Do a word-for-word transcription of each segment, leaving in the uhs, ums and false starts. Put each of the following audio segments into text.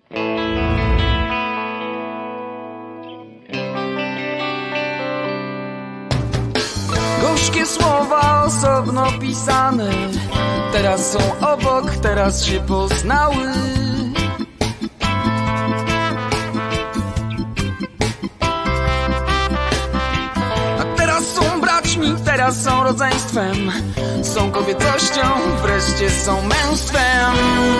Gorzkie słowa osobno pisane, teraz są obok, teraz się poznały. A teraz są braćmi, teraz są rodzeństwem, są kobiecością, wreszcie są męstwem.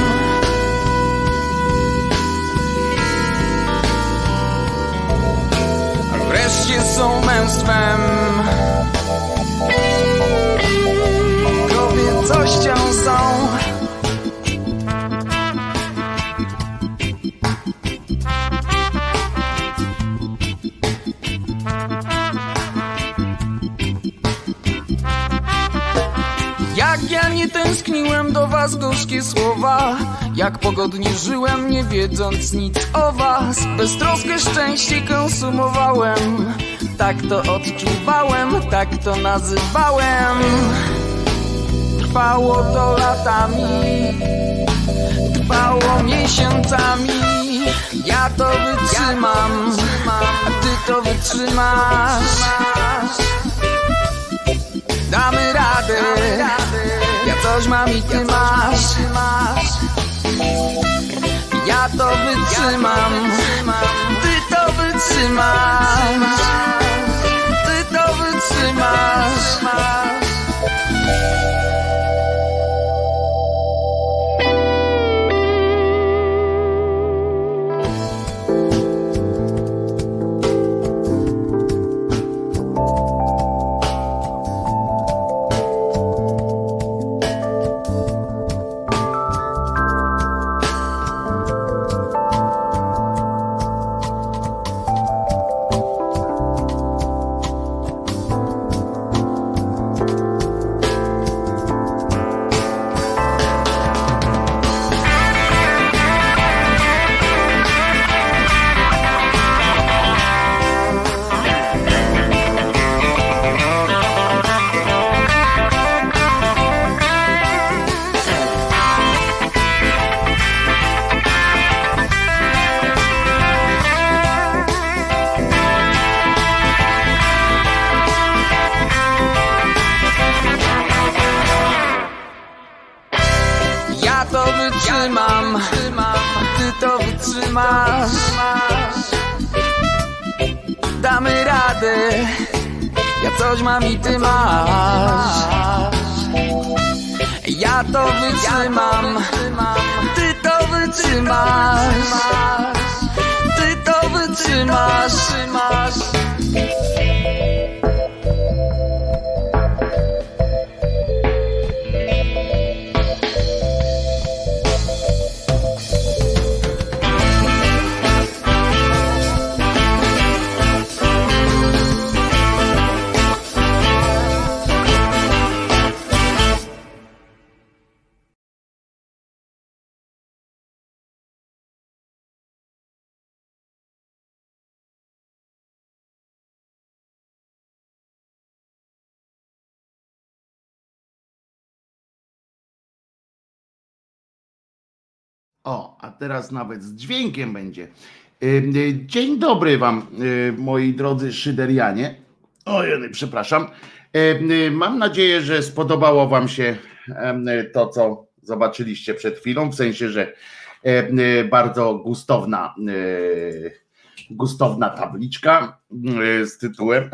A wreszcie są męstwem. Kobiecością są. Jak ja nie tęskniłem do was, gorzkie słowa, jak pogodnie żyłem, nie wiedząc nic o was. Beztroskę szczęście konsumowałem, tak to odczuwałem, tak to nazywałem. Trwało to latami, trwało miesiącami. Ja to wytrzymam, a ty to wytrzymasz. Damy radę, ja coś mam i ty masz. Ja to wytrzymam, ty to wytrzymasz. Ty to wytrzymasz. Damy radę, ja coś mam i ty masz. Ja to wytrzymam, ty to wytrzymasz. Ty to wytrzymasz. O, a teraz nawet z dźwiękiem będzie. Dzień dobry wam, moi drodzy szyderianie. Ojej, przepraszam. Mam nadzieję, że spodobało wam się to, co zobaczyliście przed chwilą, w sensie, że bardzo gustowna, gustowna tabliczka z tytułem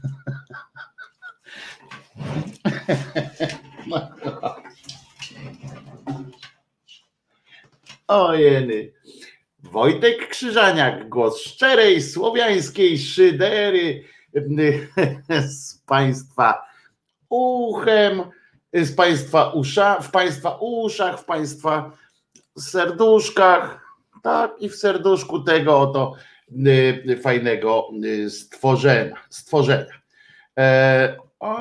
Ojeny. Wojtek Krzyżaniak, głos szczerej, słowiańskiej szydery z państwa uchem, z państwa usza, w państwa uszach, w państwa serduszkach, tak, i w serduszku tego oto fajnego stworzenia. stworzenia. E, o,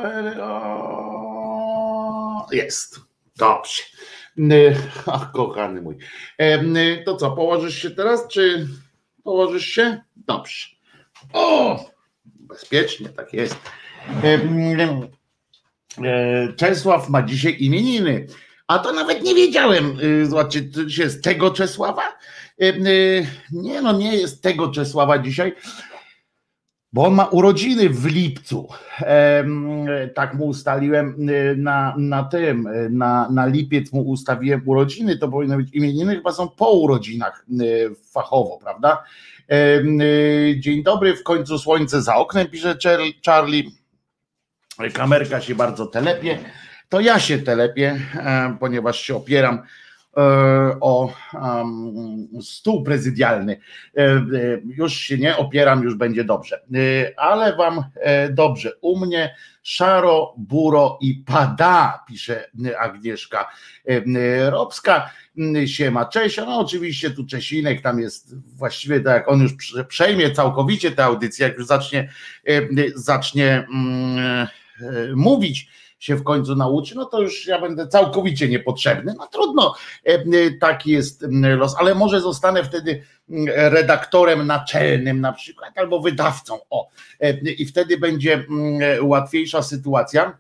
o, jest. Dobrze. Ach, kochany mój. To co, położysz się teraz, czy położysz się? Dobrze. O! Bezpiecznie, tak jest. Czesław ma dzisiaj imieniny. A to nawet nie wiedziałem, zobaczcie, to jest tego Czesława? Nie, no nie jest tego Czesława dzisiaj, bo on ma urodziny w lipcu. Tak mu ustaliłem na, na tym, na, na lipiec mu ustawiłem urodziny, to powinno być imieniny, chyba są po urodzinach fachowo, prawda? Dzień dobry, w końcu słońce za oknem, pisze Charlie. Kamerka się bardzo telepie. To ja się telepię, ponieważ się opieram o stół prezydialny. Już się nie opieram, już będzie dobrze. Ale wam dobrze. U mnie szaro, buro i pada, pisze Agnieszka Robska. Siema, cześć. No oczywiście tu Czesinek, tam jest właściwie tak jak on już przejmie całkowicie tę audycję, jak już zacznie zacznie mówić, się w końcu nauczy, no to już ja będę całkowicie niepotrzebny. No trudno, taki jest los, ale może zostanę wtedy redaktorem naczelnym na przykład, albo wydawcą. O, i wtedy będzie łatwiejsza sytuacja.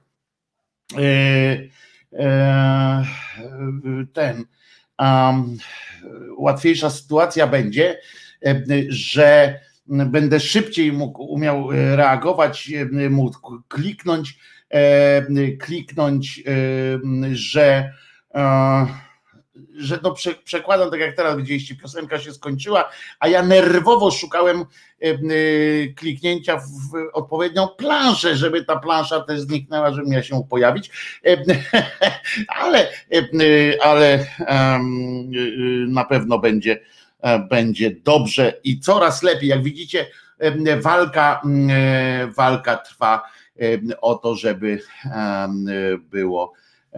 Ten um, łatwiejsza sytuacja będzie, że będę szybciej mógł umiał reagować, mógł kliknąć, kliknąć, że, że no przekładam tak jak teraz widzieliście, piosenka się skończyła, a ja nerwowo szukałem kliknięcia w odpowiednią planszę, żeby ta plansza też zniknęła, żebym ja się mógł pojawić, ale, ale na pewno będzie, będzie dobrze i coraz lepiej. Jak widzicie, walka, walka trwa o to, żeby było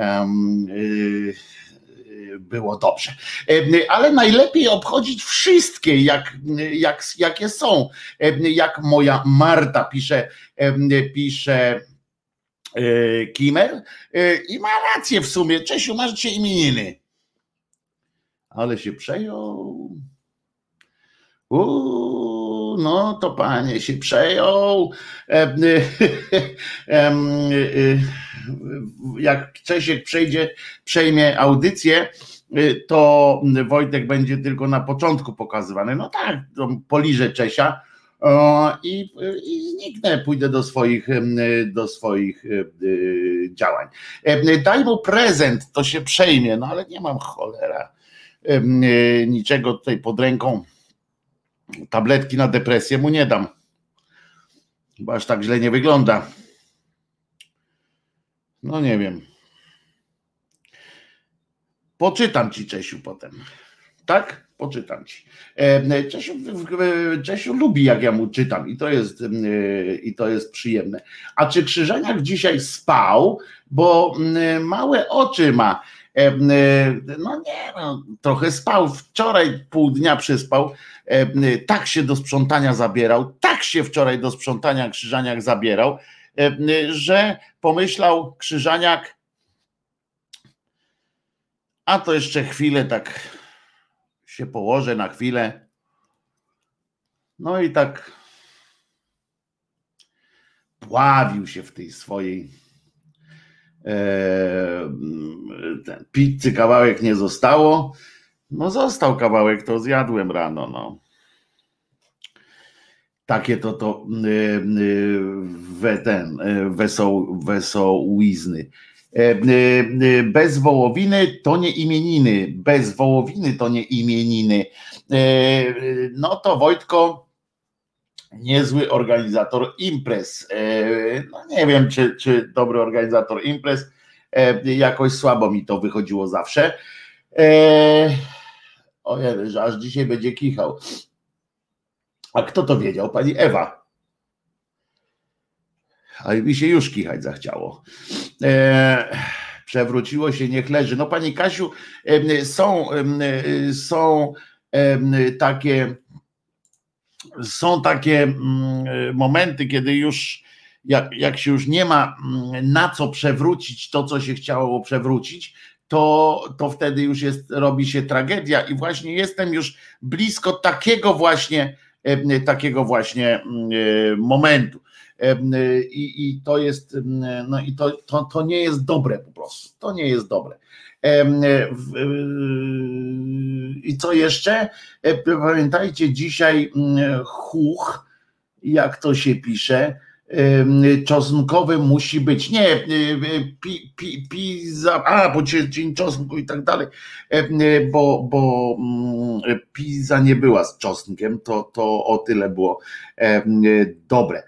było dobrze. Ale najlepiej obchodzić wszystkie, jak, jak, jakie są. Jak moja Marta pisze, pisze Kimer i ma rację w sumie. Czesiu, masz dzisiaj imieniny. Ale się przejął. Uuu, no to panie się przejął. Jak Czesiek przejdzie, przejmie audycję, to Wojtek będzie tylko na początku pokazywany. No tak, poliżę Czesia i, i zniknę, pójdę do swoich, do swoich działań. Daj mu prezent, to się przejmie, no ale nie mam cholera niczego tutaj pod ręką. Tabletki na depresję mu nie dam. Chyba aż tak źle nie wygląda. No nie wiem. Poczytam ci, Czesiu, potem. Tak? Poczytam ci. Czesiu, Czesiu lubi, jak ja mu czytam i to jest, i to jest przyjemne. A czy Krzyżaniak dzisiaj spał? Bo małe oczy ma. No nie, no, trochę spał, wczoraj pół dnia przespał, tak się do sprzątania zabierał, tak się wczoraj do sprzątania Krzyżaniak zabierał, że pomyślał Krzyżaniak, a to jeszcze chwilę tak się położę na chwilę, no i tak pławił się w tej swojej ten pizzy kawałek nie zostało, no został kawałek, to zjadłem rano, no takie to to we ten wesoł, wesołizny. Bez wołowiny to nie imieniny, bez wołowiny to nie imieniny. No to Wojtko, niezły organizator imprez. No nie wiem, czy, czy dobry organizator imprez, jakoś słabo mi to wychodziło zawsze. Ojej, że aż dzisiaj będzie kichał. A kto to wiedział? Pani Ewa. Ale mi się już kichać zachciało. Przewróciło się, niech leży. No pani Kasiu, są, są takie Są takie momenty, kiedy już jak, jak się już nie ma na co przewrócić to, co się chciało przewrócić, to, to wtedy już jest, robi się tragedia i właśnie jestem już blisko takiego właśnie takiego właśnie momentu. i, i to jest, no i to, to, to nie jest dobre po prostu, to nie jest dobre. I co jeszcze? Pamiętajcie, dzisiaj chuch, jak to się pisze, czosnkowy musi być. Nie, pi, pi, pizza, a, bo dzień czosnku i tak dalej, bo, bo pizza nie była z czosnkiem, to, to o tyle było dobre.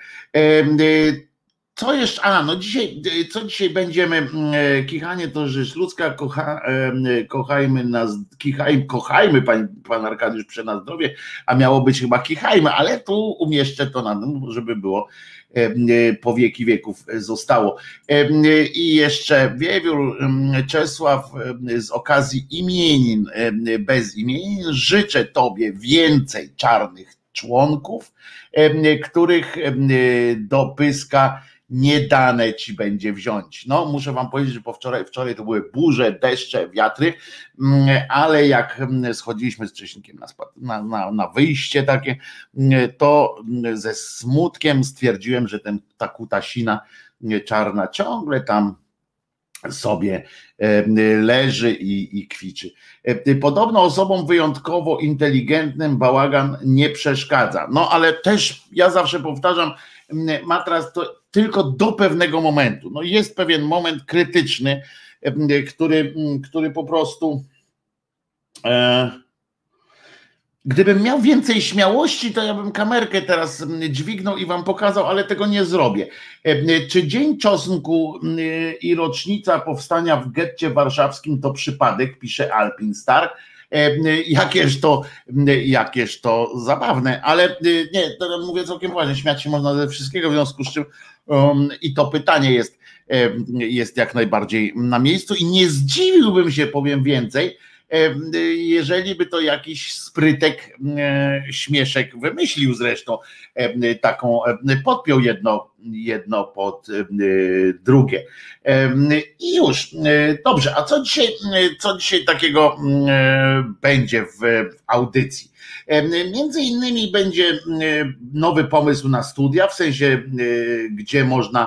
Co jeszcze? A, no dzisiaj, co dzisiaj będziemy? Kichanie to rzecz ludzka, kocha, kochajmy nas, kichajmy, kochajmy, pan, pan Arkadiusz prze na zdrowie, a miało być chyba kichajmy, ale tu umieszczę to na dół, żeby było po wieki wieków zostało. I jeszcze Wiewiór Czesław z okazji imienin, bez imienin, życzę Tobie więcej czarnych członków, których do pyska nie dane ci będzie wziąć. No, muszę wam powiedzieć, że po wczoraj, wczoraj to były burze, deszcze, wiatry, ale jak schodziliśmy z Cześnikiem na, na, na, na wyjście takie, to ze smutkiem stwierdziłem, że ten, ta kutasina czarna ciągle tam sobie leży i, i kwiczy. Podobno osobom wyjątkowo inteligentnym bałagan nie przeszkadza. No ale też ja zawsze powtarzam, matras to tylko do pewnego momentu. No jest pewien moment krytyczny, który, który po prostu e, gdybym miał więcej śmiałości, to ja bym kamerkę teraz dźwignął i wam pokazał, ale tego nie zrobię. Czy Dzień Czosnku i rocznica powstania w getcie warszawskim to przypadek, pisze Alpin Star. Jakież to, jakież to zabawne, ale nie, to mówię całkiem poważnie, śmiać się można ze wszystkiego, w związku z czym um, i to pytanie jest, jest jak najbardziej na miejscu i nie zdziwiłbym się, powiem więcej, jeżeli by to jakiś sprytek, śmieszek wymyślił zresztą taką, podpiął jedno, jedno pod drugie. I już. Dobrze, a co dzisiaj, co dzisiaj takiego będzie w audycji? Między innymi będzie nowy pomysł na studia, w sensie, gdzie można,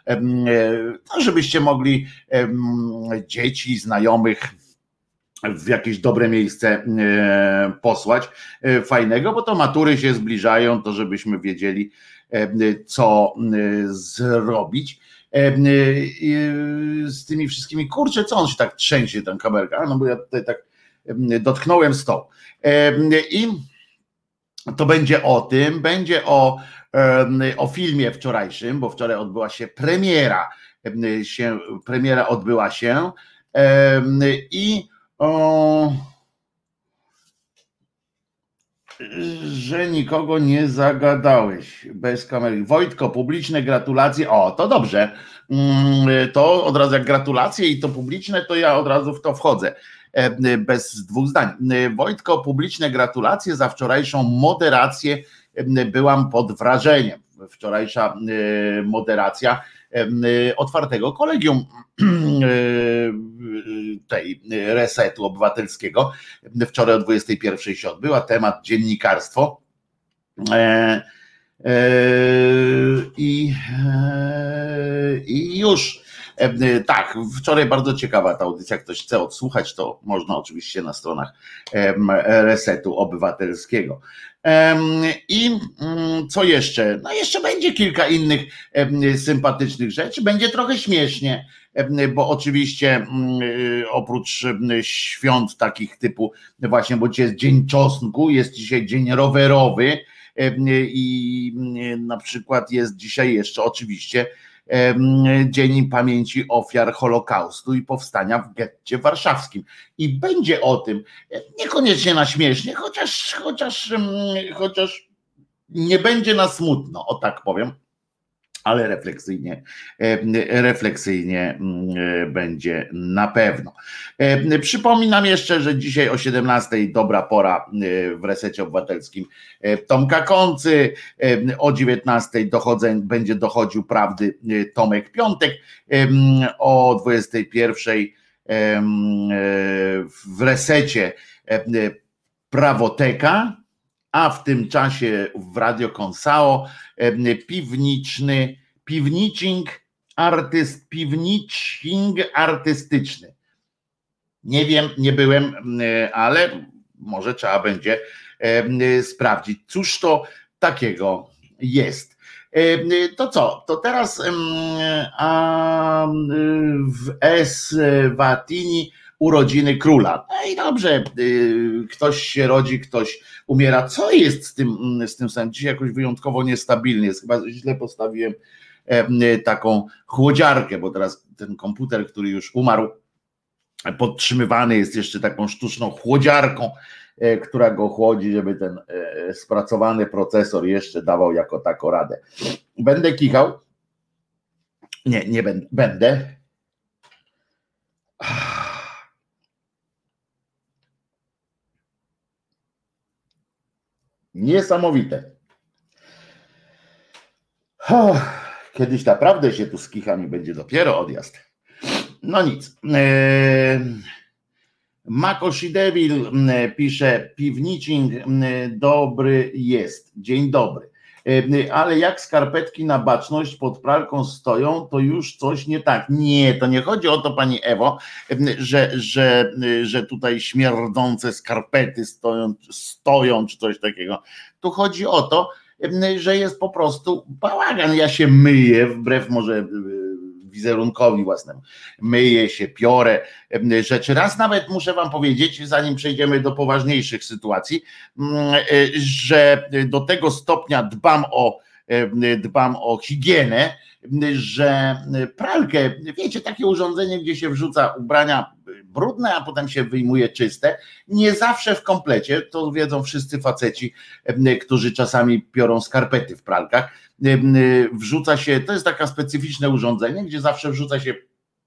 żebyście mogli dzieci, znajomych w jakieś dobre miejsce posłać fajnego, bo to matury się zbliżają, to żebyśmy wiedzieli, co zrobić z tymi wszystkimi. Kurczę, co on się tak trzęsie, ten kamerka, no bo ja tutaj tak dotknąłem stołu. I to będzie o tym, będzie o, o filmie wczorajszym, bo wczoraj odbyła się premiera, się, premiera odbyła się i O, że nikogo nie zagadałeś bez kamery. Wojtko, publiczne gratulacje. O, to dobrze. To od razu jak gratulacje i to publiczne, to ja od razu w to wchodzę. Bez dwóch zdań. Wojtko, publiczne gratulacje za wczorajszą moderację. Byłam pod wrażeniem. Wczorajsza moderacja otwartego kolegium tej Resetu Obywatelskiego. Wczoraj o dwudziestej pierwszej się odbyła, temat dziennikarstwo i, i już tak, wczoraj bardzo ciekawa ta audycja, ktoś chce odsłuchać, to można oczywiście na stronach Resetu Obywatelskiego. I co jeszcze? No jeszcze będzie kilka innych sympatycznych rzeczy, będzie trochę śmiesznie, bo oczywiście oprócz świąt takich typu właśnie, bo dzisiaj jest Dzień Czosnku, jest dzisiaj Dzień Rowerowy i na przykład jest dzisiaj jeszcze oczywiście Dzień Pamięci Ofiar Holokaustu i Powstania w getcie warszawskim. I będzie o tym, niekoniecznie na śmiesznie, chociaż, chociaż, chociaż nie będzie na smutno, o tak powiem, ale refleksyjnie, refleksyjnie będzie na pewno. Przypominam jeszcze, że dzisiaj o siedemnastej dobra pora w Resecie Obywatelskim Tomka Koncy, o dziewiętnastej dochodzeń, będzie dochodził prawdy Tomek Piątek, o dwudziestej pierwszej w Resecie Prawoteka, a w tym czasie w Radio Konsao piwniczny, piwniczing artyst, piwniczing artystyczny. Nie wiem, nie byłem, ale może trzeba będzie sprawdzić, cóż to takiego jest. To co? To teraz a w Eswatini urodziny króla. No i dobrze, ktoś się rodzi, ktoś umiera. Co jest z tym, z tym samym? Dzisiaj jakoś wyjątkowo niestabilnie jest. Chyba źle postawiłem taką chłodziarkę, bo teraz ten komputer, który już umarł, podtrzymywany jest jeszcze taką sztuczną chłodziarką, która go chłodzi, żeby ten spracowany procesor jeszcze dawał jako taką radę. Będę kichał? Nie, nie będę. Będę. Niesamowite. Kiedyś naprawdę się tu skicham i będzie dopiero odjazd. No nic. Makoshi Devil pisze, piwniczing dobry jest. Dzień dobry. Ale jak skarpetki na baczność pod pralką stoją, to już coś nie tak. Nie, to nie chodzi o to, pani Ewo, że, że, że tutaj śmierdzące skarpety stoją, stoją czy coś takiego. Tu chodzi o to, że jest po prostu bałagan. Ja się myję, wbrew może wizerunkowi własnemu. Myję się, piorę rzeczy. Raz nawet muszę wam powiedzieć, zanim przejdziemy do poważniejszych sytuacji, że do tego stopnia dbam o, dbam o higienę, że pralkę, wiecie, takie urządzenie, gdzie się wrzuca ubrania brudne, a potem się wyjmuje czyste, nie zawsze w komplecie, to wiedzą wszyscy faceci, którzy czasami piorą skarpety w pralkach, wrzuca się, to jest takie specyficzne urządzenie, gdzie zawsze wrzuca się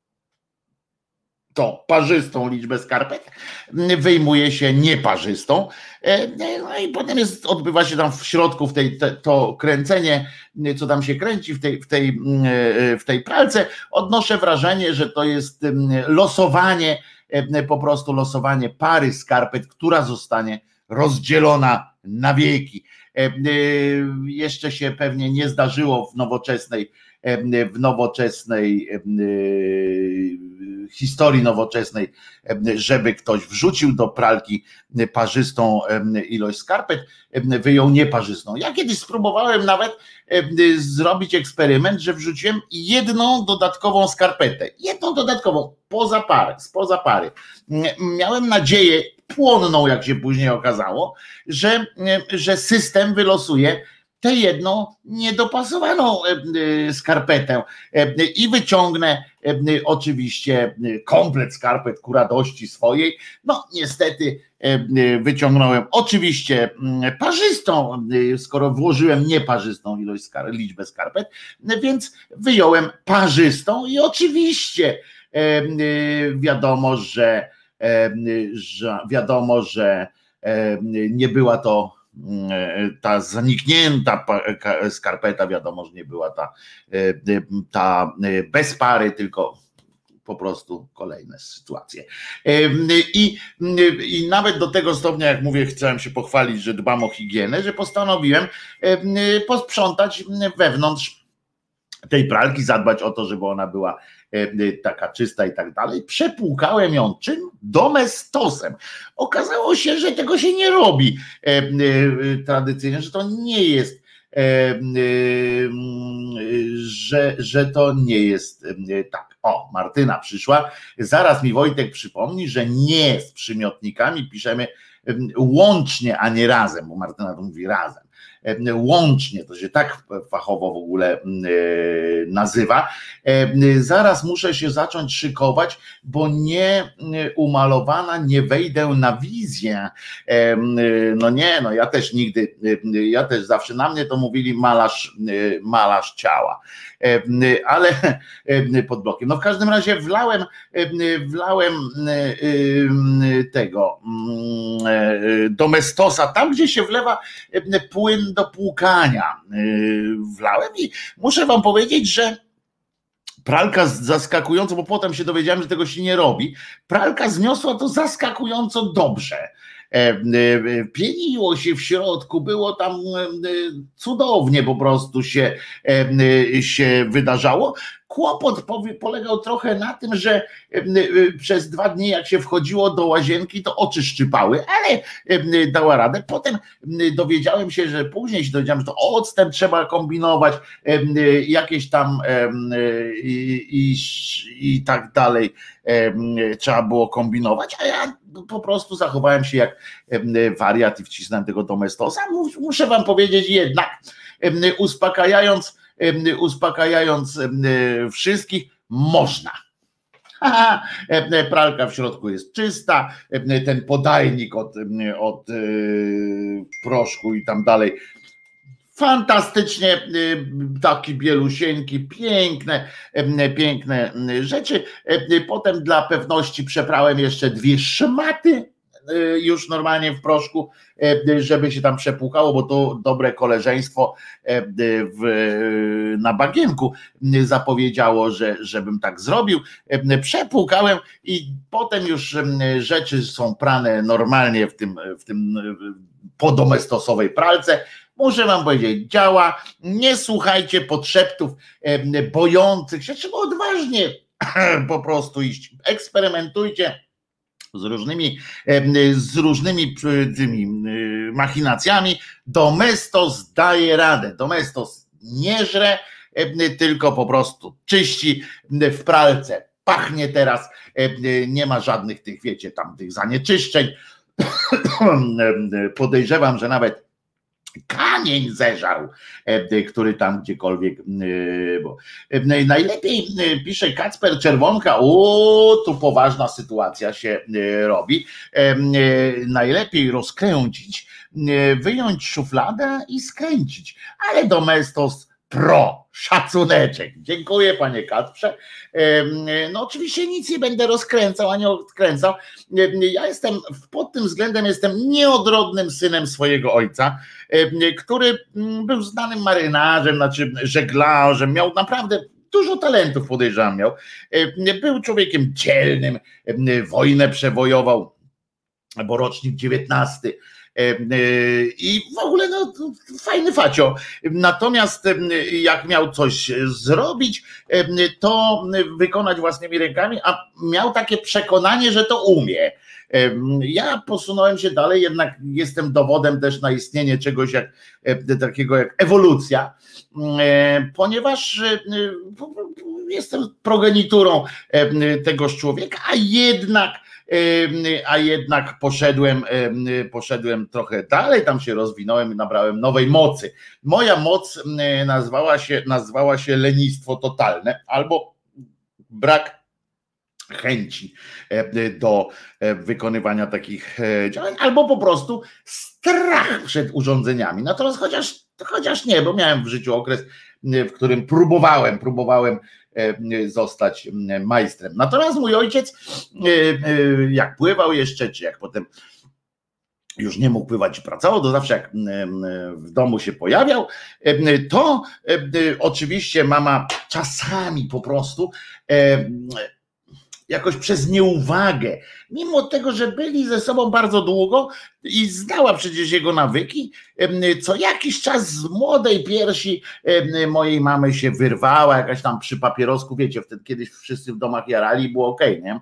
to parzystą liczbę skarpet, wyjmuje się nieparzystą, no i potem jest, odbywa się tam w środku w tej, te, to kręcenie, co tam się kręci w tej, w, tej, w tej pralce. Odnoszę wrażenie, że to jest losowanie, po prostu losowanie pary skarpet, która zostanie rozdzielona na wieki. Jeszcze się pewnie nie zdarzyło w nowoczesnej, w nowoczesnej historii nowoczesnej, żeby ktoś wrzucił do pralki parzystą ilość skarpet, wyjął nieparzystą. Ja kiedyś spróbowałem nawet zrobić eksperyment, że wrzuciłem jedną dodatkową skarpetę, jedną dodatkową, poza parę, spoza pary. Miałem nadzieję, płonną, jak się później okazało, że, że system wylosuje tę jedną niedopasowaną skarpetę i wyciągnę oczywiście komplet skarpet ku radości swojej. No niestety wyciągnąłem oczywiście parzystą, skoro włożyłem nieparzystą ilość skar- liczbę skarpet, więc wyjąłem parzystą i oczywiście wiadomo, że, że wiadomo, że nie była to ta zaniknięta skarpeta, wiadomo, że nie była ta, ta bez pary, tylko po prostu kolejne sytuacje. I, I nawet do tego stopnia, jak mówię, chciałem się pochwalić, że dbam o higienę, że postanowiłem posprzątać wewnątrz tej pralki, zadbać o to, żeby ona była taka czysta i tak dalej. Przepłukałem ją czym? Domestosem. Okazało się, że tego się nie robi tradycyjnie, że to nie jest, że, że to nie jest tak. O, Martyna przyszła. Zaraz mi Wojtek przypomni, że nie z przymiotnikami piszemy łącznie, a nie razem, bo Martyna to mówi razem. Łącznie, to się tak fachowo w ogóle nazywa. Zaraz muszę się zacząć szykować, bo nie umalowana nie wejdę na wizję. No nie, no ja też nigdy, ja też zawsze na mnie to mówili malarz, malarz ciała, ale pod blokiem. No w każdym razie wlałem, wlałem tego domestosa, tam gdzie się wlewa płyn do płukania, wlałem i muszę wam powiedzieć, że pralka zaskakująco, bo potem się dowiedziałem, że tego się nie robi, pralka zniosła to zaskakująco dobrze. Pieniło się w środku, było tam cudownie po prostu się, się wydarzało. Kłopot polegał trochę na tym, że przez dwa dni jak się wchodziło do łazienki, to oczy szczypały, ale dała radę. Potem dowiedziałem się, że później się dowiedziałem, że to octem trzeba kombinować, jakieś tam i, i, i tak dalej trzeba było kombinować, a ja po prostu zachowałem się jak wariat i wcisnąłem tego Domestosa. Muszę wam powiedzieć jednak, uspokajając uspokajając wszystkich, można. Pralka w środku jest czysta, ten podajnik od, od proszku i tam dalej fantastycznie, taki bielusieńki, piękne, piękne rzeczy. Potem dla pewności przeprałem jeszcze dwie szmaty już normalnie w proszku, żeby się tam przepłukało, bo to dobre koleżeństwo w, na bagienku zapowiedziało, że żebym tak zrobił. Przepłukałem i potem już rzeczy są prane normalnie w tym, w tym podomestosowej pralce. Muszę wam powiedzieć, działa. Nie słuchajcie podszeptów bojących się, trzeba odważnie po prostu iść. Eksperymentujcie z różnymi, z różnymi tymi machinacjami. Domestos daje radę. Domestos nie żre, tylko po prostu czyści w pralce. Pachnie teraz, nie ma żadnych tych, wiecie, tam tych zanieczyszczeń. Podejrzewam, że nawet kamień zeżarł, który tam gdziekolwiek. Bo najlepiej, pisze Kacper Czerwonka, o, tu poważna sytuacja się robi. Najlepiej rozkręcić, wyjąć szufladę i skręcić, ale Domestos Pro, szacuneczek. Dziękuję, panie Kacprze. No oczywiście nic nie będę rozkręcał, ani odkręcał. Ja jestem, pod tym względem jestem nieodrodnym synem swojego ojca, który był znanym marynarzem, znaczy żeglarzem, miał naprawdę dużo talentów, podejrzewam miał. Był człowiekiem dzielnym, wojnę przewojował, bo rocznik dziewiętnasty. I w ogóle no, fajny facio. Natomiast jak miał coś zrobić, to wykonać własnymi rękami, a miał takie przekonanie, że to umie. Ja posunąłem się dalej, jednak jestem dowodem też na istnienie czegoś jak, takiego jak ewolucja, ponieważ jestem progeniturą tegoż człowieka, a jednak a jednak poszedłem, poszedłem trochę dalej, tam się rozwinąłem i nabrałem nowej mocy. Moja moc nazwała się, nazwała się lenistwo totalne albo brak chęci do wykonywania takich działań, albo po prostu strach przed urządzeniami. Natomiast chociaż, chociaż nie, bo miałem w życiu okres, w którym próbowałem, próbowałem zostać majstrem. Natomiast mój ojciec, jak pływał jeszcze, czy jak potem już nie mógł pływać i pracował, to zawsze jak w domu się pojawiał, to oczywiście mama czasami po prostu jakoś przez nieuwagę, mimo tego, że byli ze sobą bardzo długo i znała przecież jego nawyki, co jakiś czas z młodej piersi mojej mamy się wyrwała, jakaś tam przy papierosku, wiecie, wtedy kiedyś wszyscy w domach jarali i było okej, nie?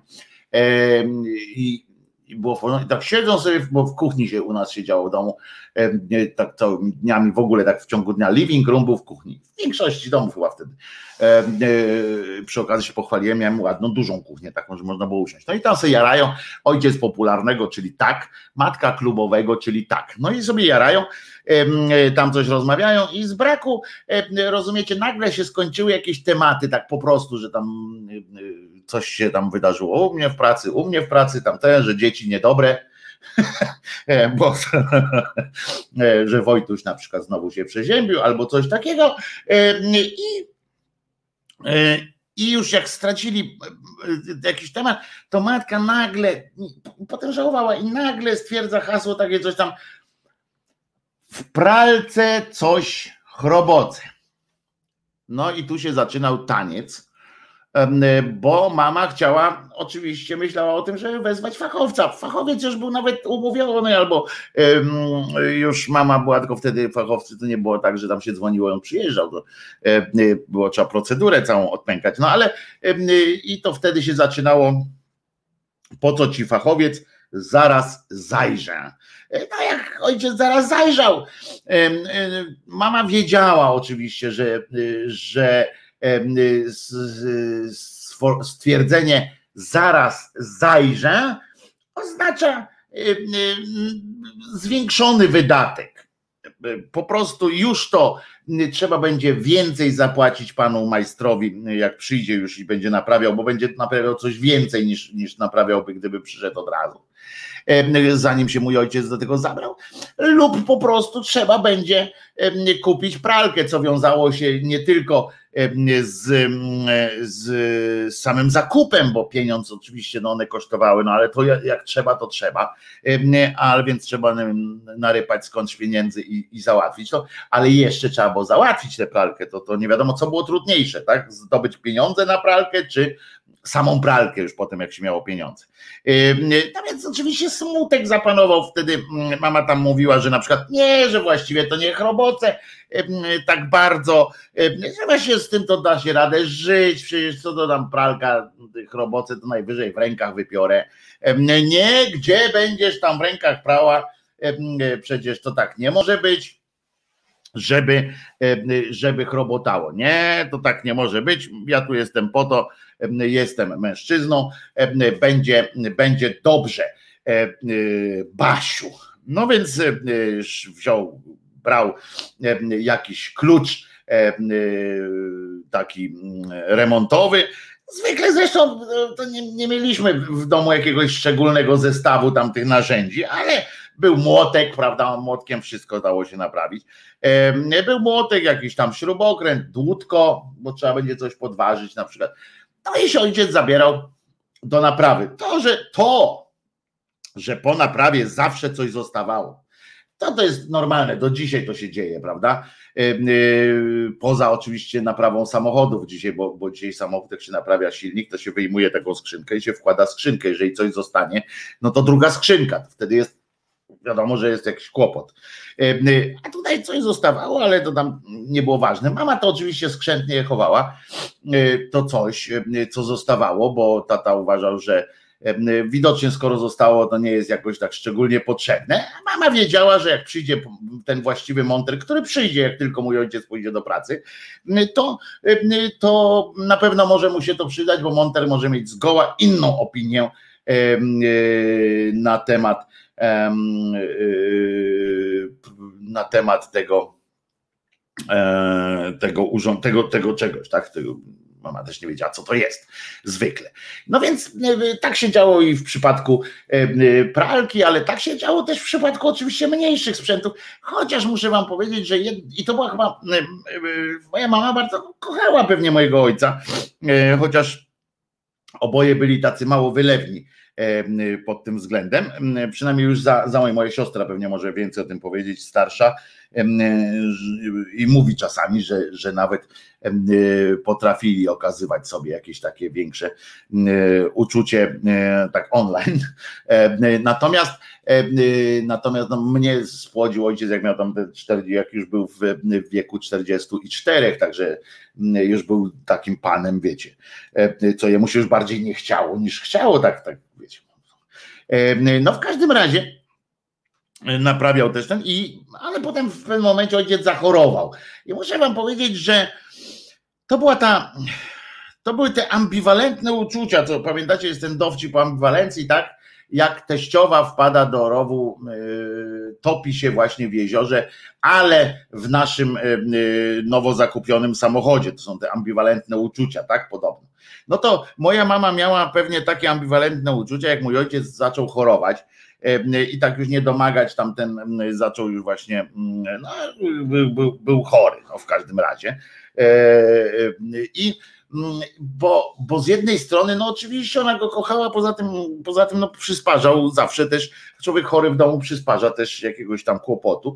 I I było, i tak siedzą sobie, bo w kuchni się u nas siedziało w domu, tak całymi dniami, w ogóle tak w ciągu dnia, living room był w kuchni, w większości domów chyba wtedy. Przy okazji się pochwaliłem, miałem ładną, dużą kuchnię, taką, że można było usiąść. No i tam sobie jarają, ojciec popularnego, czyli tak, matka klubowego, czyli tak. No i sobie jarają, tam coś rozmawiają i z braku, rozumiecie, nagle się skończyły jakieś tematy, tak po prostu, że tam coś się tam wydarzyło u mnie w pracy, u mnie w pracy, tam te, że dzieci niedobre, bo, że Wojtuś na przykład znowu się przeziębił albo coś takiego i, i już jak stracili jakiś temat, to matka nagle, potem żałowała i nagle stwierdza hasło takie coś tam, w pralce coś chroboce. No i tu się zaczynał taniec bo mama chciała, oczywiście myślała o tym, żeby wezwać fachowca. Fachowiec już był nawet umówiony, albo już mama była, tylko wtedy fachowcy to nie było tak, że tam się dzwoniło, on przyjeżdżał, to było trzeba procedurę całą odpękać. No ale i to wtedy się zaczynało, po co ci fachowiec, zaraz zajrzę. No jak ojciec zaraz zajrzał, mama wiedziała oczywiście, że, że stwierdzenie zaraz zajrzę oznacza zwiększony wydatek. Po prostu już to trzeba będzie więcej zapłacić panu majstrowi, jak przyjdzie już i będzie naprawiał, bo będzie naprawiał coś więcej niż, niż naprawiałby, gdyby przyszedł od razu, zanim się mój ojciec do tego zabrał, lub po prostu trzeba będzie kupić pralkę, co wiązało się nie tylko z, z samym zakupem, bo pieniądz oczywiście, no one kosztowały, no ale to jak, jak trzeba, to trzeba, ale więc trzeba narypać skądś pieniędzy i, i załatwić to, ale jeszcze trzeba było załatwić tę pralkę, to, to nie wiadomo, co było trudniejsze, tak? Zdobyć pieniądze na pralkę, czy samą pralkę już potem, jak się miało pieniądze. No więc oczywiście smutek zapanował wtedy, mama tam mówiła, że na przykład nie, że właściwie to nie chroboce tak bardzo, że właśnie z tym to da się radę żyć, przecież co to tam pralka, chroboce to najwyżej w rękach wypiorę. Nie, gdzie będziesz tam w rękach prała, przecież to tak nie może być, żeby, żeby chrobotało. Nie, to tak nie może być, ja tu jestem po to, jestem mężczyzną, będzie, będzie dobrze, Basiu. No więc wziął, brał jakiś klucz taki remontowy. Zwykle zresztą to nie, nie mieliśmy w domu jakiegoś szczególnego zestawu tam tych narzędzi, ale był młotek, prawda, młotkiem wszystko dało się naprawić. Był młotek, jakiś tam śrubokręt, dłutko, bo trzeba będzie coś podważyć na przykład. No i się ojciec zabierał do naprawy. To, że to, że po naprawie zawsze coś zostawało, to to jest normalne, do dzisiaj to się dzieje, prawda? Poza oczywiście naprawą samochodów dzisiaj, bo, bo dzisiaj samochód, jak się naprawia silnik, to się wyjmuje taką skrzynkę i się wkłada skrzynkę, jeżeli coś zostanie, no to druga skrzynka, wtedy jest wiadomo, że jest jakiś kłopot. A tutaj coś zostawało, ale to tam nie było ważne. Mama to oczywiście skrzętnie chowała, to coś, co zostawało, bo tata uważał, że widocznie skoro zostało, to nie jest jakoś tak szczególnie potrzebne. A mama wiedziała, że jak przyjdzie ten właściwy monter, który przyjdzie, jak tylko mój ojciec pójdzie do pracy, to, to na pewno może mu się to przydać, bo monter może mieć zgoła inną opinię na temat na temat tego tego urząd, tego, tego czegoś, tak? Tego, mama też nie wiedziała, co to jest zwykle. No więc tak się działo i w przypadku pralki, ale tak się działo też w przypadku oczywiście mniejszych sprzętów, chociaż muszę wam powiedzieć, że jed... i to była chyba moja mama bardzo kochała pewnie mojego ojca, chociaż oboje byli tacy mało wylewni pod tym względem, przynajmniej już za, za moja, moja siostra pewnie może więcej o tym powiedzieć, starsza, i mówi czasami, że, że nawet potrafili okazywać sobie jakieś takie większe uczucie tak online. Natomiast natomiast no, mnie spłodził ojciec, jak miał tam te czterdzieści, jak już był w, w wieku czterdziestu czterech, także już był takim panem, wiecie, co jemu się już bardziej nie chciało niż chciało, tak, tak wiecie. No w każdym razie naprawiał też ten, i, ale potem w pewnym momencie ojciec zachorował. I muszę wam powiedzieć, że to była ta, to były te ambiwalentne uczucia, co pamiętacie, jest ten dowcip o ambiwalencji, tak? Jak teściowa wpada do rowu, yy, topi się właśnie w jeziorze, ale w naszym yy, nowo zakupionym samochodzie. To są te ambiwalentne uczucia, tak? Podobno. No to moja mama miała pewnie takie ambiwalentne uczucia, jak mój ojciec zaczął chorować i tak już nie domagać, tamten zaczął już właśnie, no, był, był, był chory, no, w każdym razie. I bo, bo z jednej strony, no oczywiście ona go kochała, poza tym, poza tym no, przysparzał zawsze też, człowiek chory w domu przysparza też jakiegoś tam kłopotu,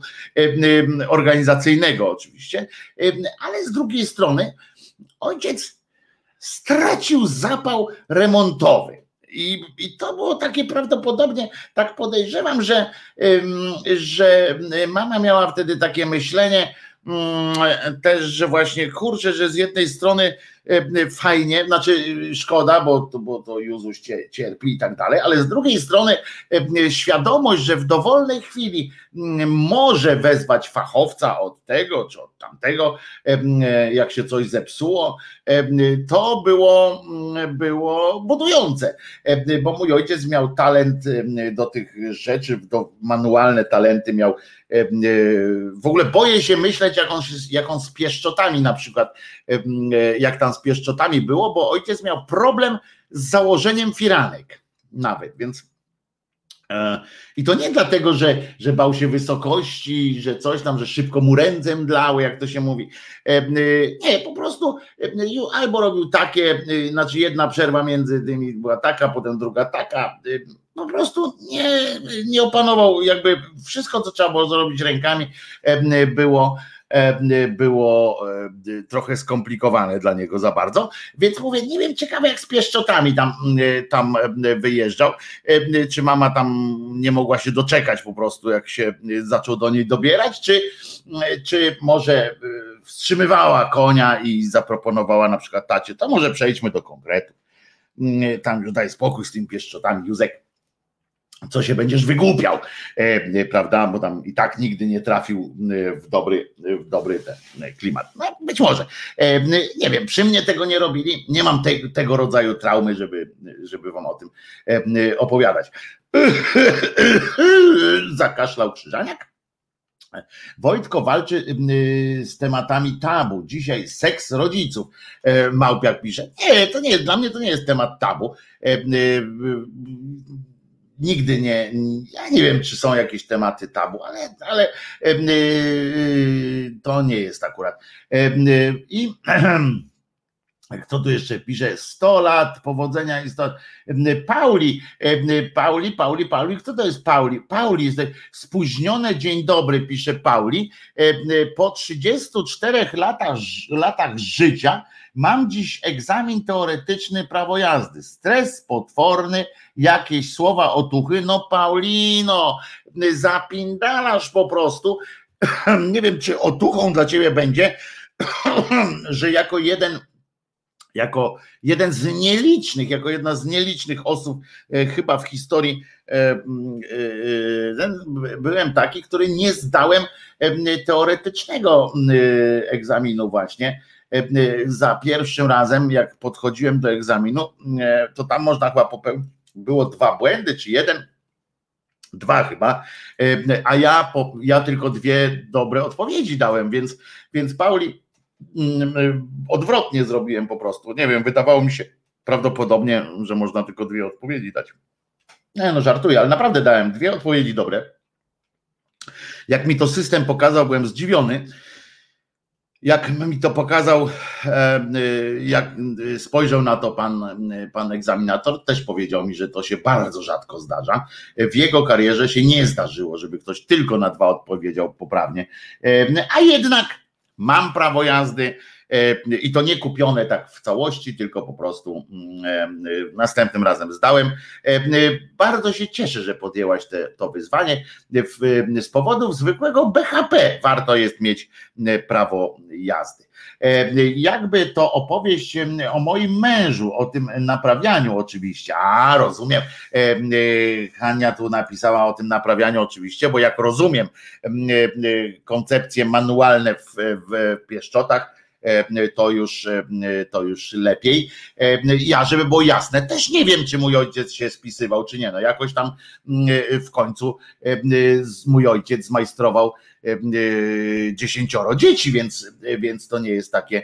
organizacyjnego oczywiście, ale z drugiej strony ojciec stracił zapał remontowy. I, I to było takie prawdopodobnie, tak podejrzewam, że, że mama miała wtedy takie myślenie też, że właśnie kurczę, że z jednej strony fajnie, znaczy szkoda, bo, bo to Józuś cierpi i tak dalej, ale z drugiej strony świadomość, że w dowolnej chwili może wezwać fachowca od tego czy od tamtego, jak się coś zepsuło, to było, było budujące, bo mój ojciec miał talent do tych rzeczy, do manualne talenty miał. W ogóle boję się myśleć, jak on, jak on z pieszczotami na przykład, jak tam z pieszczotami było, bo ojciec miał problem z założeniem firanek nawet, więc i to nie dlatego, że, że bał się wysokości, że coś tam, że szybko mu ręce mdlały, jak to się mówi. Nie, po prostu albo robił takie, znaczy jedna przerwa między tymi była taka, potem druga taka. Po prostu nie, nie opanował, jakby wszystko, co trzeba było zrobić rękami, było, było trochę skomplikowane dla niego za bardzo, więc mówię, nie wiem, ciekawe jak z pieszczotami tam, tam wyjeżdżał, czy mama tam nie mogła się doczekać po prostu, jak się zaczął do niej dobierać, czy, czy może wstrzymywała konia i zaproponowała na przykład tacie, to może przejdźmy do konkretu, tam już daj spokój z tymi pieszczotami, Józek, co się będziesz wygłupiał, e, prawda, bo tam i tak nigdy nie trafił w dobry, w dobry ten klimat. No być może. E, nie wiem, przy mnie tego nie robili, nie mam te, tego rodzaju traumy, żeby, żeby wam o tym e, opowiadać. Zakaszlał Krzyżaniak. Wojtko walczy z tematami tabu. Dzisiaj seks rodziców. Małpiak pisze. Nie, to nie, dla mnie to nie jest temat tabu. Nigdy nie, ja nie wiem, czy są jakieś tematy tabu, ale, ale to nie jest akurat. I kto tu jeszcze pisze? sto lat powodzenia i sto... Pauli, Pauli, Pauli, Pauli, kto to jest Pauli? Pauli jest spóźnione, dzień dobry, pisze Pauli. Po trzydziestu czterech latach, latach życia mam dziś egzamin teoretyczny prawo jazdy. Stres potworny, jakieś słowa otuchy. No Paulino, zapindalasz po prostu. Nie wiem, czy otuchą dla ciebie będzie, że jako jeden jako jeden z nielicznych, jako jedna z nielicznych osób e, chyba w historii e, e, byłem taki, który nie zdałem e, teoretycznego e, egzaminu właśnie. E, za pierwszym razem, jak podchodziłem do egzaminu, e, to tam można chyba popełnić, było dwa błędy, czy jeden, dwa chyba, e, a ja, po, ja tylko dwie dobre odpowiedzi dałem, więc, więc Pauli, odwrotnie zrobiłem po prostu. Nie wiem, wydawało mi się prawdopodobnie, że można tylko dwie odpowiedzi dać. Nie no, żartuję, ale naprawdę dałem dwie odpowiedzi dobre. Jak mi to system pokazał, byłem zdziwiony. Jak mi to pokazał, jak spojrzał na to pan, pan egzaminator, też powiedział mi, że to się bardzo rzadko zdarza. W jego karierze się nie zdarzyło, żeby ktoś tylko na dwa odpowiedział poprawnie. A jednak mam prawo jazdy i to nie kupione tak w całości, tylko po prostu następnym razem zdałem. Bardzo się cieszę, że podjęłaś te, to wyzwanie. Z powodów zwykłego B H P warto jest mieć prawo jazdy. Jakby to opowieść o moim mężu, o tym naprawianiu oczywiście. A, rozumiem. Hania tu napisała o tym naprawianiu oczywiście, bo jak rozumiem koncepcje manualne w, w pieszczotach, to już, to już lepiej. Ja, żeby było jasne, też nie wiem, czy mój ojciec się spisywał, czy nie. No jakoś tam w końcu mój ojciec zmajstrował dziesięcioro dzieci, więc, więc to nie jest takie,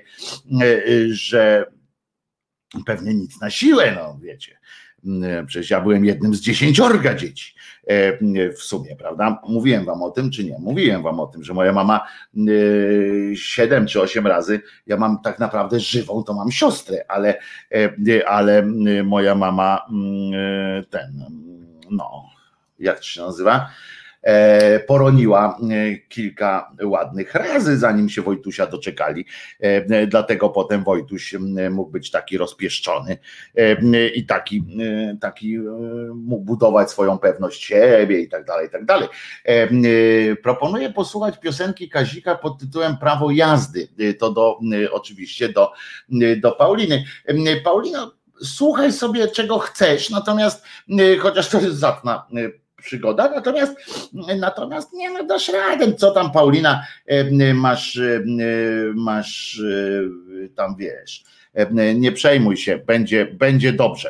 że pewnie nic na siłę, no wiecie. Przecież ja byłem jednym z dziesięciorga dzieci w sumie, prawda? Mówiłem wam o tym, czy nie? Mówiłem wam o tym, że moja mama siedem czy osiem razy, ja mam tak naprawdę żywą, to mam siostrę, ale, ale moja mama ten, no, jak to się nazywa? poroniła kilka ładnych razy, zanim się Wojtusia doczekali. Dlatego potem Wojtuś mógł być taki rozpieszczony i taki, taki mógł budować swoją pewność siebie i tak dalej, i tak dalej. Proponuję posłuchać piosenki Kazika pod tytułem Prawo jazdy. To do, oczywiście do, do Pauliny. Paulino, słuchaj sobie czego chcesz, natomiast chociaż to jest zacna przygoda, natomiast natomiast nie no dasz radę, co tam Paulina masz, masz tam wiesz, nie przejmuj się, będzie, będzie dobrze.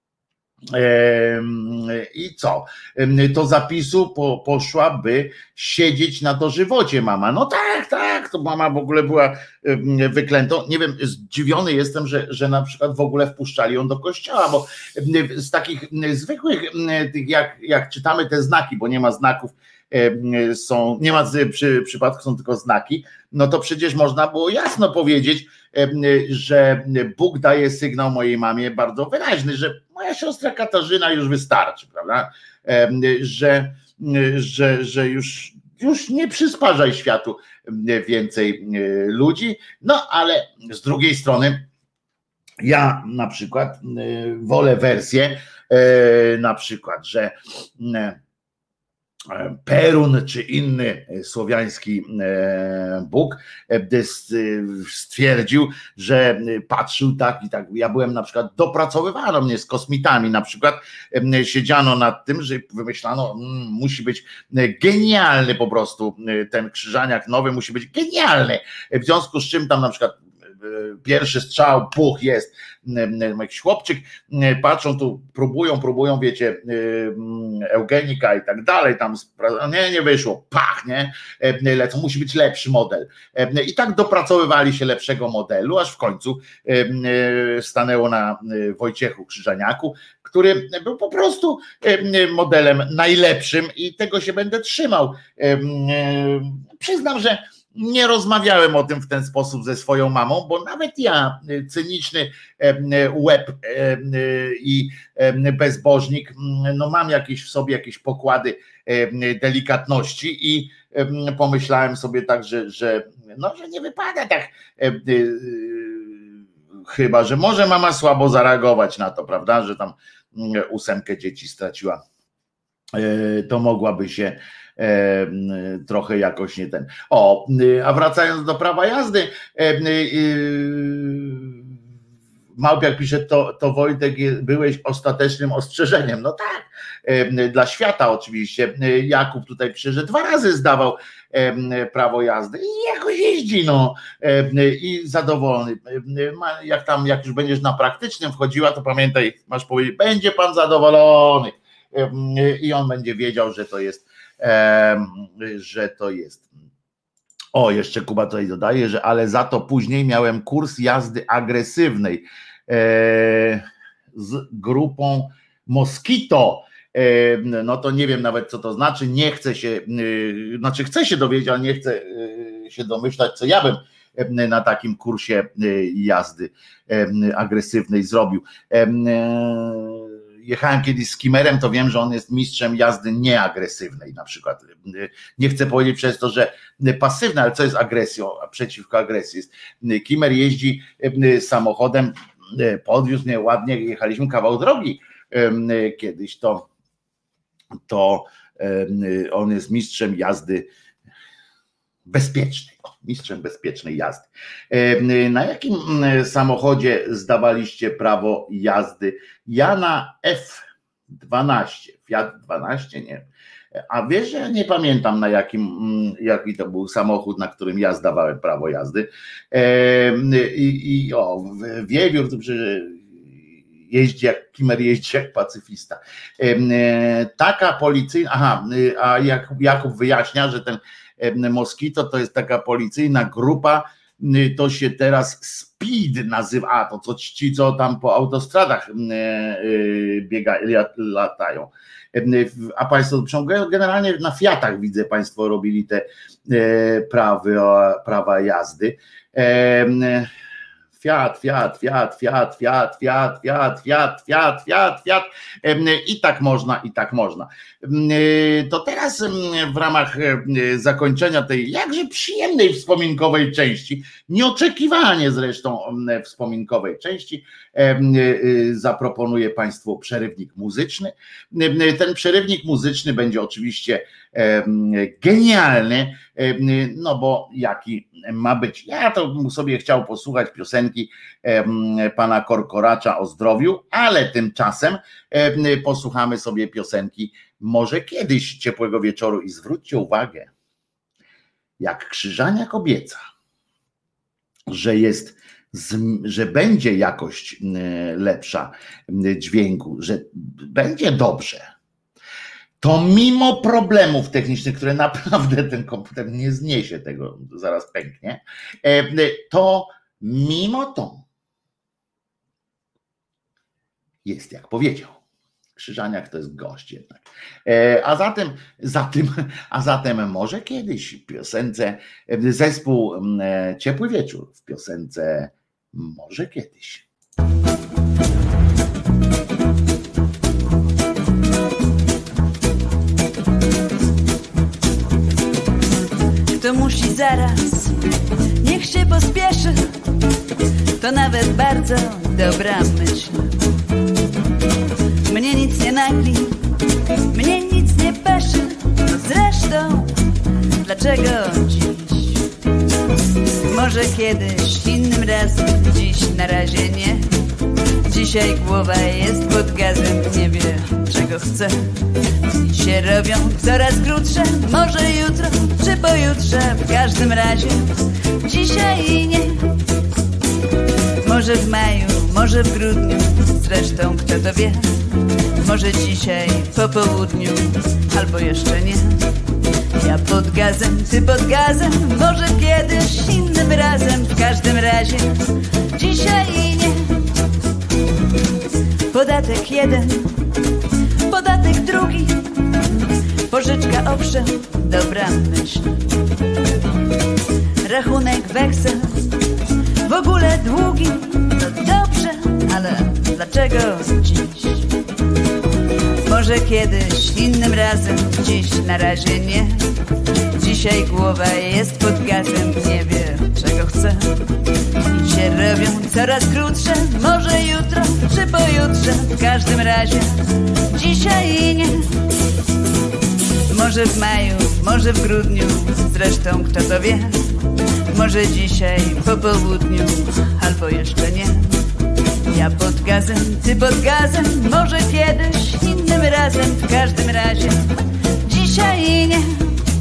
I co? To zapisu po, poszła, by siedzieć na dożywocie mama. No tak, tak, to mama w ogóle była wyklętą. Nie wiem, zdziwiony jestem, że, że na przykład w ogóle wpuszczali ją do kościoła, bo z takich zwykłych, tych jak, jak czytamy te znaki, bo nie ma znaków, są, nie ma przy przypadku, są tylko znaki, no to przecież można było jasno powiedzieć, że Bóg daje sygnał mojej mamie bardzo wyraźny, że moja siostra Katarzyna już wystarczy, prawda? Że, że, że już, już nie przysparzaj światu więcej ludzi, no ale z drugiej strony ja na przykład wolę wersję na przykład, że Perun czy inny słowiański Bóg stwierdził, że patrzył tak i tak. Ja byłem na przykład, dopracowywano mnie z kosmitami, na przykład siedziano nad tym, że wymyślano, musi być genialny po prostu, ten Krzyżaniak nowy musi być genialny, w związku z czym tam na przykład pierwszy strzał, puch jest, jakiś chłopczyk, patrzą tu, próbują, próbują, wiecie, eugenika i tak dalej, tam nie, nie wyszło, pach, nie, lecą, musi być lepszy model. I tak dopracowywali się lepszego modelu, aż w końcu stanęło na Wojciechu Krzyżaniaku, który był po prostu modelem najlepszym i tego się będę trzymał. Przyznam, że nie rozmawiałem o tym w ten sposób ze swoją mamą, bo nawet ja, cyniczny łeb i bezbożnik, no mam jakieś w sobie jakieś pokłady delikatności i pomyślałem sobie tak, że, że, no, że nie wypada tak, chyba że może mama słabo zareagować na to, prawda, że tam ósemkę dzieci straciła, to mogłaby się trochę jakoś nie ten. O, a wracając do prawa jazdy, Małpiak pisze, to, to Wojtek, byłeś ostatecznym ostrzeżeniem. No tak, dla świata oczywiście. Jakub tutaj pisze, że dwa razy zdawał prawo jazdy i jakoś jeździ, no i zadowolony. Jak tam, jak już będziesz na praktycznym wchodziła, to pamiętaj, masz powiedzieć, będzie pan zadowolony i on będzie wiedział, że to jest że to jest. O, jeszcze Kuba tutaj dodaje, że ale za to później miałem kurs jazdy agresywnej z grupą Moskito. No to nie wiem nawet co to znaczy, nie chcę się, znaczy chcę się dowiedzieć, ale nie chcę się domyślać, co ja bym na takim kursie jazdy agresywnej zrobił. Jechałem kiedyś z Kimmerem, to wiem, że on jest mistrzem jazdy nieagresywnej na przykład. Nie chcę powiedzieć przez to, że pasywna, ale co jest agresją, a przeciwko agresji jest. Kimmer jeździ samochodem, podwiózł mnie ładnie, jechaliśmy kawał drogi kiedyś, to, to on jest mistrzem jazdy bezpiecznej, mistrzem bezpiecznej jazdy. Na jakim samochodzie zdawaliście prawo jazdy? Ja na F dwanaście, Fiat dwanaście, nie. A wiesz, że ja nie pamiętam na jakim, jaki to był samochód, na którym ja zdawałem prawo jazdy. I, i o, wiewiór, to przecież jeździ jak Kimmer, jeździ jak pacyfista. Taka policyjna, aha, a jak Jakub wyjaśnia, że ten Moskito to jest taka policyjna grupa, to się teraz Speed nazywa, a to co ci, co tam po autostradach biegają, latają. A państwo generalnie na Fiatach widzę, państwo robili te prawy, prawa jazdy. Fiat, Fiat, Fiat, Fiat, Fiat, Fiat, Fiat, Fiat, Fiat, Fiat, Fiat i tak można, i tak można. To teraz w ramach zakończenia tej jakże przyjemnej wspominkowej części, nieoczekiwanie zresztą wspominkowej części, zaproponuję Państwu przerywnik muzyczny. Ten przerywnik muzyczny będzie oczywiście genialny, no bo jaki ma być. Ja to sobie chciał posłuchać piosenki pana Korkoracza o zdrowiu, ale tymczasem posłuchamy sobie piosenki Może kiedyś ciepłego wieczoru i zwróćcie uwagę, jak Krzyżaniak obieca, że jest, że będzie jakość lepsza dźwięku, że będzie dobrze. To mimo problemów technicznych, które naprawdę ten komputer nie zniesie tego, zaraz pęknie, to mimo to jest jak powiedział. Krzyżaniak to jest gość jednak. A zatem, zatem, a zatem może kiedyś w piosence zespół Ciepły Wieczór w piosence Może kiedyś. Kto musi zaraz, niech się pospieszy, to nawet bardzo dobra myśl. Mnie nic nie nagli, mnie nic nie peszy, no zresztą dlaczego dziś? Może kiedyś, innym razem, dziś na razie nie. Dzisiaj głowa jest pod gazem, nie wie czego chce. Dni się robią coraz krótsze, może jutro czy pojutrze, w każdym razie dzisiaj nie. Może w maju, może w grudniu, zresztą kto to wie. Może dzisiaj po południu, albo jeszcze nie. Ja pod gazem, ty pod gazem, może kiedyś, innym razem, w każdym razie dzisiaj nie. Podatek jeden, podatek drugi, pożyczka owszem, dobra myśl. Rachunek, weksel, w ogóle długi, no dobrze, ale dlaczego dziś? Może kiedyś, innym razem, dziś na razie nie. Dzisiaj głowa jest pod gazem, nie wie czego chce. Dni się robią coraz krótsze, może jutro czy pojutrze, w każdym razie dzisiaj nie. Może w maju, może w grudniu, zresztą kto to wie. Może dzisiaj po południu, albo jeszcze nie. Ja pod gazem, ty pod gazem, może kiedyś, innym razem, w każdym razie dzisiaj nie.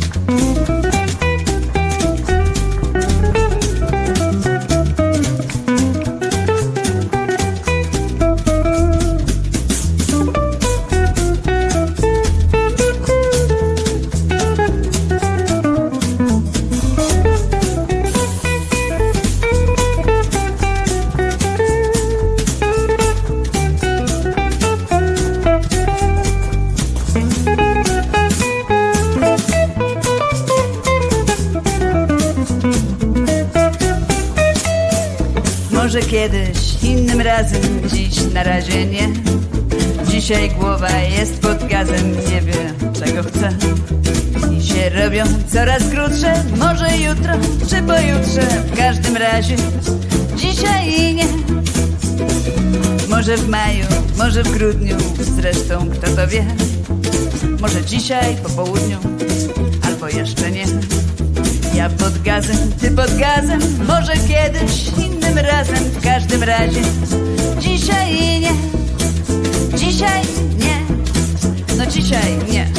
Może kiedyś, innym razem, dziś na razie nie. Dzisiaj głowa jest pod gazem, nie wie czego chce. Dni się robią coraz krótsze, może jutro czy pojutrze, w każdym razie dzisiaj nie. Może w maju, może w grudniu, zresztą kto to wie. Może dzisiaj po południu, albo jeszcze nie. Ja pod gazem, ty pod gazem, może kiedyś, innym razem, w każdym razie dzisiaj nie. Dzisiaj nie. No dzisiaj nie.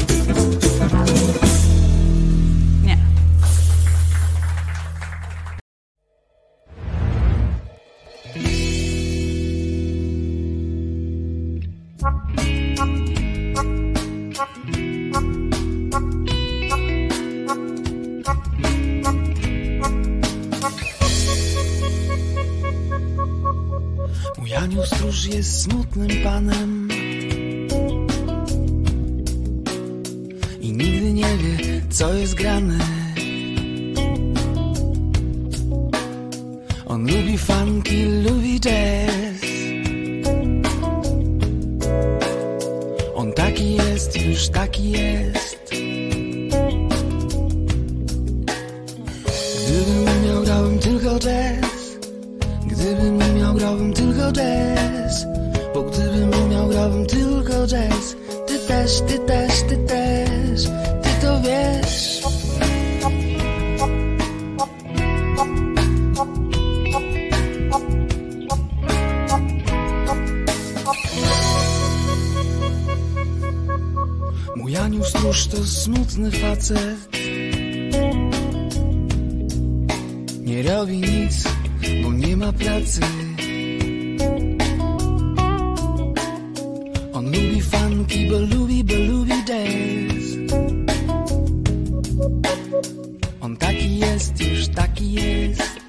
Nie. Mój anioł stróż jest smutnym panem i nigdy nie wie, co jest grane. On On lubi funky, lubi jazz. On taki jest, już taki jest. Gdybym miał, grałbym tylko jazz. Gdybym miał, grałbym tylko jazz. Bo gdybym miał, grałbym tylko jazz. Ty też, ty też, ty też, ty to wiesz. Mój Janiu stróż to smutny facet. Nie robi nic, bo nie ma pracy. On lubi funky, bo lubi, bo lubi jazz. On taki jest, już taki jest.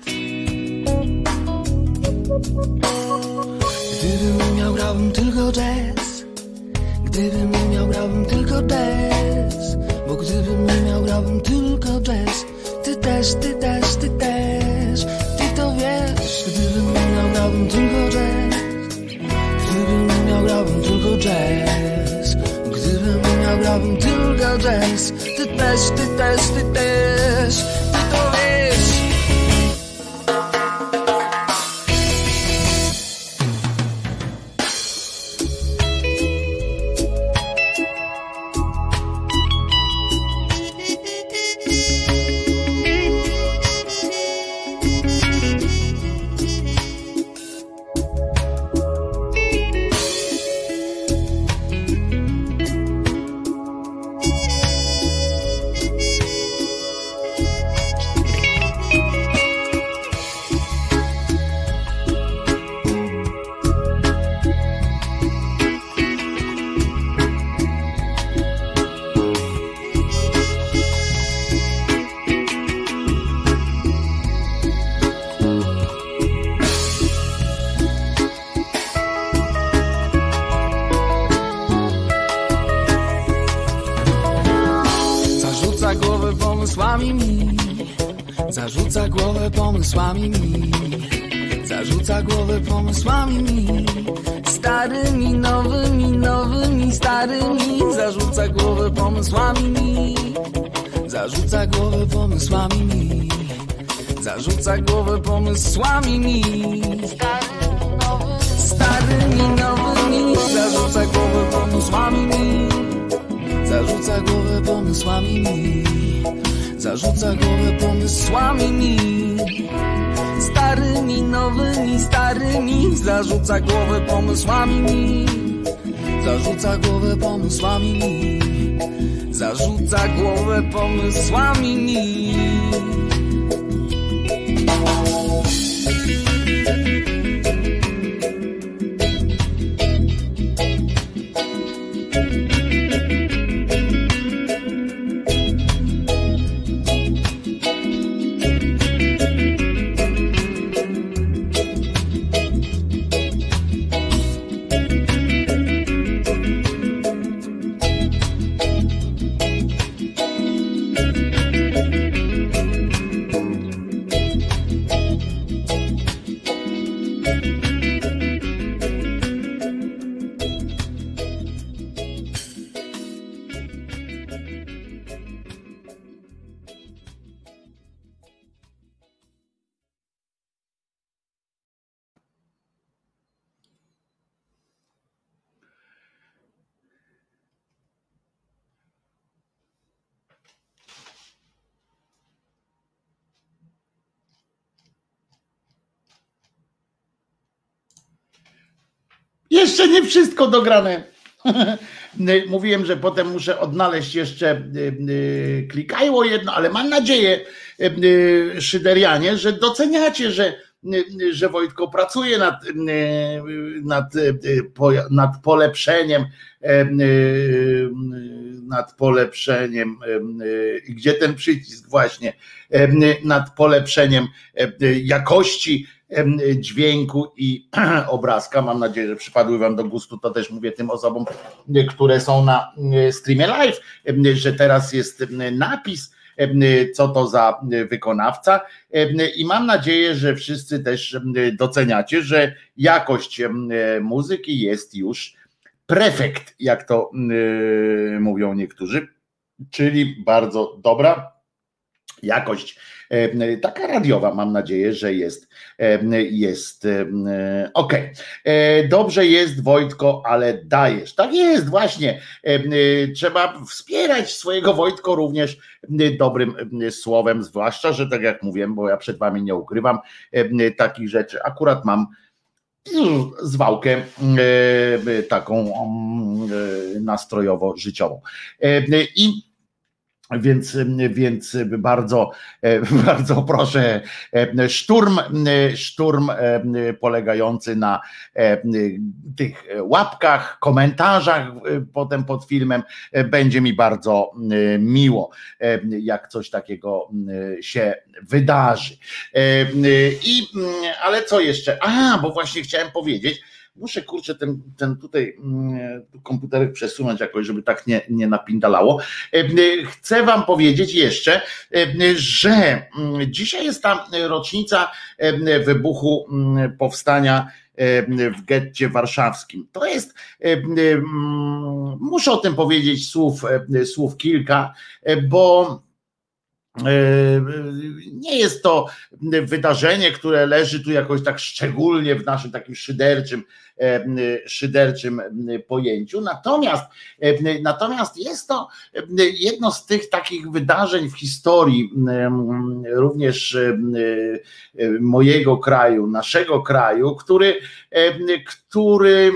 Gdybym miał, grałbym tylko jazz. Gdybym miał, grałbym tylko jazz. Bo gdybym miał, grałbym tylko jazz. Ty też, ty też, ty też, ty to wiesz. Gdybym miał, grałbym tylko jazz. Gdybym miał, grałbym tylko jazz. Gdybym miał, grałbym tylko jazz. Ty też, ty też, ty też, ty to wiesz. Zarzuca głowę pomysłami mi. Zarzuca głowę pomysłami mi. Starymi, nowymi, nowymi, starymi. Zarzuca głowę pomysłami mi. Zarzuca głowę pomysłami mi. Zarzuca głowę pomysłami mi. Starymi, nowymi. Zarzuca głowę pomysłami mi. Zarzuca głowę pomysłami mi. Zarzuca głowę pomysłami mi. Starymi, nowymi, starymi. Zarzuca głowę pomysłami mi. Zarzuca głowę pomysłami mi. Zarzuca głowę pomysłami mi. Jeszcze nie wszystko dograne. Mówiłem, że potem muszę odnaleźć jeszcze, klikało jedno, ale mam nadzieję, Szyderianie, że doceniacie, że, że Wojtko pracuje nad, nad, nad polepszeniem, nad polepszeniem, gdzie ten przycisk właśnie, nad polepszeniem jakości dźwięku i obrazka. Mam nadzieję, że przypadły wam do gustu. To też mówię tym osobom, które są na streamie live, że teraz jest napis co to za wykonawca i mam nadzieję, że wszyscy też doceniacie, że jakość muzyki jest już prefekt, jak to mówią niektórzy, czyli bardzo dobra jakość, taka radiowa, mam nadzieję, że jest, jest ok. Dobrze jest, Wojtko, ale dajesz. Tak jest, właśnie. Trzeba wspierać swojego Wojtko również dobrym słowem, zwłaszcza, że tak jak mówiłem, bo ja przed wami nie ukrywam takich rzeczy, akurat mam zwałkę taką nastrojowo-życiową. I Więc, więc bardzo, bardzo proszę, szturm, szturm polegający na tych łapkach, komentarzach potem pod filmem. Będzie mi bardzo miło, jak coś takiego się wydarzy. I, ale co jeszcze? A, bo właśnie chciałem powiedzieć, muszę kurczę ten, ten tutaj komputerek przesunąć jakoś, żeby tak nie, nie napindalało. Chcę wam powiedzieć jeszcze, że dzisiaj jest ta rocznica wybuchu powstania w getcie warszawskim. To jest, muszę o tym powiedzieć słów, słów kilka, bo nie jest to wydarzenie, które leży tu jakoś tak szczególnie w naszym takim szyderczym, szyderczym pojęciu. Natomiast, natomiast jest to jedno z tych takich wydarzeń w historii również mojego kraju, naszego kraju, który, który,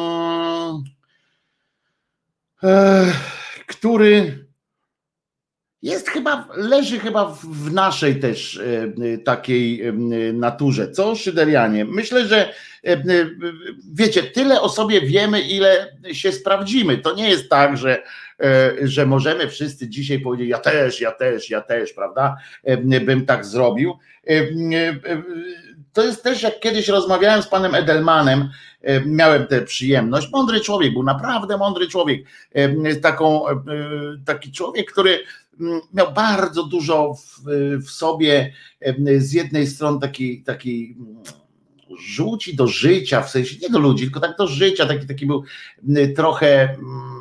który jest chyba, leży chyba w naszej też takiej naturze. Co, Szyderianie? Myślę, że wiecie, tyle o sobie wiemy, ile się sprawdzimy. To nie jest tak, że, że możemy wszyscy dzisiaj powiedzieć, ja też, ja też, ja też, prawda? Bym tak zrobił. To jest też, jak kiedyś rozmawiałem z panem Edelmanem, miałem tę przyjemność, mądry człowiek, był naprawdę mądry człowiek, taką, taki człowiek, który miał bardzo dużo w, w sobie, z jednej strony takiej takiej żółci do życia, w sensie nie do ludzi, tylko tak do życia, taki, taki był trochę,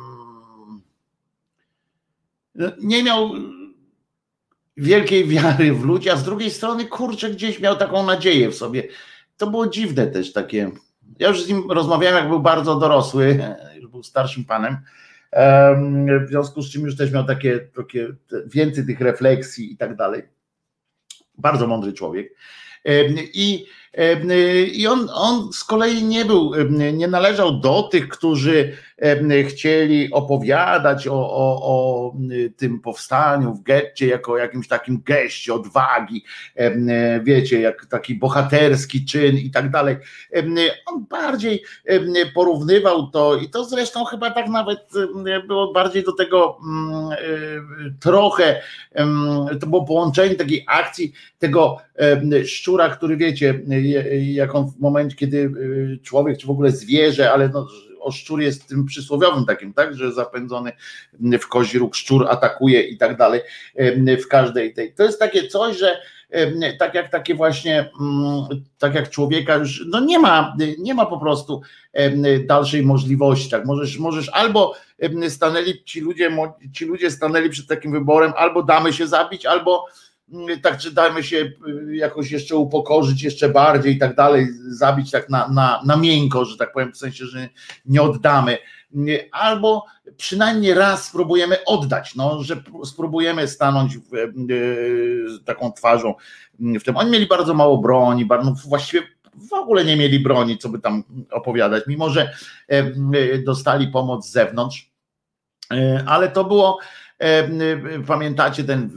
nie miał wielkiej wiary w ludzi, a z drugiej strony, kurczę, gdzieś miał taką nadzieję w sobie. To było dziwne też takie. Ja już z nim rozmawiałem, jak był bardzo dorosły, już był starszym panem, w związku z czym już też miał takie, takie więcej tych refleksji i tak dalej. Bardzo mądry człowiek. I, i on, on z kolei nie był, nie należał do tych, którzy chcieli opowiadać o, o, o tym powstaniu w getcie jako o jakimś takim geście odwagi, wiecie, jak taki bohaterski czyn i tak dalej. On bardziej porównywał to i to zresztą chyba tak nawet było bardziej do tego trochę, to było połączenie takiej akcji tego szczura, który wiecie, jak on w momencie, kiedy człowiek, czy w ogóle zwierzę, ale no, o szczur jest tym przysłowiowym takim, tak, że zapędzony w kozi róg szczur atakuje i tak dalej w każdej tej. To jest takie coś, że tak jak takie właśnie, tak jak człowieka już, no nie ma, nie ma po prostu dalszej możliwości, tak, możesz, możesz albo stanęli ci ludzie, ci ludzie stanęli przed takim wyborem, albo damy się zabić, albo tak, czy dajmy się jakoś jeszcze upokorzyć jeszcze bardziej i tak dalej, zabić tak na, na, na miękko, że tak powiem, w sensie, że nie oddamy, albo przynajmniej raz spróbujemy oddać, no, że spróbujemy stanąć w, e, taką twarzą w tym. Oni mieli bardzo mało broni, no, właściwie w ogóle nie mieli broni, co by tam opowiadać, mimo że e, dostali pomoc z zewnątrz, e, ale to było, e, pamiętacie ten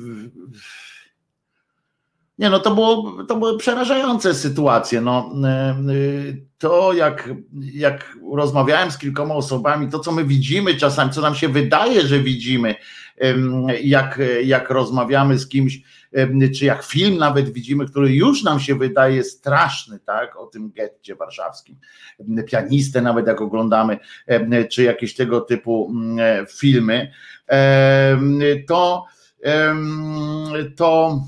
Nie, no to było, to były przerażające sytuacje. No, to jak, jak rozmawiałem z kilkoma osobami, to co my widzimy czasami, co nam się wydaje, że widzimy, jak, jak rozmawiamy z kimś, czy jak film nawet widzimy, który już nam się wydaje straszny, tak, o tym getcie warszawskim, pianistę nawet jak oglądamy, czy jakieś tego typu filmy, to to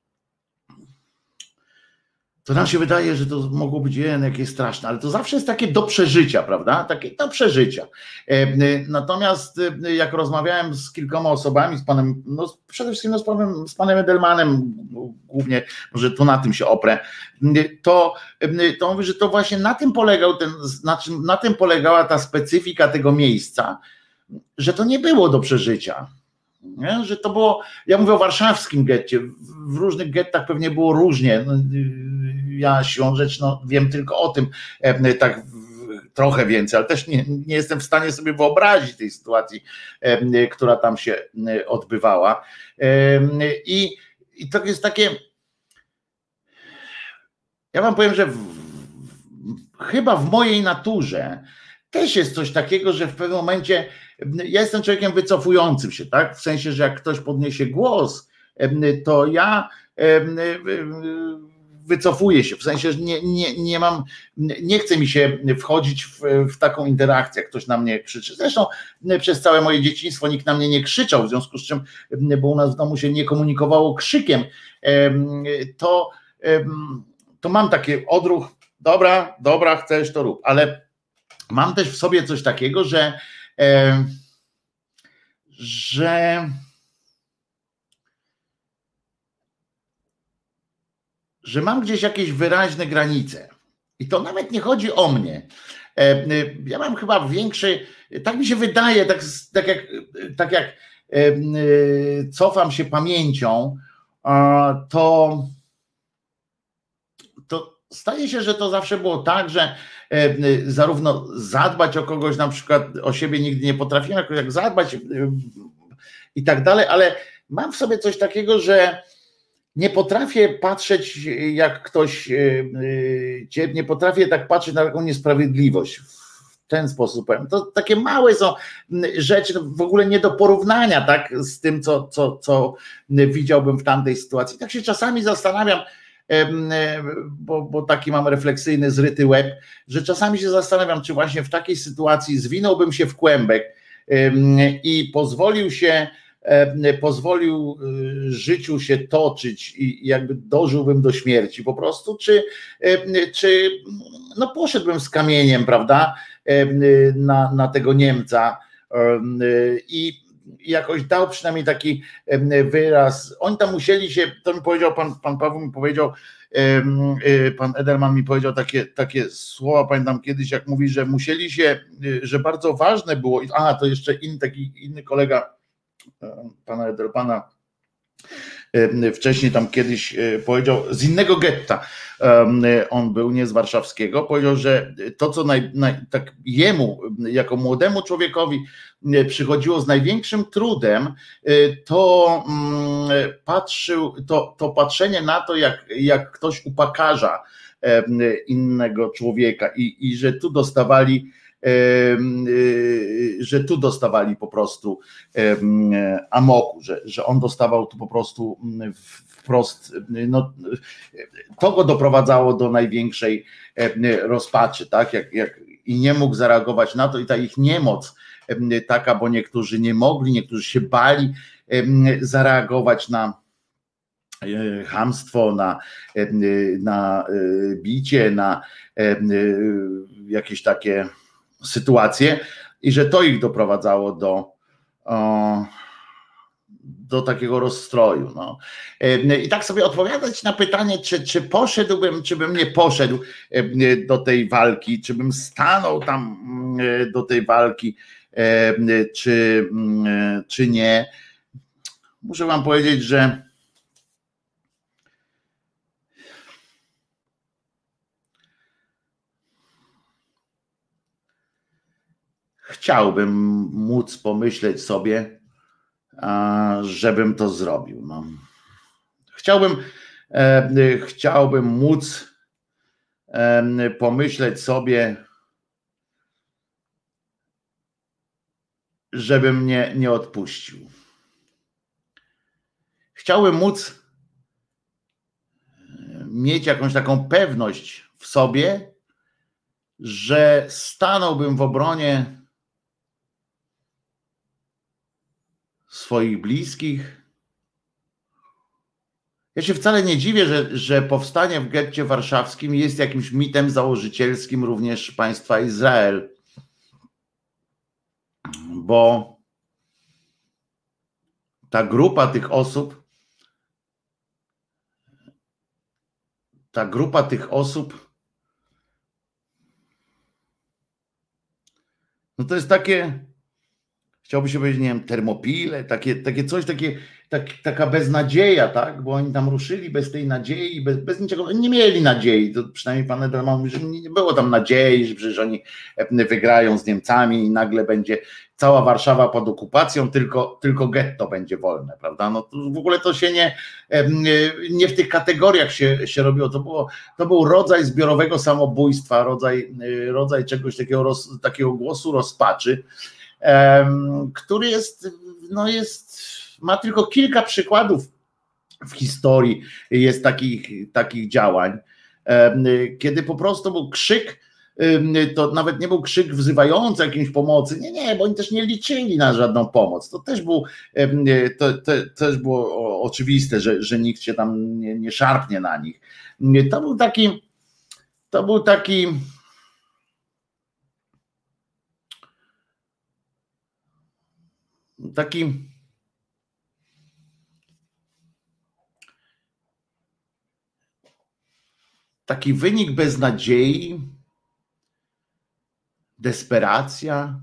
to nam się wydaje, że to mogło być jakieś straszne, ale to zawsze jest takie do przeżycia, prawda? Takie do przeżycia. Natomiast jak rozmawiałem z kilkoma osobami, z panem, no przede wszystkim no z, panem, z panem Edelmanem, głównie, może tu na tym się oprę, to, to mówię, że to właśnie na tym polegał ten, znaczy na tym polegała ta specyfika tego miejsca, że to nie było do przeżycia. Nie? Że to było, ja mówię o warszawskim getcie, w różnych gettach pewnie było różnie. Ja siłą rzecz no, wiem tylko o tym, tak trochę więcej, ale też nie, nie jestem w stanie sobie wyobrazić tej sytuacji, która tam się odbywała. I, i to jest takie, ja wam powiem, że w, chyba w mojej naturze też jest coś takiego, że w pewnym momencie ja jestem człowiekiem wycofującym się, tak? W sensie, że jak ktoś podniesie głos, to ja wycofuję się, w sensie, że nie, nie, nie mam, nie chce mi się wchodzić w, w taką interakcję, jak ktoś na mnie krzyczy. Zresztą przez całe moje dzieciństwo nikt na mnie nie krzyczał, w związku z czym, bo u nas w domu się nie komunikowało krzykiem, to, to mam taki odruch, dobra, dobra, chcesz, to rób, ale mam też w sobie coś takiego, że że że mam gdzieś jakieś wyraźne granice i to nawet nie chodzi o mnie. Ja mam chyba większy, tak mi się wydaje, tak, tak jak, tak jak cofam się pamięcią, to to staje się, że to zawsze było tak, że zarówno zadbać o kogoś, na przykład o siebie nigdy nie potrafiłem, jak zadbać i tak dalej, ale mam w sobie coś takiego, że nie potrafię patrzeć, jak ktoś, nie potrafię tak patrzeć na taką niesprawiedliwość w ten sposób. To takie małe są rzeczy, w ogóle nie do porównania, tak, z tym, co, co, co widziałbym w tamtej sytuacji. Tak się czasami zastanawiam, Bo, bo taki mam refleksyjny, zryty łeb, że czasami się zastanawiam, czy właśnie w takiej sytuacji zwinąłbym się w kłębek i pozwolił się, pozwolił życiu się toczyć i jakby dożyłbym do śmierci po prostu, czy, czy no poszedłbym z kamieniem, prawda, na, na tego Niemca i jakoś dał przynajmniej taki wyraz. Oni tam musieli się, to mi powiedział pan, pan Paweł mi powiedział, pan Edelman mi powiedział takie, takie słowa, pamiętam kiedyś, jak mówi, że musieli się, że bardzo ważne było, a to jeszcze inny taki inny kolega pana Edelmana wcześniej tam kiedyś powiedział, z innego getta on był, nie z warszawskiego, powiedział, że to co naj, naj, tak jemu, jako młodemu człowiekowi przychodziło z największym trudem, to patrzył, to, to patrzenie na to, jak, jak ktoś upakarza innego człowieka i, i że tu dostawali że tu dostawali po prostu amoku, że, że on dostawał tu po prostu wprost, no, to go doprowadzało do największej rozpaczy, tak, jak, jak i nie mógł zareagować na to i ta ich niemoc taka, bo niektórzy nie mogli, niektórzy się bali zareagować na chamstwo, na, na bicie, na jakieś takie sytuacje i że to ich doprowadzało do, do takiego rozstroju. No. I tak sobie odpowiadać na pytanie, czy, czy poszedłbym, czy bym nie poszedł do tej walki, czy bym stanął tam do tej walki, czy, czy nie. Muszę wam powiedzieć, że chciałbym móc pomyśleć sobie, żebym to zrobił. No. Chciałbym, chciałbym móc pomyśleć sobie, żebym nie, nie odpuścił. Chciałbym móc mieć jakąś taką pewność w sobie, że stanąłbym w obronie swoich bliskich, Ja się wcale nie dziwię, że, że powstanie w getcie warszawskim jest jakimś mitem założycielskim również państwa Izrael. Bo ta grupa tych osób, ta grupa tych osób, no to jest takie, chciałby się powiedzieć, nie wiem, Termopile, takie, takie coś, takie, tak, taka beznadzieja, tak? Bo oni tam ruszyli bez tej nadziei, bez, bez niczego, nie mieli nadziei, to przynajmniej pan Edelman mówi, że nie było tam nadziei, że przecież oni wygrają z Niemcami i nagle będzie cała Warszawa pod okupacją, tylko, tylko getto będzie wolne, prawda? No to w ogóle to się nie, nie w tych kategoriach się, się robiło, to, było, to był rodzaj zbiorowego samobójstwa, rodzaj, rodzaj czegoś takiego, roz, takiego głosu rozpaczy, który jest, no jest, ma tylko kilka przykładów w historii jest takich, takich działań, kiedy po prostu był krzyk, to nawet nie był krzyk wzywający jakiejś pomocy, nie, nie, bo oni też nie liczyli na żadną pomoc, to też, był, to, to też było oczywiste, że, że nikt się tam nie, nie szarpnie na nich. To był taki, to był taki taki taki wynik beznadziei, desperacja,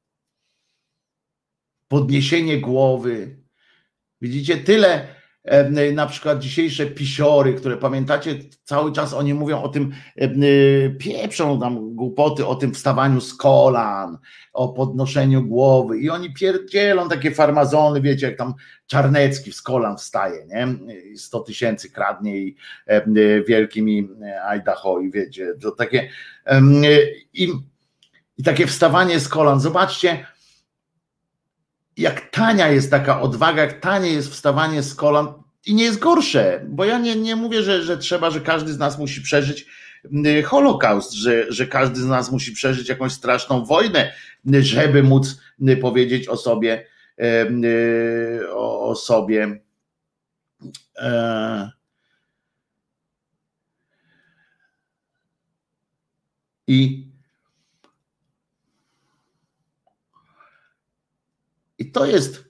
podniesienie głowy. Widzicie, tyle na przykład dzisiejsze pisiory, które pamiętacie, cały czas oni mówią o tym, pieprzą tam głupoty o tym wstawaniu z kolan, o podnoszeniu głowy i oni pierdzielą takie farmazony, wiecie, jak tam Czarnecki z kolan wstaje, nie? sto tysięcy kradnie i wielkimi Idaho i wiecie, to takie i, i takie wstawanie z kolan. Zobaczcie, jak tania jest taka odwaga, jak tanie jest wstawanie z kolan i nie jest gorsze, bo ja nie, nie mówię, że, że trzeba, że każdy z nas musi przeżyć Holokaust, że, że każdy z nas musi przeżyć jakąś straszną wojnę, żeby móc powiedzieć o sobie, o, o sobie i I to jest,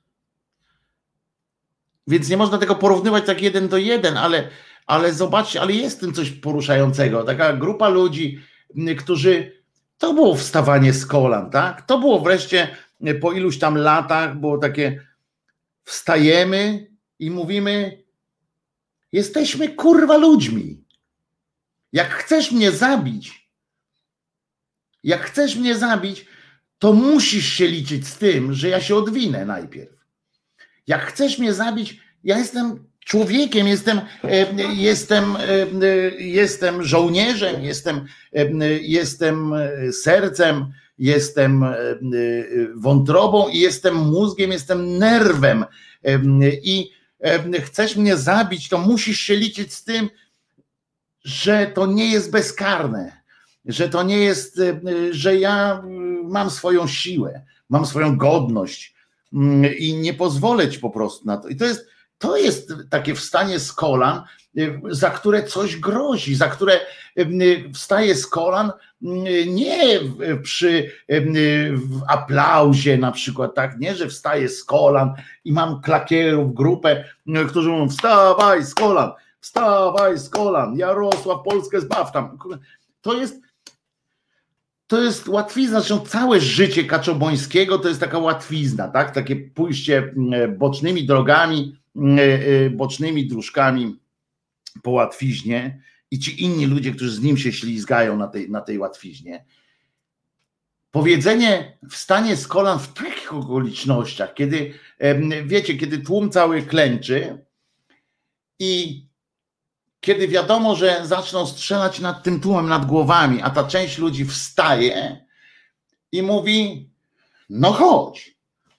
więc nie można tego porównywać tak jeden do jeden, ale, ale zobaczcie, ale jest w tym coś poruszającego. Taka grupa ludzi, którzy, to było wstawanie z kolan, tak? To było wreszcie po iluś tam latach, było takie, wstajemy i mówimy, jesteśmy kurwa ludźmi. Jak chcesz mnie zabić, jak chcesz mnie zabić, to musisz się liczyć z tym, że ja się odwinę najpierw. Jak chcesz mnie zabić, ja jestem człowiekiem, jestem, jestem, jestem żołnierzem, jestem, jestem sercem, jestem wątrobą i jestem mózgiem, jestem nerwem. I chcesz mnie zabić, to musisz się liczyć z tym, że to nie jest bezkarne. Że to nie jest, że ja mam swoją siłę, mam swoją godność i nie pozwolę ci po prostu na to. I to jest, to jest takie wstanie z kolan, za które coś grozi, za które wstaje z kolan nie przy w aplauzie na przykład, tak, nie, że wstaję z kolan i mam klakierów, grupę, którzy mówią wstawaj z kolan, wstawaj z kolan, Jarosław Polskę zbaw tam. To jest To jest łatwizna, zresztą całe życie Kaczobońskiego to jest taka łatwizna, tak? Takie pójście bocznymi drogami, bocznymi dróżkami po łatwiźnie i ci inni ludzie, którzy z nim się ślizgają na tej, na tej łatwiźnie. Powiedzenie wstanie z kolan w takich okolicznościach, kiedy, wiecie, kiedy tłum cały klęczy i kiedy wiadomo, że zaczną strzelać nad tym tłumem, nad głowami, a ta część ludzi wstaje i mówi, no chodź,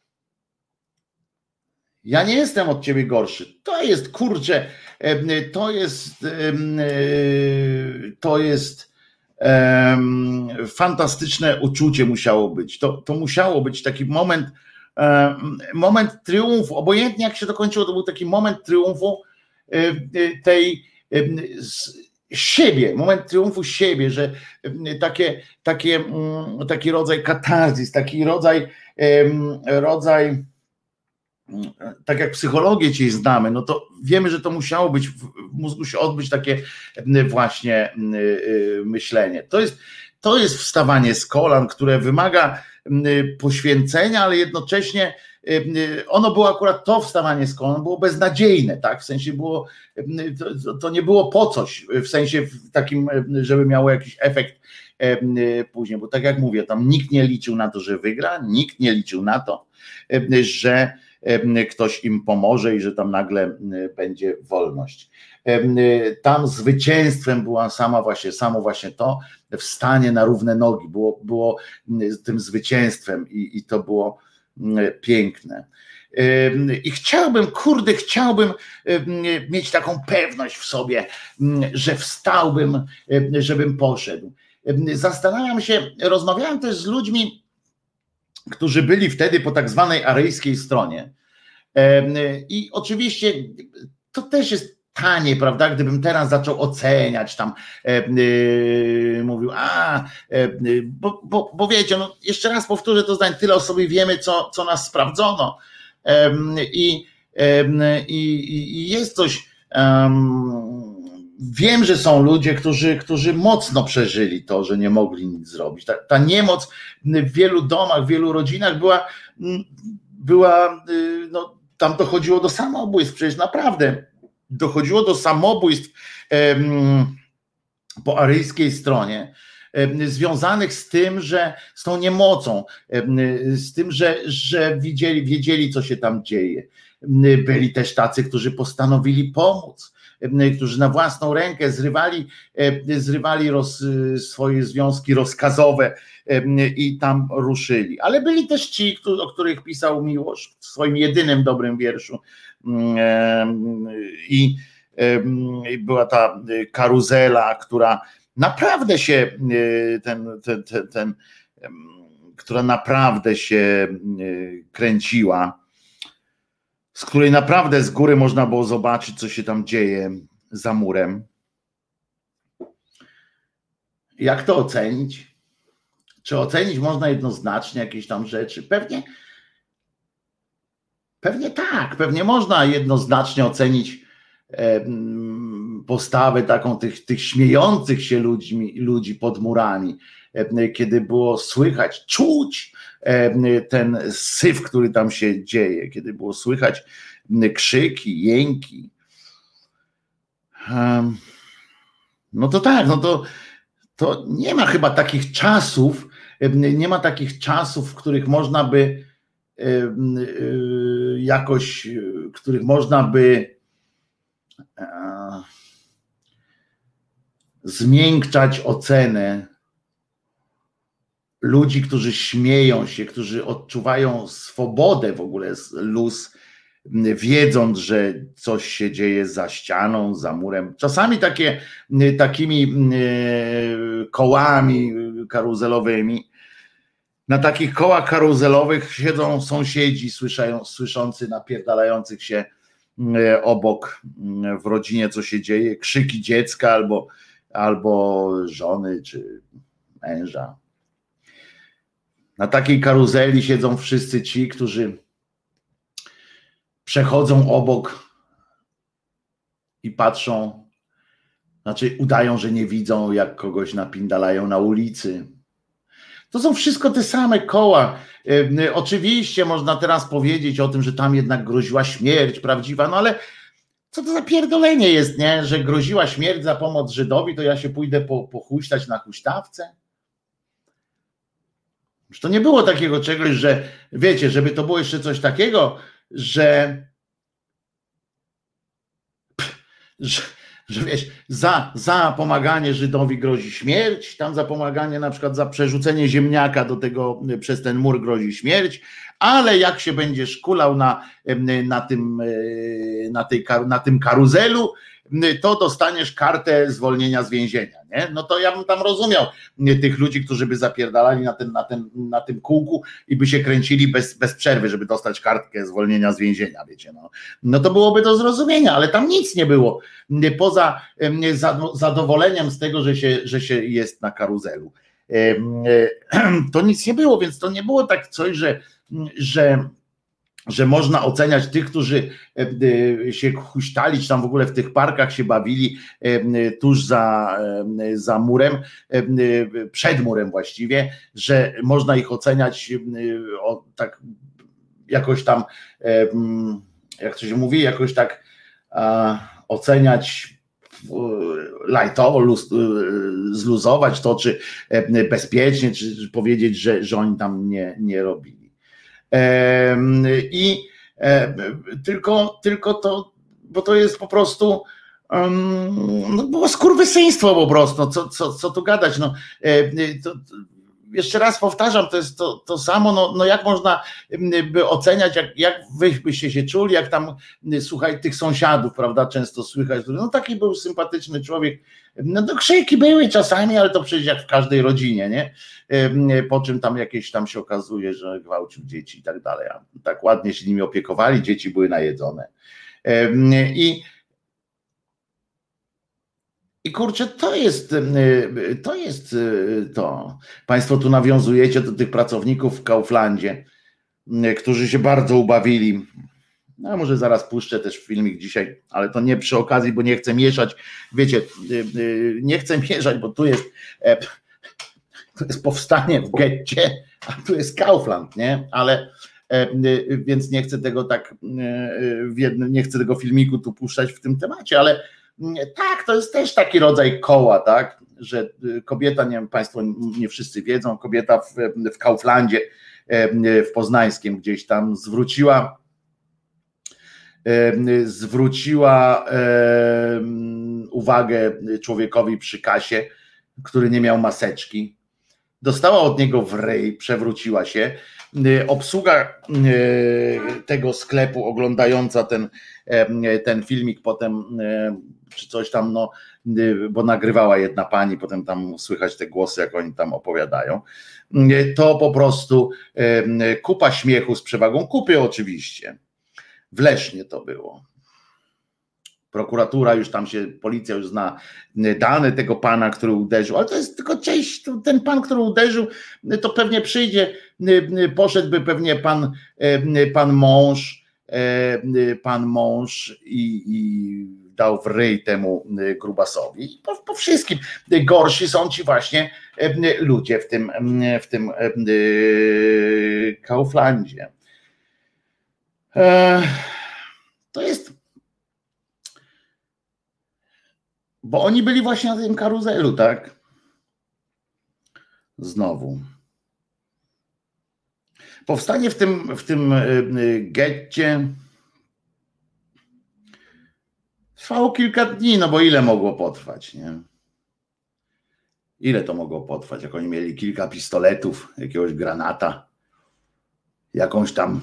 ja nie jestem od ciebie gorszy, to jest, kurczę, to jest, to jest fantastyczne uczucie musiało być, to, to musiało być taki moment, moment triumfu, obojętnie jak się to kończyło, to był taki moment triumfu, tej siebie, moment triumfu siebie, że takie, takie, taki rodzaj katarzis, taki rodzaj, rodzaj, tak jak psychologię dzisiaj znamy, no to wiemy, że to musiało być, w mózgu się odbyć takie właśnie myślenie. To jest, to jest wstawanie z kolan, które wymaga poświęcenia, ale jednocześnie ono było akurat to wstawanie z kolan, było beznadziejne, tak? W sensie było, to, to nie było po coś, w sensie takim, żeby miało jakiś efekt później, bo tak jak mówię, tam nikt nie liczył na to, że wygra, nikt nie liczył na to, że ktoś im pomoże i że tam nagle będzie wolność. Tam zwycięstwem była sama właśnie, samo właśnie to wstanie na równe nogi, było, było tym zwycięstwem i, i to było piękne. I chciałbym, kurde, chciałbym mieć taką pewność w sobie, że wstałbym, żebym poszedł. Zastanawiam się, rozmawiałem też z ludźmi, którzy byli wtedy po tak zwanej aryjskiej stronie. I oczywiście to też jest tanie, prawda? Gdybym teraz zaczął oceniać tam, mówił, a, bo, bo, bo wiecie, no jeszcze raz powtórzę to zdanie, tyle o sobie wiemy, co, co nas sprawdzono. I, i, i jest coś, wiem, że są ludzie, którzy, którzy mocno przeżyli to, że nie mogli nic zrobić. Ta, ta niemoc w wielu domach, w wielu rodzinach była, była no, tam dochodziło do samobójstw, przecież naprawdę dochodziło do samobójstw po aryjskiej stronie, związanych z tym, że z tą niemocą, z tym, że, że widzieli, wiedzieli, co się tam dzieje. Byli też tacy, którzy postanowili pomóc, którzy na własną rękę zrywali, zrywali roz, swoje związki rozkazowe i tam ruszyli. Ale byli też ci, o których pisał Miłosz w swoim jedynym dobrym wierszu. I, i była ta karuzela, która naprawdę się ten, ten, ten, ten która naprawdę się kręciła, z której naprawdę z góry można było zobaczyć, co się tam dzieje za murem. Jak to ocenić? Czy ocenić można jednoznacznie jakieś tam rzeczy? Pewnie, pewnie tak, pewnie można jednoznacznie ocenić postawę taką tych, tych śmiejących się ludźmi, ludzi pod murami, kiedy było słychać, czuć ten syf, który tam się dzieje, kiedy było słychać krzyki, jęki. No to tak, no to, to nie ma chyba takich czasów, nie ma takich czasów, w których można by jakoś, w których można by zmiękczać ocenę ludzi, którzy śmieją się, którzy odczuwają swobodę w ogóle, luz, wiedząc, że coś się dzieje za ścianą, za murem. Czasami takie, takimi kołami karuzelowymi, na takich kołach karuzelowych siedzą sąsiedzi słyszają, słyszący napierdalających się obok w rodzinie, co się dzieje, krzyki dziecka albo, albo żony czy męża. Na takiej karuzeli siedzą wszyscy ci, którzy przechodzą obok i patrzą, znaczy udają, że nie widzą, jak kogoś napindalają na ulicy. To są wszystko te same koła. Oczywiście można teraz powiedzieć o tym, że tam jednak groziła śmierć prawdziwa, no ale co to za pierdolenie jest, nie? Że groziła śmierć za pomoc Żydowi, to ja się pójdę po, pochuśtać na huśtawce? Już to nie było takiego czegoś, że wiecie, żeby to było jeszcze coś takiego, że, że, że wiesz, za, za pomaganie Żydowi grozi śmierć, tam za pomaganie na przykład za przerzucenie ziemniaka do tego, przez ten mur grozi śmierć, ale jak się będziesz kulał na, na, tym, na, tej, na tym karuzelu, to dostaniesz kartę zwolnienia z więzienia, nie? No to ja bym tam rozumiał tych ludzi, którzy by zapierdalali na tym, na tym, na tym kółku i by się kręcili bez, bez przerwy, żeby dostać kartkę zwolnienia z więzienia, wiecie, no. No to byłoby do zrozumienia, ale tam nic nie było, poza zadowoleniem z tego, że się, że się jest na karuzelu. To nic nie było, więc to nie było tak coś, że, że że można oceniać tych, którzy się huśtali, czy tam w ogóle w tych parkach się bawili tuż za, za murem, przed murem właściwie, że można ich oceniać o, tak jakoś tam, jak to się mówi, jakoś tak a, oceniać lajtowo, luz, zluzować to, czy bezpiecznie, czy, czy powiedzieć, że, że oni tam nie, nie robili. I tylko, tylko to, bo to jest po prostu no było skurwysyństwo po prostu, no co, co, co tu gadać, no to, jeszcze raz powtarzam, to jest to, to samo, no, no jak można by oceniać, jak, jak wy byście się czuli, jak tam, słuchaj, tych sąsiadów, prawda, często słychać, no taki był sympatyczny człowiek, no to krzyki były czasami, ale to przecież jak w każdej rodzinie, nie? Po czym tam jakieś tam się okazuje, że gwałcił dzieci i tak dalej, a tak ładnie się nimi opiekowali, dzieci były najedzone. I I kurczę, to jest, to jest to. Państwo tu nawiązujecie do tych pracowników w Kauflandzie, którzy się bardzo ubawili. No może zaraz puszczę też filmik dzisiaj, ale to nie przy okazji, bo nie chcę mieszać. Wiecie, nie chcę mieszać, bo tu jest, tu jest powstanie w getcie, a tu jest Kaufland, nie? Ale więc nie chcę tego tak, w jednym, nie chcę tego filmiku tu puszczać w tym temacie, ale tak, to jest też taki rodzaj koła, tak, że kobieta, nie wiem, Państwo nie wszyscy wiedzą, kobieta w, w Kauflandzie, w Poznańskim gdzieś tam zwróciła zwróciła uwagę człowiekowi przy kasie, który nie miał maseczki. Dostała od niego w ryj, przewróciła się. Obsługa tego sklepu, oglądająca ten, ten filmik potem, czy coś tam, no, bo nagrywała jedna pani, potem tam słychać te głosy, jak oni tam opowiadają, to po prostu kupa śmiechu z przewagą kupy oczywiście. W Lesznie to było. Prokuratura już tam się, policja już zna dane tego pana, który uderzył, ale to jest tylko część, ten pan, który uderzył, to pewnie przyjdzie, poszedłby pewnie pan, pan mąż, pan mąż i, i dał w ryj temu grubasowi. Po, po wszystkim. Gorsi są ci właśnie ludzie w tym, w tym Kauflandzie. To jest, bo oni byli właśnie na tym karuzelu, tak? Znowu. Powstanie w tym, w tym getcie trwało kilka dni, no bo ile mogło potrwać, nie? Ile to mogło potrwać, jak oni mieli kilka pistoletów, jakiegoś granata, jakąś tam,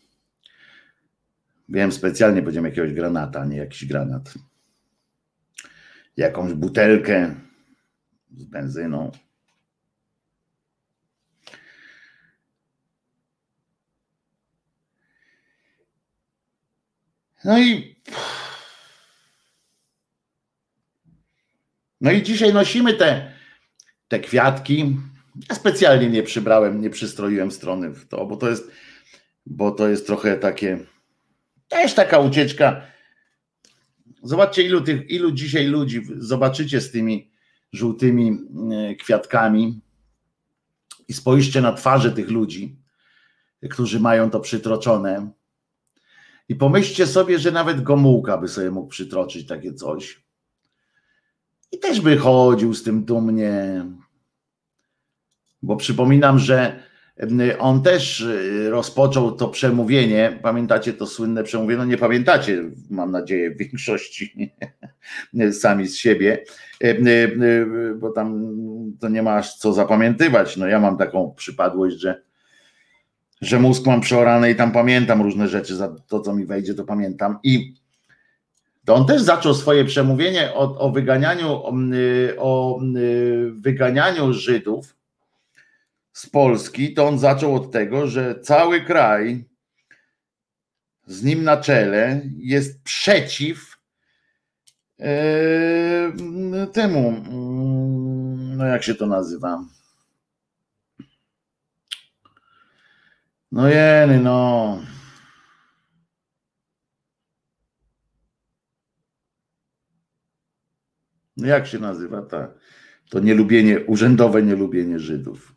wiem, specjalnie powiedziałem jakiegoś granata, nie jakiś granat, jakąś butelkę z benzyną. No i no i dzisiaj nosimy te, te kwiatki. Ja specjalnie nie przybrałem, nie przystroiłem strony w to, bo to jest, bo to jest trochę takie, też taka ucieczka. Zobaczcie, ilu tych, ilu dzisiaj ludzi zobaczycie z tymi żółtymi kwiatkami i spojrzcie na twarze tych ludzi, którzy mają to przytroczone. I pomyślcie sobie, że nawet Gomułka by sobie mógł przytroczyć takie coś. I też by chodził z tym dumnie. Bo przypominam, że on też rozpoczął to przemówienie. Pamiętacie to słynne przemówienie? No nie pamiętacie, mam nadzieję, w większości sami z siebie, bo tam to nie ma co zapamiętywać. No ja mam taką przypadłość, że że mózg mam przeorany i tam pamiętam różne rzeczy, za to co mi wejdzie, to pamiętam. I to on też zaczął swoje przemówienie o, o wyganianiu, o, o wyganianiu Żydów z Polski, to on zaczął od tego, że cały kraj z nim na czele jest przeciw e, temu, no jak się to nazywa? No jeny, no. No jak się nazywa ta, to nielubienie, urzędowe nielubienie Żydów.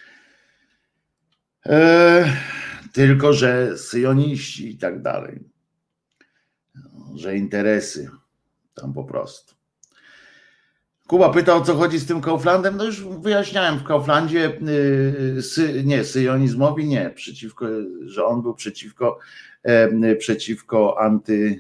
E, tylko, że syjoniści i tak dalej. Że interesy tam po prostu. Kuba pytał, o co chodzi z tym Kauflandem. No już wyjaśniałem, w Kauflandzie yy, sy, nie, syjonizmowi nie, przeciwko, że on był przeciwko yy, przeciwko anty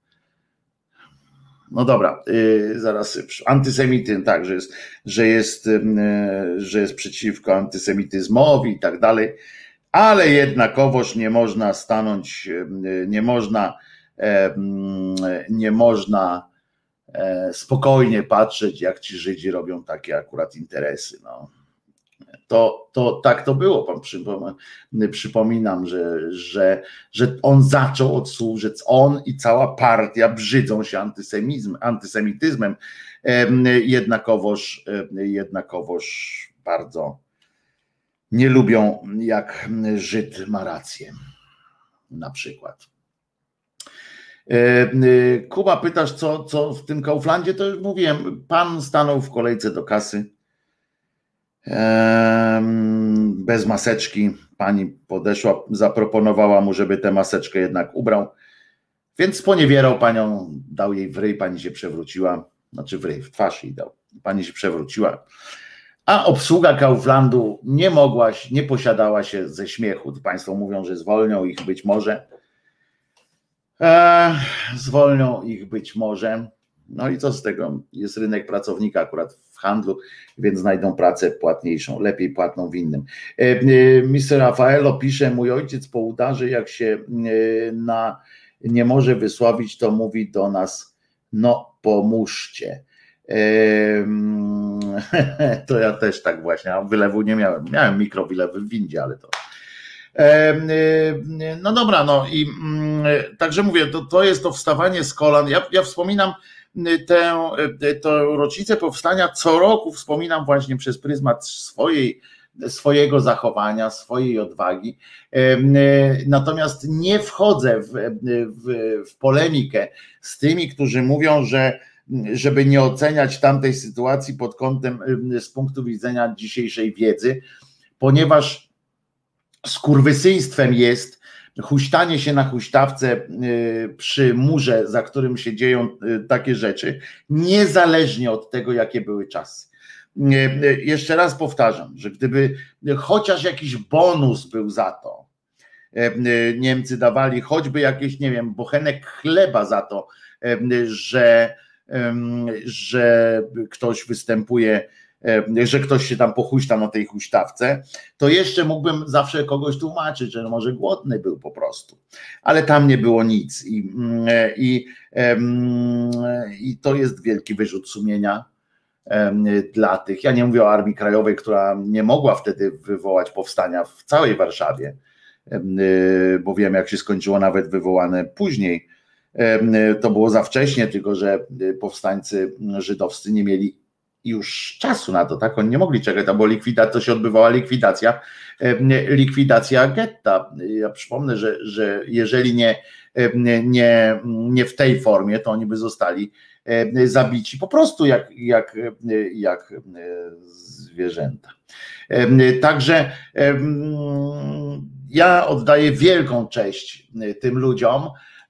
no dobra, yy, zaraz antysemityzm, tak, że jest, że jest, yy, że jest przeciwko antysemityzmowi i tak dalej, ale jednakowoż nie można stanąć, yy, nie można yy, nie można spokojnie patrzeć, jak ci Żydzi robią takie akurat interesy. No. To, to tak to było, pan przypom- przypominam, że, że, że on zaczął od słów, że on i cała partia brzydzą się antysemizm, antysemityzmem, jednakowoż, jednakowoż bardzo nie lubią, jak Żyd ma rację, na przykład. Kuba, pytasz, co, co w tym Kauflandzie, to już mówiłem, pan stanął w kolejce do kasy bez maseczki, pani podeszła, zaproponowała mu, żeby tę maseczkę jednak ubrał, więc sponiewierał panią, dał jej w ryj, pani się przewróciła, znaczy w ryj, w twarz jej dał, pani się przewróciła, a obsługa Kauflandu nie mogła, nie posiadała się ze śmiechu. Państwo mówią, że zwolnią ich być może, Eee, zwolnią ich być może. No i co z tego? Jest rynek pracownika akurat w handlu, więc znajdą pracę płatniejszą, lepiej płatną w innym. Eee, mister Rafaelo pisze, mój ojciec po udarze, jak się e, na, nie może wysławić, to mówi do nas, no pomóżcie. Eee, to ja też tak właśnie, a wylewu nie miałem. Miałem mikrowylewy w windzie, ale to no dobra, no i także mówię, to, to jest to wstawanie z kolan. Ja, ja wspominam tę, tę rocznicę powstania co roku, wspominam właśnie przez pryzmat swojej, swojego zachowania, swojej odwagi. Natomiast nie wchodzę w, w, w polemikę z tymi, którzy mówią, że żeby nie oceniać tamtej sytuacji pod kątem, z punktu widzenia dzisiejszej wiedzy, ponieważ skurwysyństwem jest huśtanie się na huśtawce przy murze, za którym się dzieją takie rzeczy, niezależnie od tego, jakie były czasy. Jeszcze raz powtarzam, że gdyby chociaż jakiś bonus był za to, Niemcy dawali choćby jakieś, nie wiem, bochenek chleba za to, że, że ktoś występuje, że ktoś się tam pochuśta na tej huśtawce, to jeszcze mógłbym zawsze kogoś tłumaczyć, że może głodny był po prostu, ale tam nie było nic i, i, i to jest wielki wyrzut sumienia dla tych, ja nie mówię o Armii Krajowej, która nie mogła wtedy wywołać powstania w całej Warszawie, bo wiem, jak się skończyło nawet wywołane później, to było za wcześnie, tylko że powstańcy żydowscy nie mieli już czasu na to, tak? Oni nie mogli czekać, to była likwidacja, to się odbywała likwidacja, likwidacja getta. Ja przypomnę, że, że jeżeli nie, nie, nie w tej formie, to oni by zostali zabici po prostu jak, jak, jak zwierzęta. Także ja oddaję wielką cześć tym ludziom,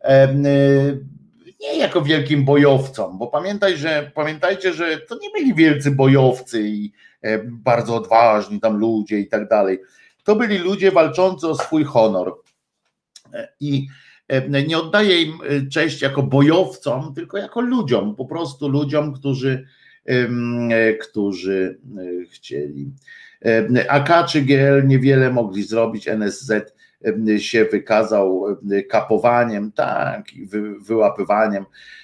nie jako wielkim bojowcom, bo pamiętaj, że, pamiętajcie, że to nie byli wielcy bojowcy i bardzo odważni tam ludzie i tak dalej. To byli ludzie walczący o swój honor. I nie oddaję im cześć jako bojowcom, tylko jako ludziom, po prostu ludziom, którzy, którzy chcieli. A K czy G L niewiele mogli zrobić, N S Z się wykazał kapowaniem, tak, i wy, wyłapywaniem.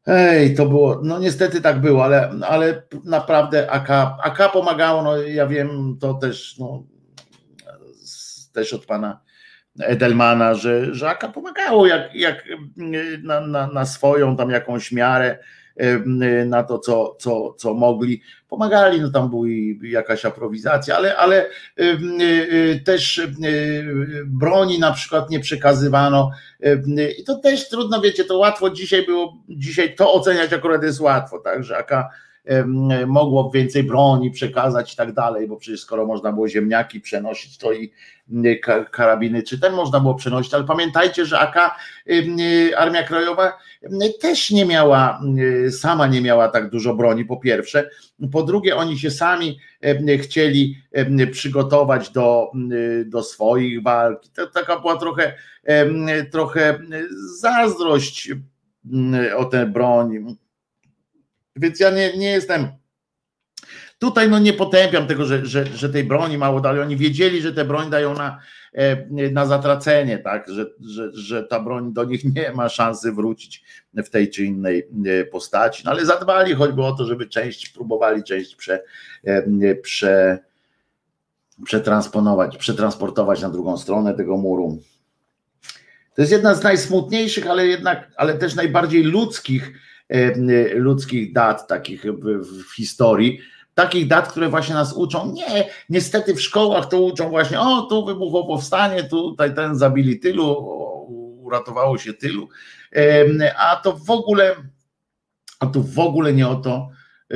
Ej, to było, no niestety tak było, ale, ale naprawdę A K, A K pomagało, no ja wiem, to też, no, też od pana Edelmana, że, że A K pomagało jak, jak na, na, na swoją tam jakąś miarę, na to, co, co, co mogli. Pomagali, no tam była jakaś aprowizacja, ale, ale też broni na przykład nie przekazywano i to też trudno, wiecie, to łatwo dzisiaj było, dzisiaj to oceniać akurat jest łatwo, tak, że A K mogło więcej broni przekazać i tak dalej, bo przecież skoro można było ziemniaki przenosić, to i karabiny, czy ten można było przenosić, ale pamiętajcie, że A K, Armia Krajowa też nie miała, sama nie miała tak dużo broni, po pierwsze, po drugie oni się sami chcieli przygotować do, do swoich walk, to taka była trochę, trochę zazdrość o tę broń, więc ja nie, nie jestem tutaj, no nie potępiam tego, że, że, że tej broni mało dali. Oni wiedzieli, że te broń dają na, na zatracenie, tak, że, że, że ta broń do nich nie ma szansy wrócić w tej czy innej postaci. No ale zadbali choćby o to, żeby część, próbowali część prze, prze, przetransponować, przetransportować na drugą stronę tego muru. To jest jedna z najsmutniejszych, ale jednak, ale też najbardziej ludzkich, ludzkich dat takich w, w historii. Takich dat, które właśnie nas uczą, nie, niestety w szkołach to uczą właśnie, o tu wybuchło powstanie, tutaj ten zabili tylu, uratowało się tylu, a to w ogóle, a tu w ogóle nie o to,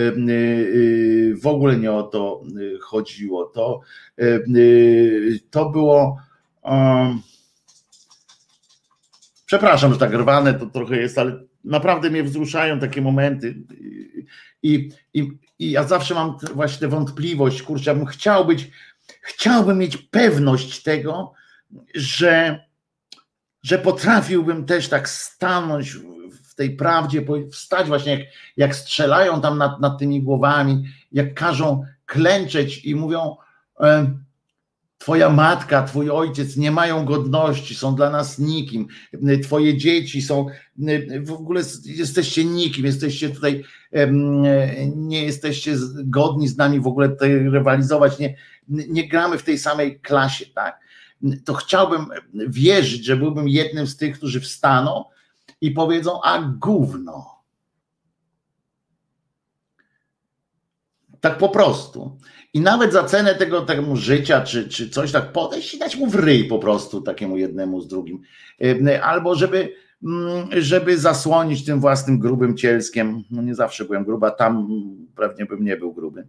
w ogóle nie o to chodziło, to, to było, um, przepraszam, że tak rwane to trochę jest, ale naprawdę mnie wzruszają takie momenty i, i, i ja zawsze mam właśnie tę wątpliwość, kurczę, ja bym chciał być, chciałbym mieć pewność tego, że, że potrafiłbym też tak stanąć w tej prawdzie, wstać właśnie jak, jak strzelają tam nad, nad tymi głowami, jak każą klęczeć i mówią, twoja matka, twój ojciec nie mają godności, są dla nas nikim, twoje dzieci są, w ogóle jesteście nikim, jesteście tutaj, nie jesteście godni z nami w ogóle tutaj rywalizować, nie, nie gramy w tej samej klasie, tak? To chciałbym wierzyć, że byłbym jednym z tych, którzy wstaną i powiedzą, a gówno. Tak po prostu. I nawet za cenę tego, tego życia, czy, czy coś tak podejść i dać mu w ryj po prostu takiemu jednemu z drugim. Albo żeby, żeby zasłonić tym własnym grubym cielskiem. No nie zawsze byłem gruba, tam pewnie bym nie był gruby.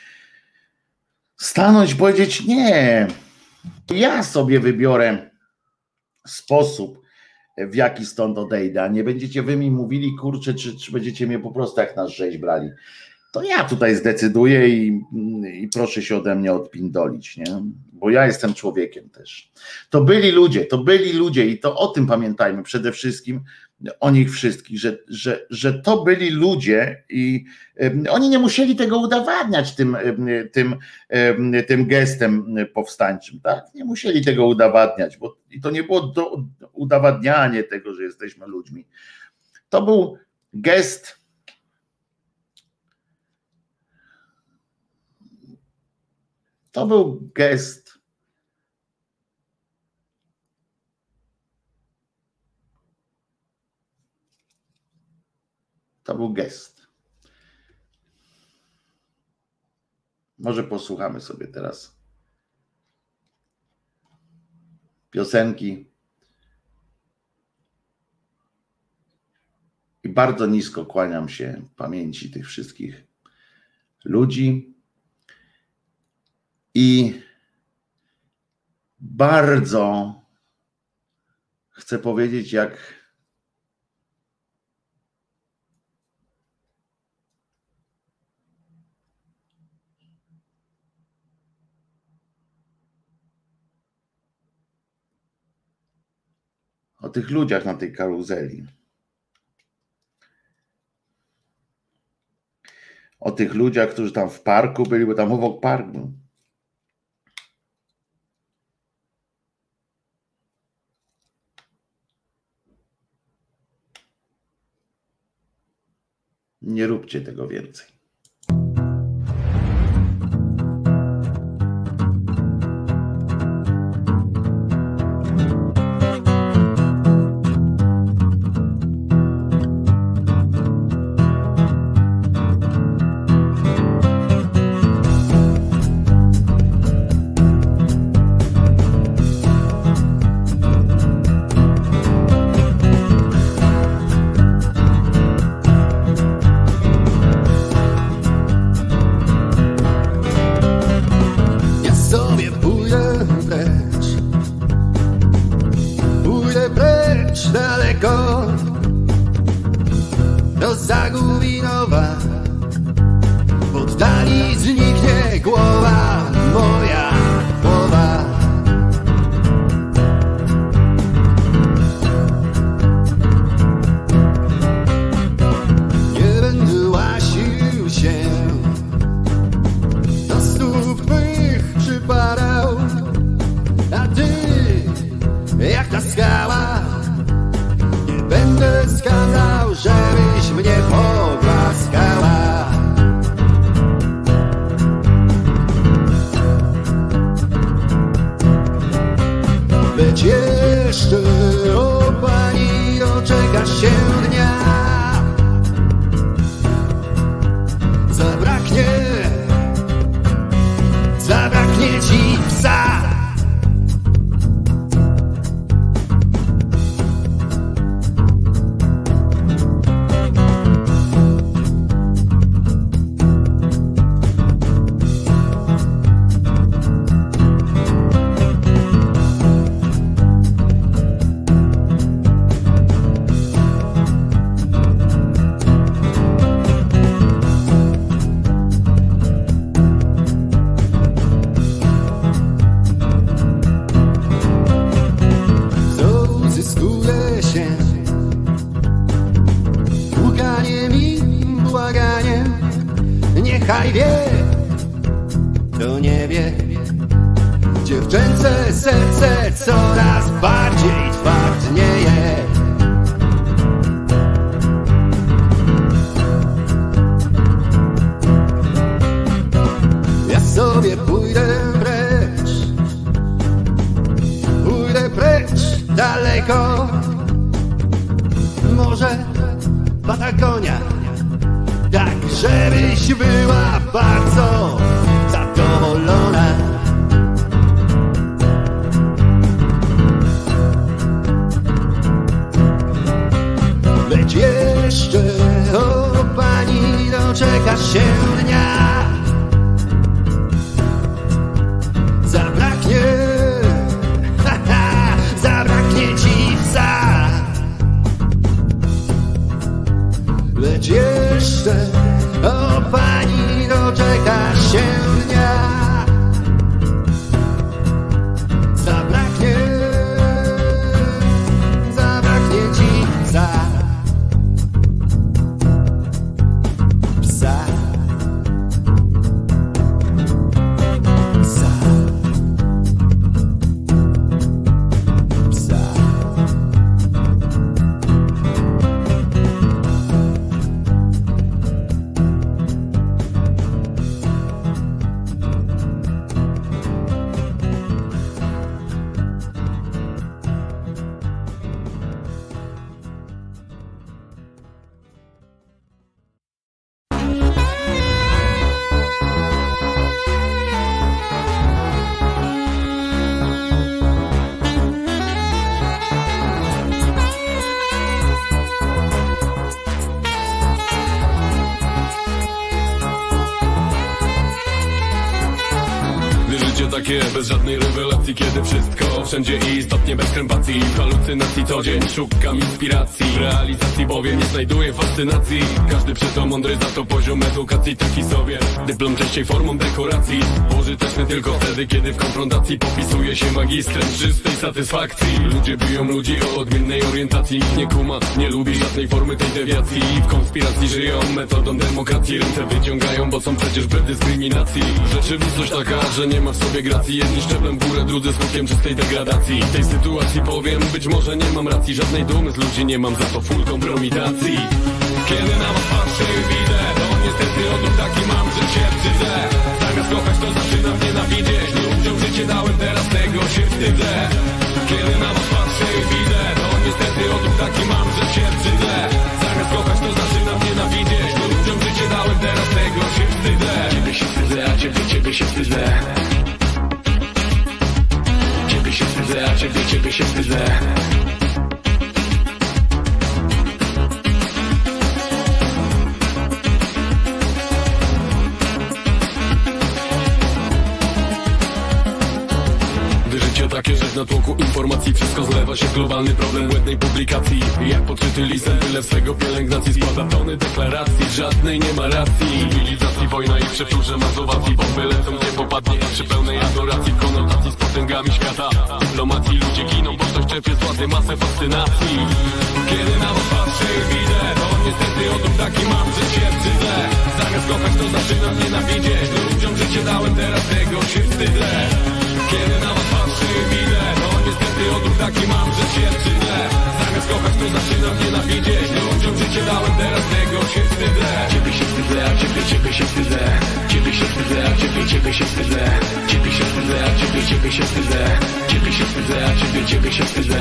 Stanąć, powiedzieć nie. Ja sobie wybiorę sposób, w jaki stąd odejdę, a nie będziecie wy mi mówili, kurczę, czy, czy będziecie mnie po prostu jak na rzeź brali. To ja tutaj zdecyduję i, i proszę się ode mnie odpindolić, nie? Bo ja jestem człowiekiem też. To byli ludzie, to byli ludzie i to o tym pamiętajmy przede wszystkim, o nich wszystkich, że, że, że to byli ludzie i um, oni nie musieli tego udowadniać tym, tym, um, tym gestem powstańczym, tak? Nie musieli tego udowadniać, bo i to nie było do, udowadnianie tego, że jesteśmy ludźmi. To był gest. To był gest. To był gest. Może posłuchamy sobie teraz piosenki. I bardzo nisko kłaniam się pamięci tych wszystkich ludzi. I bardzo chcę powiedzieć, jak o tych ludziach na tej karuzeli. O tych ludziach, którzy tam w parku byli, bo tam obok park był. Nie róbcie tego więcej. Takie bez żadnej rewelacji, kiedy wszystko wszędzie istotnie bez krępacji. W halucynacji co dzień szukam inspiracji, w realizacji bowiem nie znajduję fascynacji. Każdy przy to mądry, za to poziom edukacji taki sobie. Dyplom częściej formą dekoracji, pożyteczny tylko wtedy, kiedy w konfrontacji popisuje się magistrem czystej satysfakcji. Ludzie biją ludzi o odmiennej orientacji, nikt nie kuma, nie lubi żadnej formy tej dewiacji. W konspiracji żyją metodą demokracji, ręce wyciągają, bo są przecież bez dyskryminacji. Rzeczywistość taka, że nie ma w sobie gracji, jedni szczeblem w górę, drudzy skutkiem czystej degradacji. W tej sytuacji powiem, być może nie mam racji, żadnej dumy z ludzi nie mam, za to full kompromitacji. Kiedy na was patrzę i widzę, to niestety odruch taki mam, że się wstydzę. Zamiast kochać to zaczynam nienawidzieć. Ludziom życie dałem, teraz tego się wstydzę. Kiedy na was patrzę i widzę, to niestety odruch taki mam, że się wstydzę. Zamiast kochać to zaczynam nienawidzieć. Ludziom życie dałem, teraz tego się wstydzę. Ciebie się wstydzę, a ciebie, ciebie się wstydzę. Ciebie się wstydzę, a ciebie, ciebie się wstydzę. Takie, że w natłoku informacji wszystko zlewa się globalny problem błędnej publikacji. Jak podczyty lisem, byle swego pielęgnacji składa tony deklaracji, żadnej nie ma racji. Cywilizacji, wojna i przeczurze mazowacji, bomby lecą gdzie popadnie, przy pełnej adoracji, konotacji z potęgami świata. Dyplomacji ludzie giną, bo ktoś czerpie z władzy masę fascynacji. Kiedy na was patrzę i widzę, to niestety odruch taki mam, że się wstydzę. Zamiast kochać to zaczynam nienawidzieć. Ludziom życie dałem, teraz tego się wstydzę. Kiedy na was patrzę i widzę, to niestety odruch taki mam, że się wstydzę. Zamiast kochać to zaczynam nienawidzieć. Ludziom życie dałem, teraz tego się wstydzę. Ciebie się wstydzę, a ciebie, ciebie się wstydzę. Ciebie się wstydzę, a ciebie, ciebie się wstydzę. Ciebie się wstydzę, a ciebie, ciebie się wstydzę. Ciebie się wstydzę, a ciebie, ciebie się wstydzę.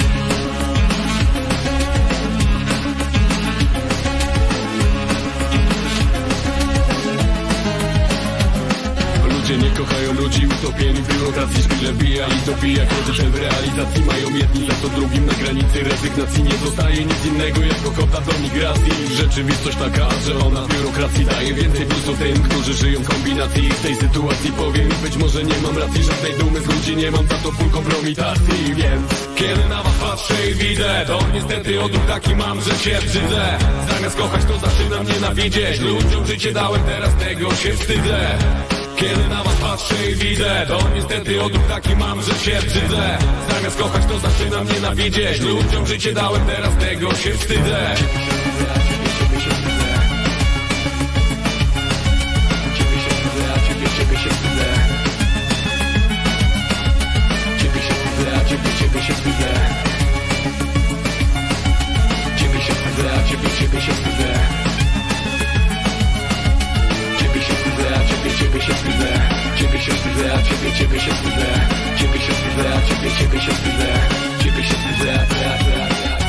Ludzie nie kochają ludzi utopieni w biurokracji. Szpile bija i dobija, kroczy w realizacji. Mają jedni za to drugim na granicy rezygnacji. Nie zostaje nic innego jak ochota do migracji. Rzeczywistość taka, że ona w biurokracji daje więcej plusu tym, którzy żyją w kombinacji. W tej sytuacji powiem, być może nie mam racji. Żadnej dumy z ludzi nie mam, za to full kompromitacji. Więc kiedy na was patrzę i widzę, to niestety odruch taki mam, że się wstydzę. Zamiast kochać to zaczynam nienawidzieć. Ludziom życie dałem, teraz tego się wstydzę. Kiedy na was patrzę i widzę, to niestety odruch taki mam, że się wstydzę. Zamiast kochać to zaczynam nienawidzieć. Ludziom życie dałem, teraz tego się wstydzę. Ciebie się wstydzę, ciebie się wstydzę, a ciebie, ciebie się wstydzę. Ciebie się wstydzę, a ciebie, ciebie się wstydzę. Ciebie się wstydzę, a ciebie, ciebie się wstydzę. Ciebie się wstydzę, a ciebie, ciebie się wstydzę. Ciebie się wstydzę, a ciebie, ciebie się wstydzę. Ciebie się wstydzę, a ciebie, ciebie się wstydzę. Ciebie się wstydzę, a ciebie, a ciebie.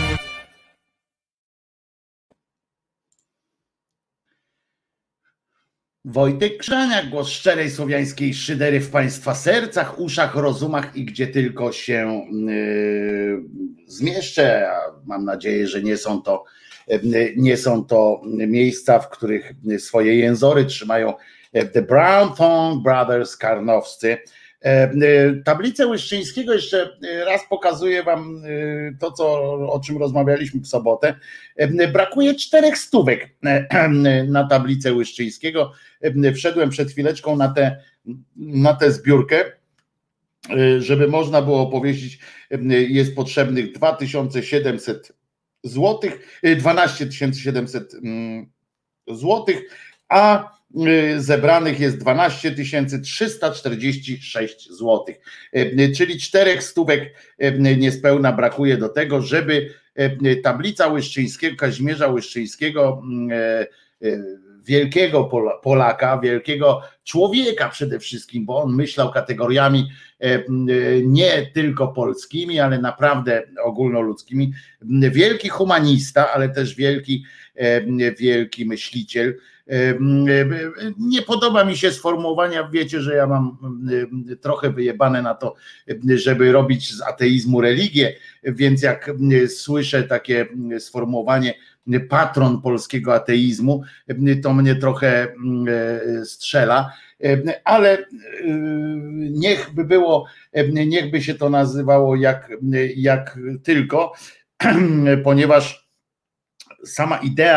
Wojtek Krzaniak, głos szczerej słowiańskiej szydery w państwa sercach, uszach, rozumach i gdzie tylko się yy, zmieszczę. Mam nadzieję, że nie są to nie są to miejsca, w których swoje jęzory trzymają The Brown Thong Brothers Karnowscy. Tablicę Łyszczyńskiego jeszcze raz pokazuję wam to, co, o czym rozmawialiśmy w sobotę. Brakuje czterech stówek na tablicę Łyszczyńskiego. Wszedłem przed chwileczką na tę na tę zbiórkę, żeby można było powiedzieć, jest potrzebnych dwa tysiące siedemset złotych, dwanaście tysięcy siedemset złotych, a zebranych jest dwanaście tysięcy trzysta czterdzieści sześć złotych, czyli czterech stówek niespełna brakuje do tego, żeby tablica Łyszczyńskiego, Kazimierza Łyszczyńskiego, wielkiego Polaka, wielkiego człowieka przede wszystkim, bo on myślał kategoriami nie tylko polskimi, ale naprawdę ogólnoludzkimi. Wielki humanista, ale też wielki, wielki myśliciel. Nie podoba mi się sformułowania, wiecie, że ja mam trochę wyjebane na to, żeby robić z ateizmu religię, więc jak słyszę takie sformułowanie patron polskiego ateizmu, to mnie trochę strzela, ale niech by było, niech by się to nazywało jak, jak tylko, ponieważ sama idea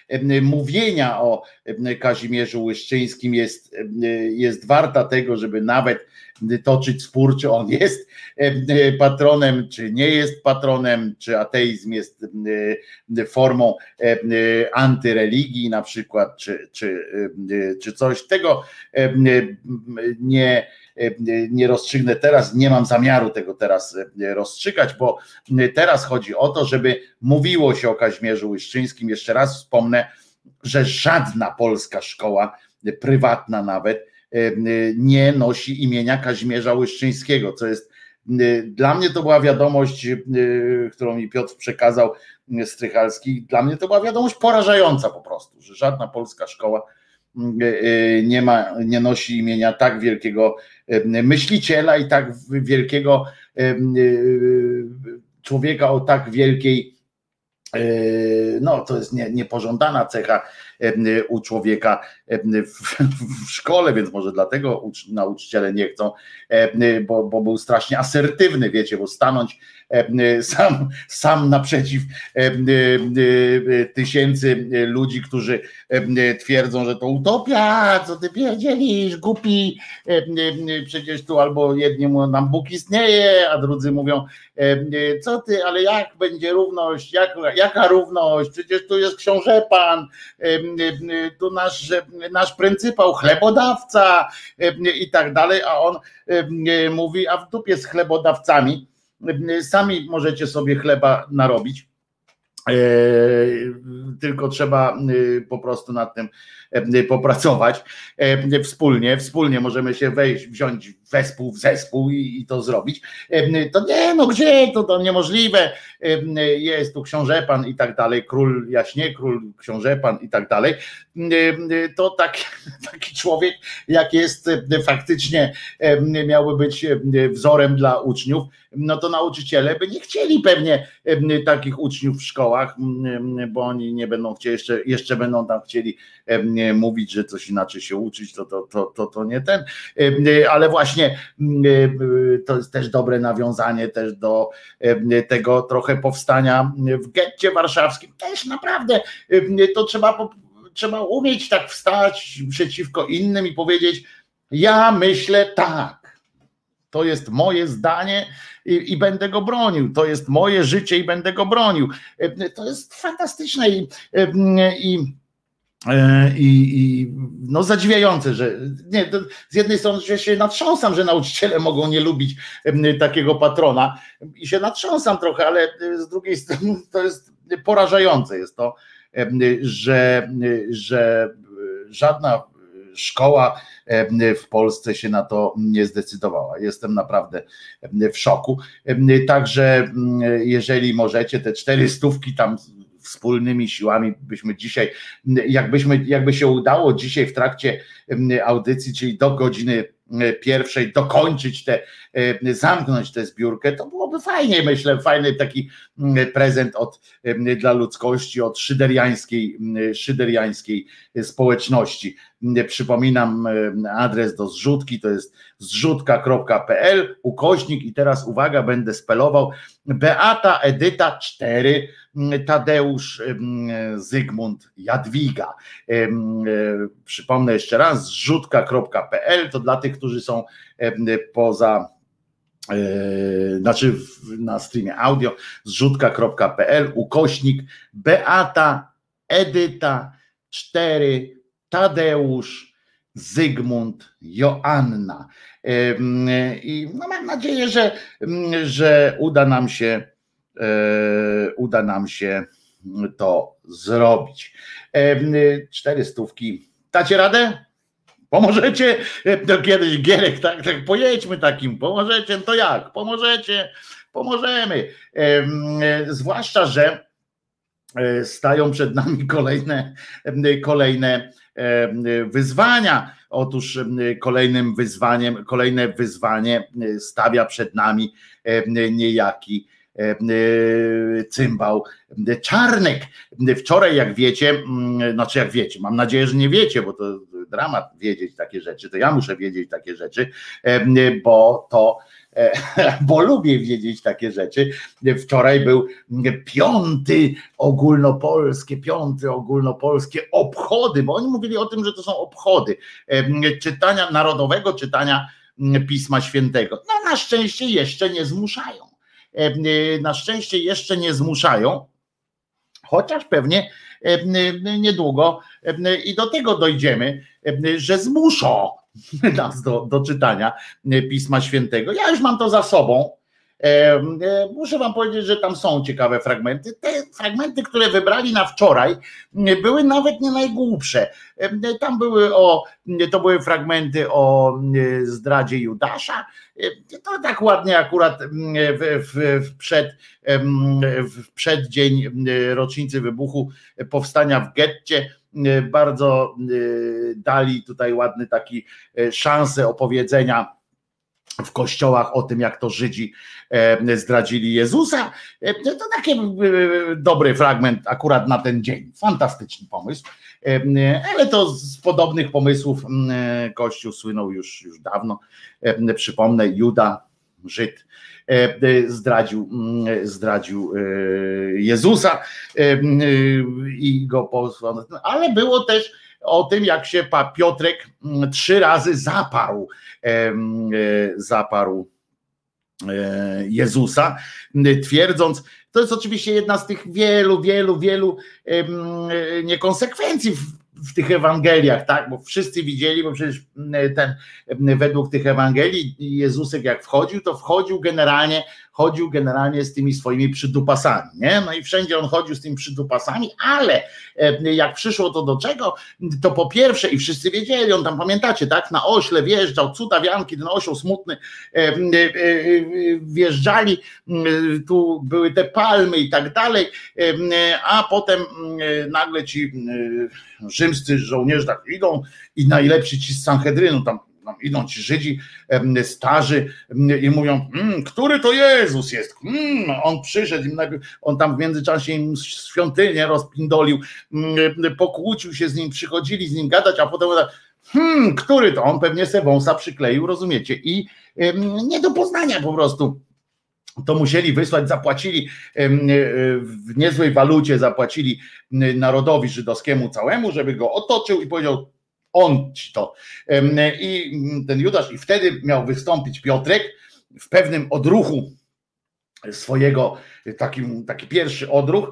mówienia o Kazimierzu Łyszczyńskim jest, jest warta tego, żeby nawet toczyć spór, czy on jest patronem, czy nie jest patronem, czy ateizm jest formą antyreligii na przykład, czy, czy, czy coś. Tego nie, nie rozstrzygnę teraz, nie mam zamiaru tego teraz rozstrzygać, bo teraz chodzi o to, żeby mówiło się o Kazimierzu Łyszczyńskim. Jeszcze raz wspomnę, że żadna polska szkoła, prywatna nawet, nie nosi imienia Kazimierza Łyszczyńskiego, co jest, dla mnie to była wiadomość, którą mi Piotr przekazał, Strychalski, dla mnie to była wiadomość porażająca po prostu, że żadna polska szkoła nie ma, nie nosi imienia tak wielkiego myśliciela i tak wielkiego człowieka o tak wielkiej, no to jest nie, niepożądana cecha u człowieka w, w szkole, więc może dlatego nauczyciele nie chcą, bo, bo był strasznie asertywny, wiecie, bo stanąć sam, sam naprzeciw tysięcy ludzi, którzy twierdzą, że to utopia, co ty pierdzielisz, głupi, przecież tu albo jedni mówią, nam Bóg istnieje, a drudzy mówią, co ty, ale jak będzie równość, jak, jaka równość, przecież tu jest książę-pan, tu nasz, nasz pryncypał, chlebodawca i tak dalej, a on mówi, a w dupie z chlebodawcami, sami możecie sobie chleba narobić, tylko trzeba po prostu nad tym popracować wspólnie, wspólnie możemy się wejść, wziąć wespół w zespół i, i to zrobić. To nie, no gdzie, to, to niemożliwe, jest tu książę-pan i tak dalej, król jaśnie, król książę-pan i tak dalej. To tak, taki człowiek, jak jest faktycznie, miałby być wzorem dla uczniów, no to nauczyciele by nie chcieli pewnie takich uczniów w szkołach, bo oni nie będą chcieli, jeszcze, jeszcze będą tam chcieli mówić, że coś inaczej się uczyć, to, to, to, to, to nie ten, ale właśnie to jest też dobre nawiązanie też do tego trochę powstania w getcie warszawskim, też naprawdę to trzeba, trzeba umieć tak wstać przeciwko innym i powiedzieć, ja myślę tak, to jest moje zdanie i, i będę go bronił, to jest moje życie i będę go bronił, to jest fantastyczne i, i I, i no zadziwiające, że nie, z jednej strony że się natrząsam, że nauczyciele mogą nie lubić takiego patrona i się natrząsam trochę, ale z drugiej strony to jest porażające jest to, że, że żadna szkoła w Polsce się na to nie zdecydowała. Jestem naprawdę w szoku. Także jeżeli możecie te cztery stówki tam wspólnymi siłami byśmy dzisiaj, jakbyśmy, jakby się udało dzisiaj w trakcie audycji, czyli do godziny pierwszej dokończyć tę, zamknąć tę zbiórkę, to byłoby fajnie, myślę, fajny taki prezent od, dla ludzkości, od szyderiańskiej, szyderiańskiej społeczności. Przypominam adres do zrzutki, to jest zrzutka kropka pe el, ukośnik i teraz uwaga, będę spelował, Beata, Edyta cztery, Tadeusz, Zygmunt, Jadwiga. Przypomnę jeszcze raz, zrzutka kropka pe el to dla tych, którzy są poza, znaczy na streamie audio, zrzutka kropka pe el, ukośnik Beata, Edyta cztery, Tadeusz, Zygmunt, Joanna. I no mam nadzieję, że, że uda nam się uda nam się to zrobić. Cztery stówki. Dacie radę? Pomożecie? To kiedyś Gierek, tak, tak pojedźmy takim, pomożecie, to jak? Pomożecie? Pomożemy. Zwłaszcza, że stają przed nami kolejne, kolejne wyzwania. Otóż kolejnym wyzwaniem, kolejne wyzwanie stawia przed nami niejaki cymbał Czarnek. Wczoraj, jak wiecie, znaczy jak wiecie, mam nadzieję, że nie wiecie, bo to dramat wiedzieć takie rzeczy, to ja muszę wiedzieć takie rzeczy, bo to bo lubię wiedzieć takie rzeczy. Wczoraj był piąty ogólnopolskie, piąty ogólnopolskie obchody, bo oni mówili o tym, że to są obchody czytania, narodowego czytania Pisma Świętego. No na szczęście jeszcze nie zmuszają. Na szczęście jeszcze nie zmuszają, chociaż pewnie niedługo i do tego dojdziemy, że zmuszą nas do, do czytania Pisma Świętego. Ja już mam to za sobą. Muszę wam powiedzieć, że tam są ciekawe fragmenty. Te fragmenty, które wybrali na wczoraj, były nawet nie najgłupsze. Tam były o, to były fragmenty o zdradzie Judasza. To tak ładnie akurat w, w, w, przed, w przeddzień rocznicy wybuchu powstania w getcie bardzo dali tutaj ładny taki szansę opowiedzenia w kościołach o tym, jak to Żydzi zdradzili Jezusa. To taki dobry fragment akurat na ten dzień. Fantastyczny pomysł. Ale to z podobnych pomysłów Kościół słynął już, już dawno. Przypomnę, Juda, Żyd, zdradził, zdradził Jezusa i go posłał. Ale było też o tym, jak się Piotrek trzy razy zaparł, zaparł Jezusa, twierdząc, to jest oczywiście jedna z tych wielu, wielu, wielu niekonsekwencji w, w tych Ewangeliach, tak, bo wszyscy widzieli, bo przecież ten, według tych Ewangelii Jezusek jak wchodził, to wchodził generalnie, chodził generalnie z tymi swoimi przydupasami, nie? No i wszędzie on chodził z tymi przydupasami, ale jak przyszło to do czego, to po pierwsze, i wszyscy wiedzieli, on tam, pamiętacie, tak, na ośle wjeżdżał, cuda wianki, ten osioł smutny, wjeżdżali, tu były te palmy i tak dalej, a potem nagle ci rzymscy żołnierze tak idą i najlepsi ci z Sanhedrynu, tam Tam idą ci Żydzi starzy i mówią, mmm, który to Jezus jest? Mm, on przyszedł, im najpierw, on tam w międzyczasie im świątynię rozpindolił, pokłócił się z nim, przychodzili z nim gadać, a potem hmm, który to? On pewnie se wąsa przykleił, rozumiecie? I nie do poznania po prostu. To musieli wysłać, zapłacili w niezłej walucie, zapłacili narodowi żydowskiemu całemu, żeby go otoczył i powiedział, on ci to. I ten Judasz, i wtedy miał wystąpić Piotrek w pewnym odruchu swojego, taki, taki pierwszy odruch.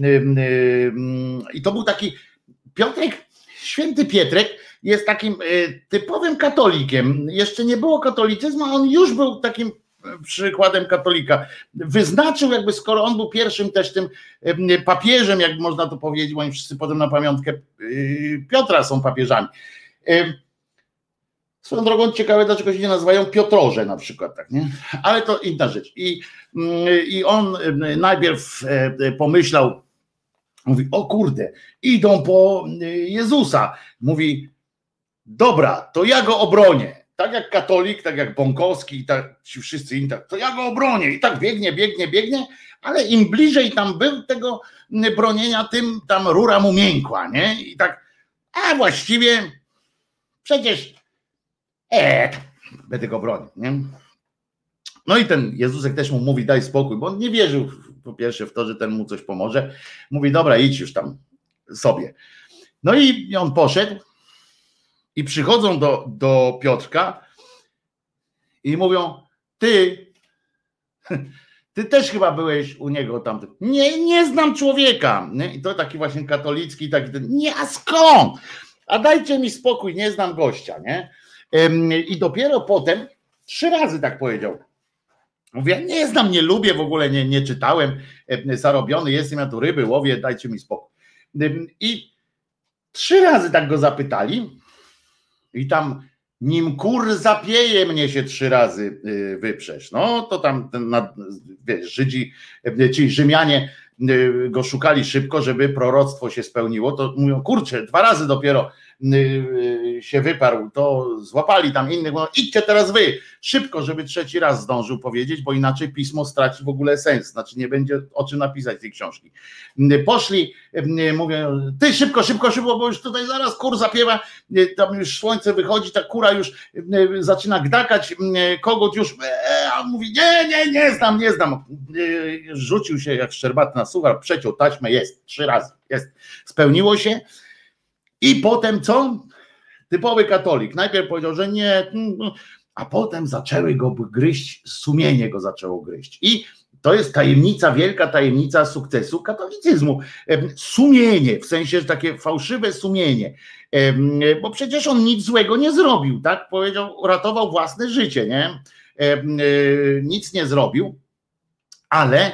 I to był taki Piotrek, święty Pietrek jest takim typowym katolikiem. Jeszcze nie było katolicyzmu, a on już był takim przykładem katolika. Wyznaczył jakby, skoro on był pierwszym też tym papieżem, jak można to powiedzieć, bo oni wszyscy potem na pamiątkę Piotra są papieżami. Swoją drogą ciekawe, dlaczego się nie nazywają Piotrorze na przykład, tak, nie? Ale to inna rzecz. I, i on najpierw pomyślał, mówi, o kurde, idą po Jezusa. Mówi, dobra, to ja go obronię. Tak jak katolik, tak jak Bąkowski i tak ci wszyscy inni, tak, to ja go obronię. I tak biegnie, biegnie, biegnie, ale im bliżej tam był tego bronienia, tym tam rura mu miękła, nie? I tak, a właściwie przecież e, będę go bronił, nie? No i ten Jezusek też mu mówi, daj spokój, bo on nie wierzył po pierwsze w to, że ten mu coś pomoże. Mówi, dobra, idź już tam sobie. No i on poszedł i przychodzą do, do Piotrka i mówią, ty, ty też chyba byłeś u niego tam. Nie, nie znam człowieka. Nie? I to taki właśnie katolicki, taki ten, nie, a skąd? A dajcie mi spokój, nie znam gościa, nie? I dopiero potem, trzy razy tak powiedział. Mówię, nie znam, nie lubię, w ogóle nie, nie czytałem, zarobiony jestem, ja tu ryby łowię, dajcie mi spokój. I trzy razy tak go zapytali i tam, nim kur zapieje, mnie się trzy razy wyprzesz. No to tam ten, wiesz, Żydzi, ci Rzymianie go szukali szybko, żeby proroctwo się spełniło, to mówią, kurczę, dwa razy dopiero się wyparł, to złapali tam innych, no idźcie teraz wy, szybko, żeby trzeci raz zdążył powiedzieć, bo inaczej pismo straci w ogóle sens, znaczy nie będzie o czym napisać tej książki. Poszli, mówią, ty szybko, szybko, szybko, bo już tutaj zaraz kur zapiewa, tam już słońce wychodzi, ta kura już zaczyna gdakać, kogut już, a on mówi, nie, nie, nie znam, nie znam. Rzucił się jak szczerbaty na suchar, przeciął taśmę, jest, trzy razy, jest. Spełniło się i potem co? Typowy katolik. Najpierw powiedział, że nie, a potem zaczęły go gryźć, sumienie go zaczęło gryźć. I to jest tajemnica, wielka tajemnica sukcesu katolicyzmu. Sumienie, w sensie, że takie fałszywe sumienie, bo przecież on nic złego nie zrobił, tak? Powiedział, uratował własne życie, nie? Nic nie zrobił, ale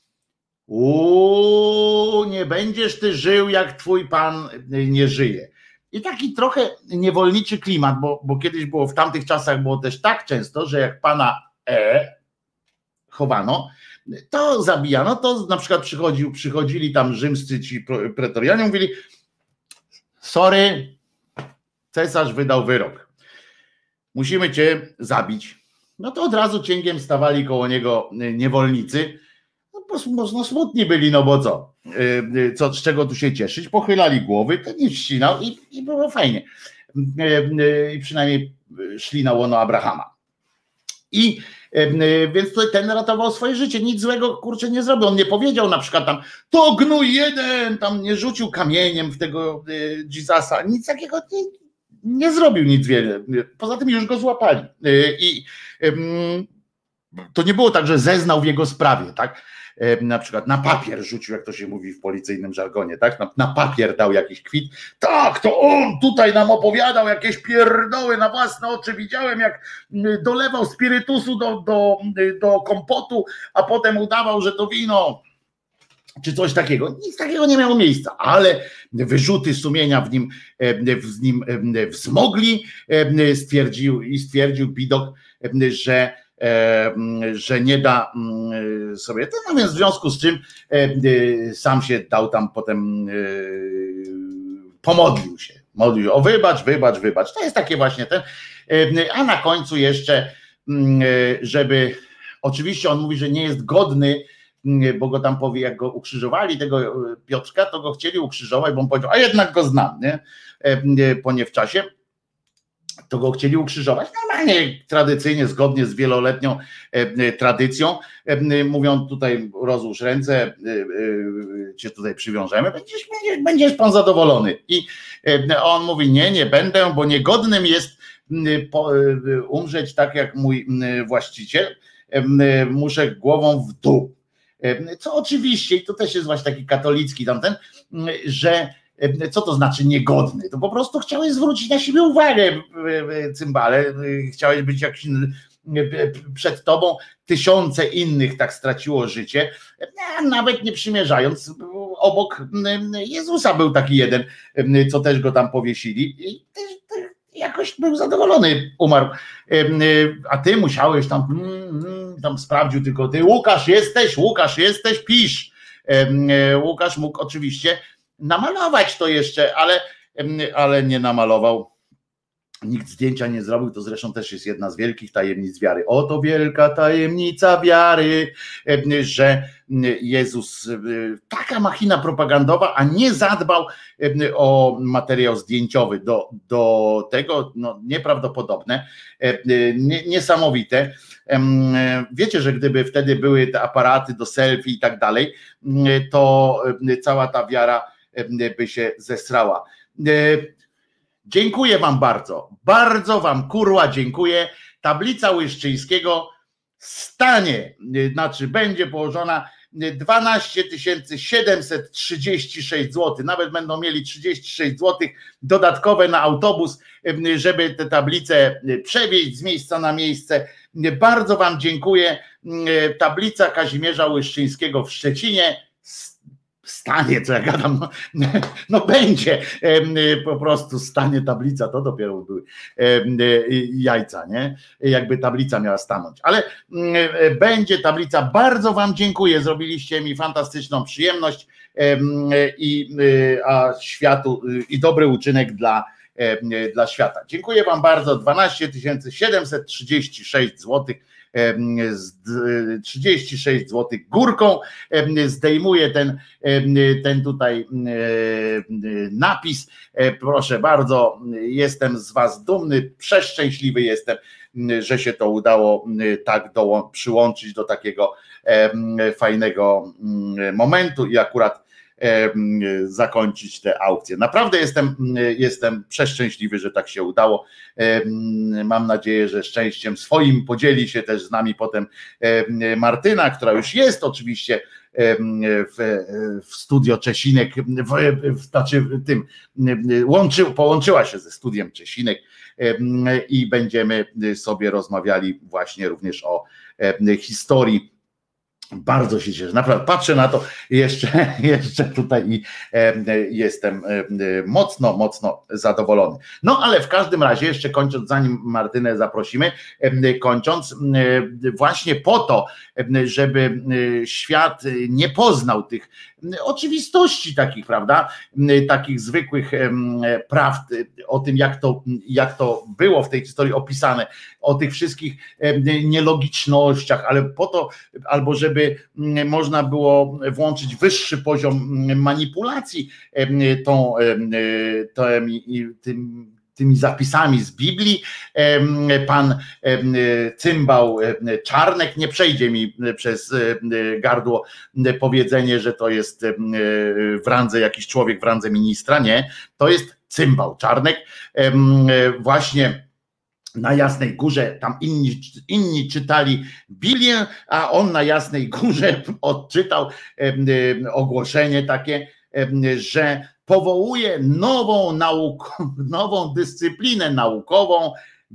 uuu, nie będziesz ty żył, jak twój pan nie żyje. I taki trochę niewolniczy klimat, bo, bo kiedyś było, w tamtych czasach było też tak często, że jak pana E chowano, to zabijano, to na przykład przychodził, przychodzili tam rzymscy ci pretorianie, mówili, sorry, cesarz wydał wyrok, musimy cię zabić. No to od razu cięgiem stawali koło niego niewolnicy, no bo no, smutni byli, no bo co, co, z czego tu się cieszyć, pochylali głowy, to nie ścinał i, i było fajnie. I przynajmniej szli na łono Abrahama. I więc tutaj ten ratował swoje życie, nic złego kurczę nie zrobił, on nie powiedział na przykład tam, to gnój jeden, tam nie rzucił kamieniem w tego Jezusa, nic takiego nie, nie zrobił, nic wiele, poza tym już go złapali i to nie było tak, że zeznał w jego sprawie, tak, na przykład na papier rzucił, jak to się mówi w policyjnym żargonie, tak, na, na papier dał jakiś kwit, tak, to on tutaj nam opowiadał jakieś pierdoły na własne oczy, widziałem jak dolewał spirytusu do, do, do kompotu, a potem udawał, że to wino, czy coś takiego, nic takiego nie miało miejsca, ale wyrzuty sumienia w nim, w nim wzmogli, stwierdził i stwierdził Bidok, że że nie da sobie, no więc w związku z czym sam się dał tam potem, pomodlił się, modlił się, o wybacz, wybacz, wybacz, to jest takie właśnie ten, a na końcu jeszcze, żeby, oczywiście on mówi, że nie jest godny, bo go tam powie, jak go ukrzyżowali, tego Piotrka, to go chcieli ukrzyżować, bo on powiedział, a jednak go znam, nie, po nie w czasie, to go chcieli ukrzyżować, normalnie, tradycyjnie, zgodnie z wieloletnią e, tradycją, e, mówią tutaj rozłóż ręce, e, e, cię tutaj przywiążemy, będziesz, będziesz, będziesz pan zadowolony. I e, on mówi, nie, nie będę, bo niegodnym jest e, po, e, umrzeć tak jak mój e, właściciel, e, muszę głową w dół. E, co oczywiście, i to też jest właśnie taki katolicki tamten, że co to znaczy niegodny? To po prostu chciałeś zwrócić na siebie uwagę, cymbale, chciałeś być jakiś, przed tobą tysiące innych tak straciło życie, nawet nie przymierzając, obok Jezusa był taki jeden, co też go tam powiesili i też jakoś był zadowolony, umarł, a ty musiałeś tam, tam sprawdził tylko ty, Łukasz jesteś, Łukasz jesteś, pisz. Łukasz mógł oczywiście namalować to jeszcze, ale, ale nie namalował. Nikt zdjęcia nie zrobił, to zresztą też jest jedna z wielkich tajemnic wiary. Oto wielka tajemnica wiary, że Jezus, taka machina propagandowa, a nie zadbał o materiał zdjęciowy do, do tego, no nieprawdopodobne, niesamowite. Wiecie, że gdyby wtedy były te aparaty do selfie i tak dalej, to cała ta wiara by się zesrała. Dziękuję wam bardzo, bardzo wam kurwa dziękuję. Tablica Łyszczyńskiego stanie, znaczy będzie położona dwanaście tysięcy siedemset trzydzieści sześć złotych, nawet będą mieli trzydzieści sześć złotych dodatkowe na autobus, żeby te tablice przewieźć z miejsca na miejsce. Bardzo wam dziękuję. Tablica Kazimierza Łyszczyńskiego w Szczecinie stanie, co ja gadam, no, no będzie, po prostu stanie tablica, to dopiero były jajca, nie? Jakby tablica miała stanąć, ale będzie tablica. Bardzo wam dziękuję, zrobiliście mi fantastyczną przyjemność i a światu i dobry uczynek dla dla świata. Dziękuję wam bardzo. dwanaście tysięcy siedemset trzydzieści sześć złotych, trzydzieści sześć złotych górką. Zdejmuję ten, ten tutaj napis. Proszę bardzo, jestem z was dumny, przeszczęśliwy jestem, że się to udało tak do, przyłączyć do takiego fajnego momentu i akurat zakończyć tę aukcję. Naprawdę jestem, jestem przeszczęśliwy, że tak się udało. Mam nadzieję, że szczęściem swoim podzieli się też z nami potem Martyna, która już jest oczywiście w, w studio Czesinek, w, w, znaczy w tym łączy, połączyła się ze studiem Czesinek i będziemy sobie rozmawiali właśnie również o historii. Bardzo się cieszę, naprawdę patrzę na to jeszcze, jeszcze tutaj i e, jestem e, mocno, mocno zadowolony. No ale w każdym razie, jeszcze kończąc, zanim Martynę zaprosimy, e, kończąc, e, właśnie po to, e, żeby e, świat nie poznał tych oczywistości takich, prawda, e, takich zwykłych e, prawd, e, o tym jak to, jak to było w tej historii opisane, o tych wszystkich e, nielogicznościach, ale po to, albo żeby można było włączyć wyższy poziom manipulacji tą, tym, tymi zapisami z Biblii. Pan cymbał Czarnek, nie przejdzie mi przez gardło powiedzenie, że to jest w randze jakiś człowiek w randze ministra, nie, to jest cymbał Czarnek, właśnie na Jasnej Górze, tam inni, inni czytali Biblię, a on na Jasnej Górze odczytał ogłoszenie takie, że powołuje nową nauką, nową dyscyplinę naukową,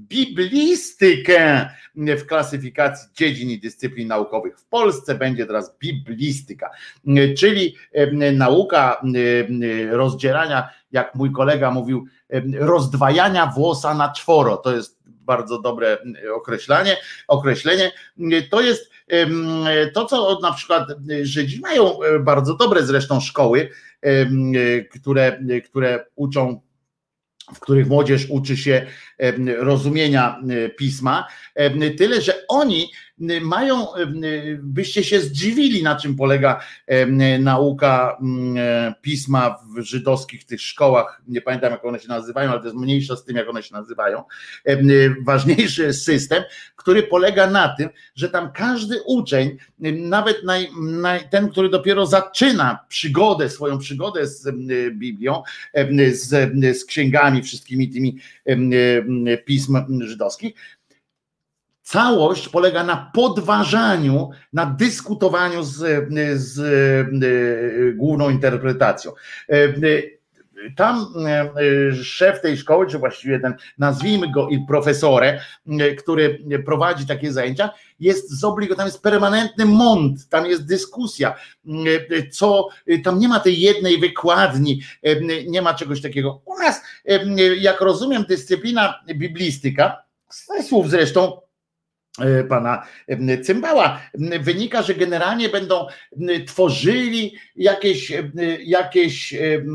biblistykę w klasyfikacji dziedzin i dyscyplin naukowych. W Polsce będzie teraz biblistyka, czyli nauka rozdzierania, jak mój kolega mówił, rozdwajania włosa na czworo. To jest bardzo dobre określenie, określenie. To jest to, co na przykład Żydzi mają bardzo dobre zresztą szkoły, które, które uczą, w których młodzież uczy się rozumienia pisma, tyle że oni mają, byście się zdziwili, na czym polega nauka pisma w żydowskich tych szkołach, nie pamiętam jak one się nazywają, ale to jest mniejsza z tym jak one się nazywają. Ważniejszy jest system, który polega na tym, że tam każdy uczeń, nawet naj, naj, ten, który dopiero zaczyna przygodę, swoją przygodę z Biblią, z, z księgami, wszystkimi tymi pism żydowskich, całość polega na podważaniu, na dyskutowaniu z, z główną interpretacją. Tam szef tej szkoły, czy właściwie ten, nazwijmy go i profesorę, który prowadzi takie zajęcia, jest zobligowany, tam jest permanentny mąt, tam jest dyskusja, co, tam nie ma tej jednej wykładni, nie ma czegoś takiego. U nas, jak rozumiem, dyscyplina biblistyka, ze słów zresztą pana Cymbała, wynika, że generalnie będą tworzyli jakieś, jakieś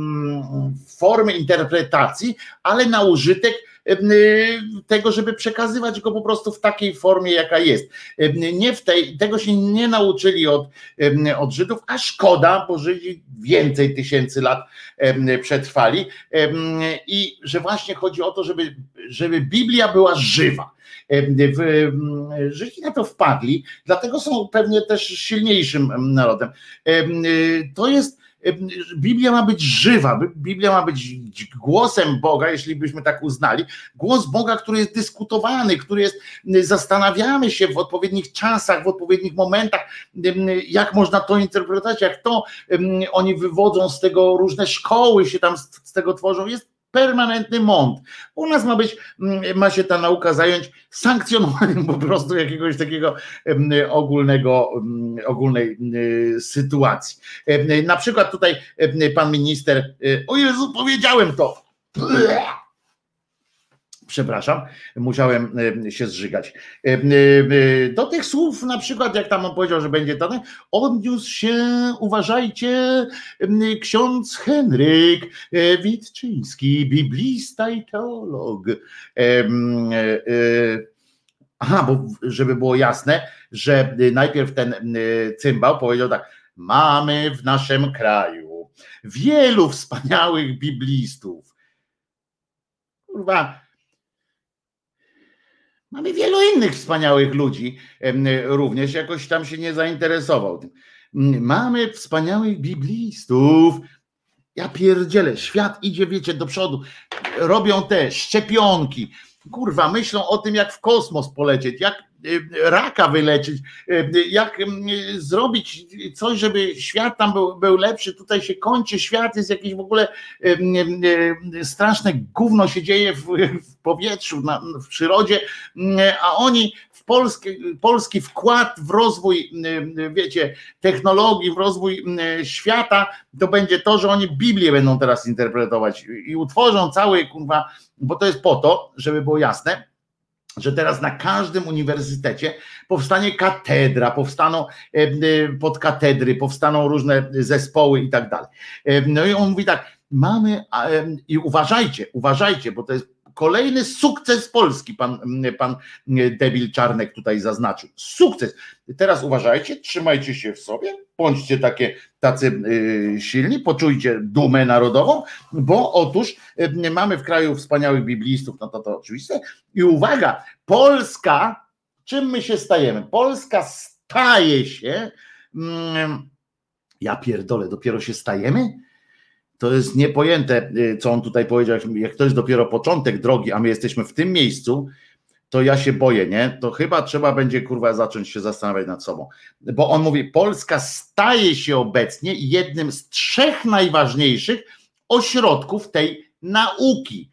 formy interpretacji, ale na użytek tego, żeby przekazywać go po prostu w takiej formie, jaka jest. Nie w tej, tego się nie nauczyli od, od Żydów, a szkoda, bo Żydzi więcej tysięcy lat przetrwali i że właśnie chodzi o to, żeby, żeby Biblia była żywa. Żydzi na to wpadli, dlatego są pewnie też silniejszym narodem. To jest, Biblia ma być żywa, Biblia ma być głosem Boga, jeśli byśmy tak uznali, głos Boga, który jest dyskutowany, który jest, zastanawiamy się w odpowiednich czasach, w odpowiednich momentach, jak można to interpretować, jak to oni wywodzą z tego, różne szkoły się tam z tego tworzą, jest permanentny mąt. U nas ma być, ma się ta nauka zająć sankcjonowaniem po prostu jakiegoś takiego ogólnego, ogólnej sytuacji. Na przykład tutaj pan minister, o Jezu, powiedziałem to, Przepraszam, musiałem się zżygać. Do tych słów, na przykład, jak tam on powiedział, że będzie to, odniósł się, uważajcie, ksiądz Henryk Witczyński, biblista i teolog. Aha, bo żeby było jasne, że najpierw ten cymbał powiedział tak: mamy w naszym kraju wielu wspaniałych biblistów. Kurwa, mamy wielu innych wspaniałych ludzi, również jakoś tam się nie zainteresował tym. Mamy wspaniałych biblistów. Ja pierdzielę, świat idzie, wiecie, do przodu. Robią te szczepionki. Kurwa, myślą o tym, jak w kosmos polecieć, jak raka wyleczyć, jak zrobić coś, żeby świat tam był, był lepszy. Tutaj się kończy świat, jest jakieś w ogóle straszne gówno się dzieje w, w powietrzu, na, w przyrodzie, a oni w polski, polski wkład w rozwój, wiecie, technologii, w rozwój świata, to będzie to, że oni Biblię będą teraz interpretować i utworzą cały, kurwa, bo to jest po to, żeby było jasne, że teraz na każdym uniwersytecie powstanie katedra, powstaną podkatedry, powstaną różne zespoły i tak dalej. No i on mówi tak, mamy, i uważajcie, uważajcie, bo to jest kolejny sukces Polski, pan, pan debil Czarnek tutaj zaznaczył. Sukces. Teraz uważajcie, trzymajcie się w sobie, bądźcie takie, tacy silni, poczujcie dumę narodową, bo otóż mamy w kraju wspaniałych biblistów, no to to oczywiste. I uwaga, Polska, czym my się stajemy? Polska staje się, ja pierdolę, dopiero się stajemy? To jest niepojęte, co on tutaj powiedział, jak to jest dopiero początek drogi, a my jesteśmy w tym miejscu, to ja się boję, nie? To chyba trzeba będzie, kurwa, zacząć się zastanawiać nad sobą. Bo on mówi, Polska staje się obecnie jednym z trzech najważniejszych ośrodków tej nauki.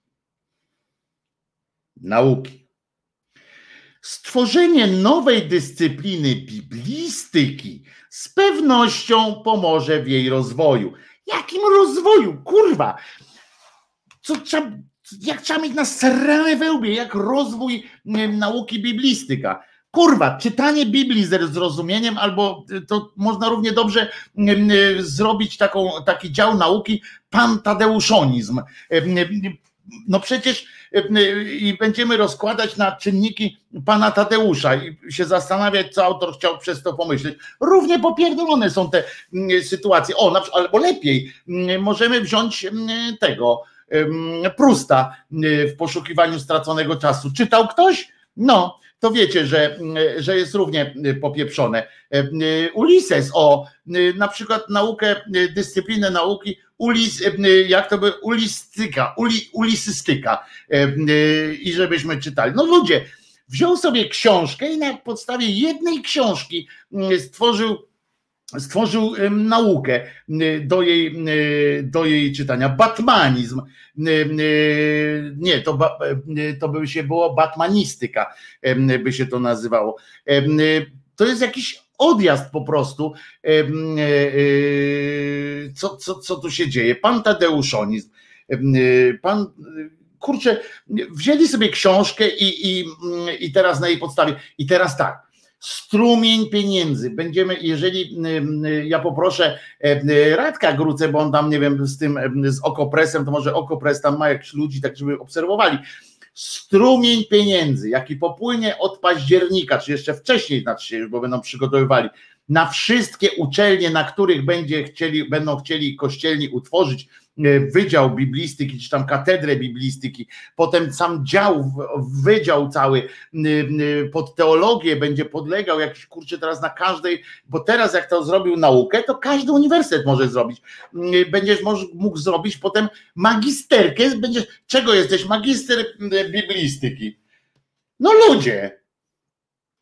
Nauki. Stworzenie nowej dyscypliny biblistyki z pewnością pomoże w jej rozwoju. Jakim rozwoju, kurwa? Co trzeba, jak trzeba mieć na srane we łbie, jak rozwój nauki biblistyka. Kurwa, czytanie Biblii ze zrozumieniem, albo to można równie dobrze zrobić taką, taki dział nauki pantadeuszonizm. No przecież i będziemy rozkładać na czynniki pana Tadeusza i się zastanawiać, co autor chciał przez to pomyśleć. Równie popierdolone są te sytuacje. O, na przykład, albo lepiej, możemy wziąć tego Prusta w poszukiwaniu straconego czasu. Czytał ktoś? No, to wiecie, że, że jest równie popieprzone. Ulises, o, na przykład naukę, dyscyplinę nauki, ulis, jak to by, ulistyka, uli, ulisystyka i żebyśmy czytali. No ludzie, wziął sobie książkę i na podstawie jednej książki stworzył stworzył naukę do jej, do jej czytania. Batmanizm. Nie, to, to by się było batmanistyka, by się to nazywało. To jest jakiś odjazd po prostu. Co, co, co tu się dzieje? Pan Tadeuszonizm. Pan, kurczę, wzięli sobie książkę i, i, i teraz na jej podstawie. I teraz tak. Strumień pieniędzy. Będziemy, jeżeli ja poproszę Radka Grucę, bo on tam, nie wiem, z tym, z Okopresem, to może Okopres tam ma jakichś ludzi, tak żeby obserwowali. Strumień pieniędzy, jaki popłynie od października, czy jeszcze wcześniej, znaczy się już, bo będą przygotowywali, na wszystkie uczelnie, na których będzie chcieli, będą chcieli kościelni utworzyć wydział biblistyki, czy tam katedrę biblistyki, potem sam dział, wydział cały pod teologię będzie podlegał jakiś, kurczę, teraz na każdej, bo teraz jak to zrobił naukę, to każdy uniwersytet może zrobić. Będziesz mógł zrobić potem magisterkę, będziesz, czego jesteś? Magister biblistyki. No ludzie,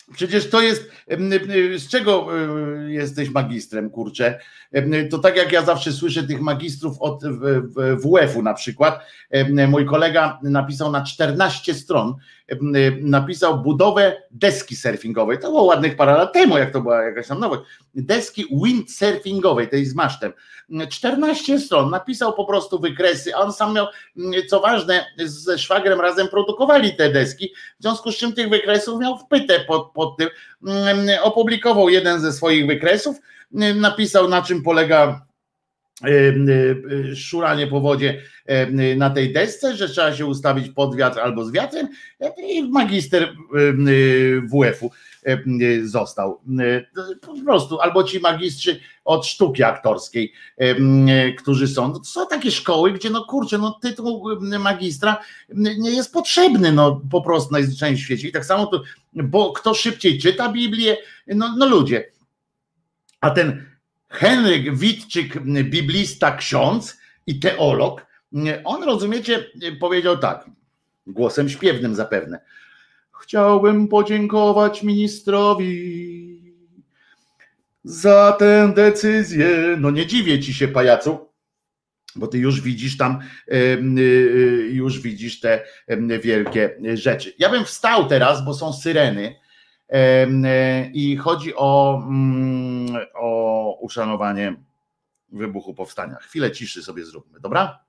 Przecież to jest, z czego jesteś magistrem, kurczę? To tak jak ja zawsze słyszę tych magistrów od W F-u na przykład. Mój kolega napisał na czternaście stron, napisał budowę deski surfingowej. To było ładnych parę lat temu, jak to była jakaś tam nowość. Deski windsurfingowej, tej z masztem. czternaście stron, napisał po prostu wykresy, a on sam miał, co ważne, ze szwagrem razem produkowali te deski, w związku z czym tych wykresów miał wpytę pod, pod tym, opublikował jeden ze swoich wykresów, napisał, na czym polega szuranie po wodzie na tej desce, że trzeba się ustawić pod wiatr albo z wiatrem, i magister W F-u został. Po prostu, albo ci magistrzy od sztuki aktorskiej, którzy są, to są takie szkoły, gdzie no kurczę, no tytuł magistra nie jest potrzebny, no po prostu na najzwyczajniej w świecie. I tak samo to, bo kto szybciej czyta Biblię, no, no ludzie. A ten Henryk Witczyk, biblista, ksiądz i teolog, on, rozumiecie, powiedział tak, głosem śpiewnym zapewne: chciałbym podziękować ministrowi za tę decyzję. No nie dziwię ci się, pajacu, bo ty już widzisz tam, już widzisz te wielkie rzeczy. Ja bym wstał teraz, bo są syreny i chodzi o, o uszanowanie wybuchu powstania. Chwilę ciszy sobie zróbmy, dobra?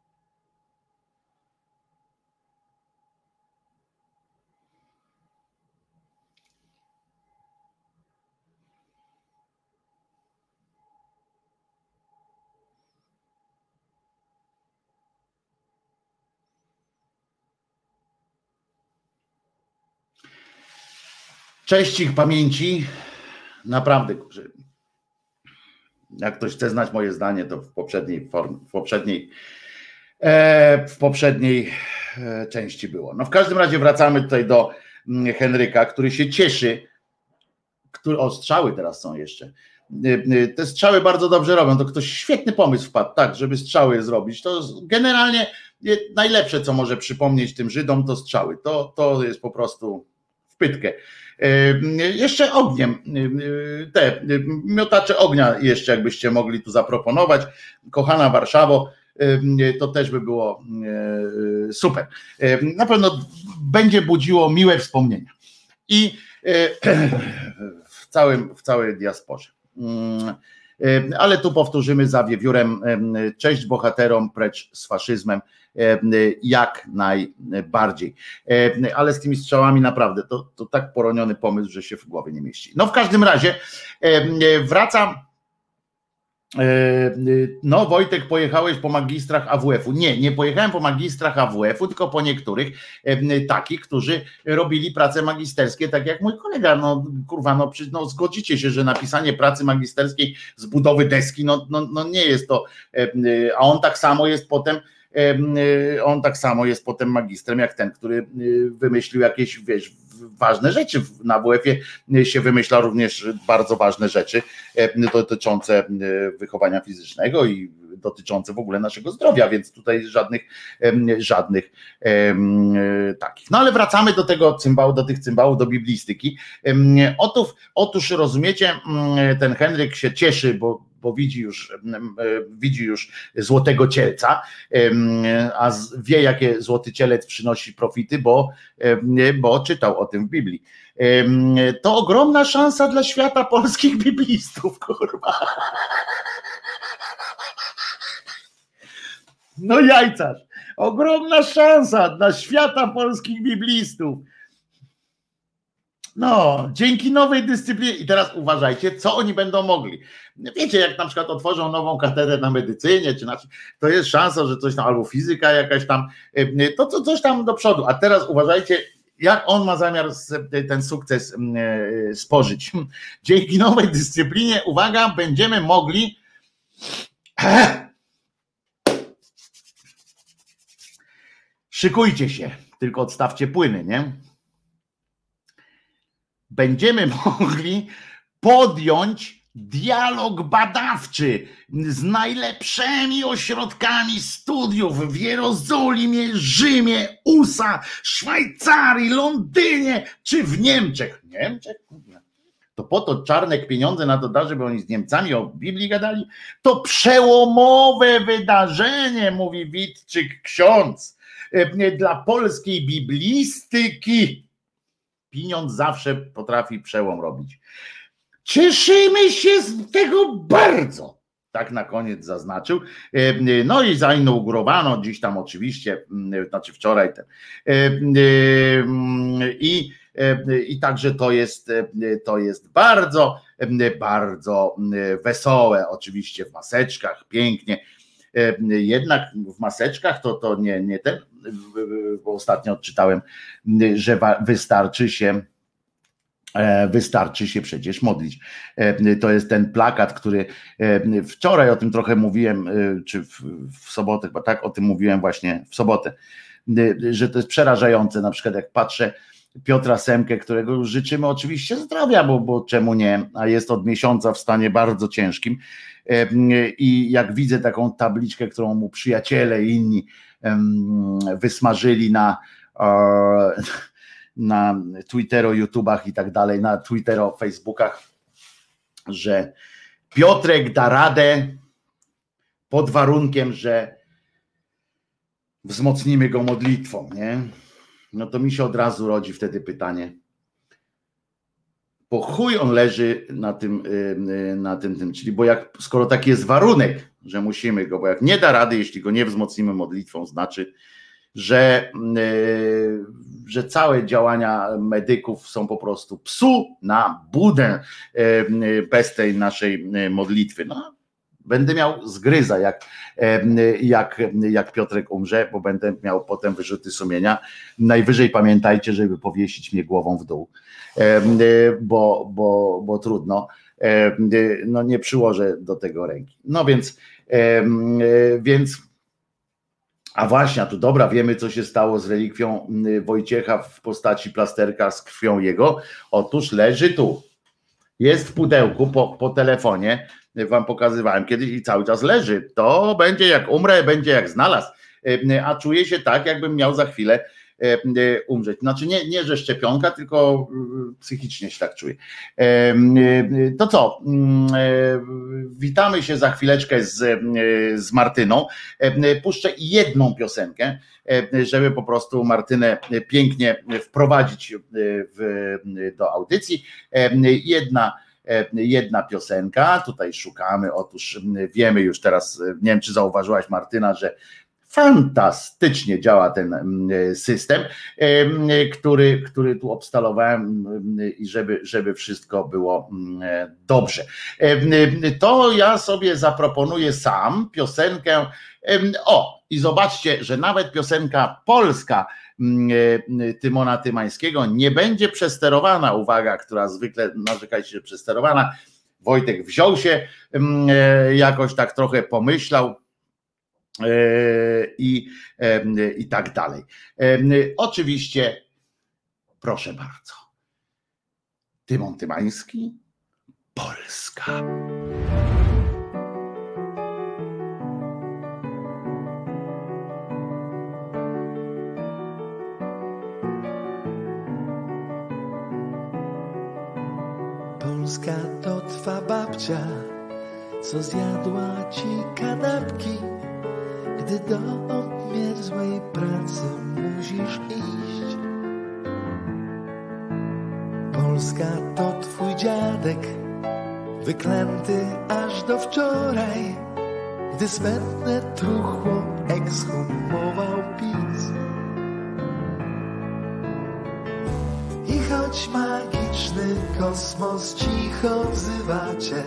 Cześć ich pamięci, naprawdę, jak ktoś chce znać moje zdanie, to w poprzedniej formie, w poprzedniej, w poprzedniej części było. No w każdym razie wracamy tutaj do Henryka, który się cieszy, który, o, strzały teraz są jeszcze. Te strzały bardzo dobrze robią, to ktoś świetny pomysł wpadł, tak, żeby strzały zrobić. To generalnie najlepsze, co może przypomnieć tym Żydom, to strzały. To, to jest po prostu w pytkę. Jeszcze ogniem, te miotacze ognia jeszcze jakbyście mogli tu zaproponować, kochana Warszawo, to też by było super. Na pewno będzie budziło miłe wspomnienia i w całym, w całej diasporze. Ale tu powtórzymy za wiewiórem: cześć bohaterom, precz z faszyzmem, jak najbardziej. Ale z tymi strzałami naprawdę to, to tak poroniony pomysł, że się w głowie nie mieści. No w każdym razie wracam. No Wojtek, pojechałeś po magistrach A W F-u. Nie, nie pojechałem po magistrach A W F-u, tylko po niektórych takich, którzy robili prace magisterskie, tak jak mój kolega. No kurwa, no, no zgodzicie się, że napisanie pracy magisterskiej z budowy deski, no, no, no nie jest to, a on tak samo jest potem on tak samo jest potem magistrem jak ten, który wymyślił jakieś, wiesz, ważne rzeczy. Na W F-ie się wymyśla również bardzo ważne rzeczy dotyczące wychowania fizycznego i dotyczące w ogóle naszego zdrowia, więc tutaj żadnych żadnych takich. No ale wracamy do tego cymbału, do tych cymbałów, do biblistyki. Otóż, otóż rozumiecie, ten Henryk się cieszy, bo bo widzi już, widzi już złotego cielca, a wie, jakie złoty cielec przynosi profity, bo, bo czytał o tym w Biblii. To ogromna szansa dla świata polskich biblistów, kurwa. No jajcarz, ogromna szansa dla świata polskich biblistów. No, dzięki nowej dyscyplinie. I teraz uważajcie, co oni będą mogli. Wiecie, jak na przykład otworzą nową katedrę na medycynie, czy na, to jest szansa, że coś tam, albo fizyka jakaś tam, to co, coś tam do przodu. A teraz uważajcie, jak on ma zamiar ten sukces spożyć. Dzięki nowej dyscyplinie, uwaga, będziemy mogli szykujcie się, tylko odstawcie płyny, nie? Będziemy mogli podjąć dialog badawczy z najlepszymi ośrodkami studiów w Jerozolimie, Rzymie, U S A, Szwajcarii, Londynie czy w Niemczech. Niemczech? To po to Czarnek pieniądze na to da, żeby oni z Niemcami o Biblii gadali? To przełomowe wydarzenie, mówi Witczyk ksiądz, dla polskiej biblistyki. Pieniądz zawsze potrafi przełom robić. Cieszymy się z tego bardzo. Tak na koniec zaznaczył. No i zainaugurowano dziś tam oczywiście, znaczy wczoraj ten. I, i także to jest, to jest bardzo, bardzo wesołe. Oczywiście w maseczkach, pięknie. Jednak w maseczkach to, to nie, nie ten, bo ostatnio odczytałem, że wystarczy się Wystarczy się przecież modlić. To jest ten plakat, który wczoraj o tym trochę mówiłem, czy w, w sobotę, bo tak o tym mówiłem właśnie w sobotę, że to jest przerażające, na przykład jak patrzę Piotra Semkę, którego już życzymy oczywiście zdrowia, bo, bo czemu nie, a jest od miesiąca w stanie bardzo ciężkim i jak widzę taką tabliczkę, którą mu przyjaciele i inni wysmażyli na na Twittero, YouTubach i tak dalej, na Twittero, Facebookach, że Piotrek da radę pod warunkiem, że wzmocnimy go modlitwą, nie? No to mi się od razu rodzi wtedy pytanie, po chuj on leży na tym, na tym, tym, czyli bo jak, skoro taki jest warunek, że musimy go, bo jak nie da rady, jeśli go nie wzmocnimy modlitwą, znaczy, że, że całe działania medyków są po prostu psu na budę bez tej naszej modlitwy. No, będę miał zgryza, jak, jak, jak Piotrek umrze, bo będę miał potem wyrzuty sumienia. Najwyżej pamiętajcie, żeby powiesić mnie głową w dół, bo, bo, bo trudno, no nie przyłożę do tego ręki. No więc, więc a właśnie, a tu dobra, wiemy, co się stało z relikwią Wojciecha w postaci plasterka z krwią jego. Otóż leży tu. Jest w pudełku po, po telefonie. Wam pokazywałem kiedyś i cały czas leży. To będzie jak umrę, będzie jak znalazł. A czuję się tak, jakbym miał za chwilę umrzeć. Znaczy nie, nie że szczepionka, tylko psychicznie się tak czuję. To co? Witamy się za chwileczkę z, z Martyną. Puszczę jedną piosenkę, żeby po prostu Martynę pięknie wprowadzić w, do audycji. Jedna Jedna piosenka, tutaj szukamy, otóż wiemy już teraz, nie wiem czy zauważyłaś Martyna, że fantastycznie działa ten system, który, który tu obstalowałem i żeby, żeby wszystko było dobrze. To ja sobie zaproponuję sam piosenkę, o i zobaczcie, że nawet piosenka polska Tymona Tymańskiego nie będzie przesterowana, uwaga, która zwykle narzekajcie, że przesterowana. Wojtek wziął się, jakoś tak trochę pomyślał i, i tak dalej. Oczywiście, proszę bardzo, Tymon Tymański, Polska. Polska to twa babcia, co zjadła ci kanapki, gdy do obmierzłej pracy musisz iść. Polska to twój dziadek, wyklęty aż do wczoraj, gdy smętne truchło ekshumował PiS. I choć magiczny kosmos cicho wzywa cię,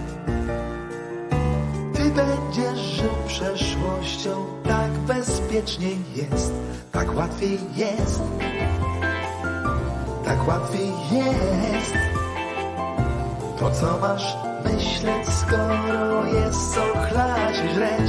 ty będziesz żył przeszłością, tak bezpiecznie jest, tak łatwiej jest, tak łatwiej jest. Po co masz myśleć, skoro jest co chlać i żreć?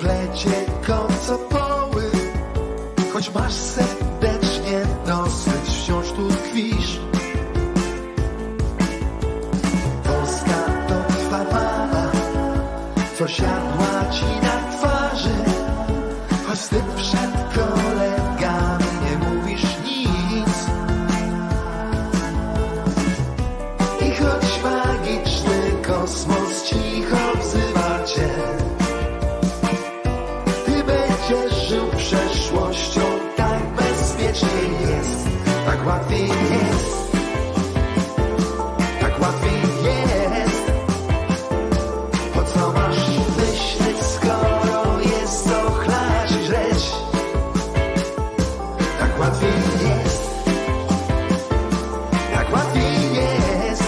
plecie kocopoły, choć masz serdecznie dosyć, wciąż tu tkwisz. Polska to twa mama, co siadła ci na twarzy, choć ty przed kolegami nie mówisz nic. I choć magiczny kosmos cicho wzywa cię, ty będziesz żył przeszłością, tak bezpiecznie jest, tak łatwiej jest, tak łatwiej jest. Po co masz myśleć, skoro jest co chlać i żreć? Tak łatwiej jest, tak łatwiej jest.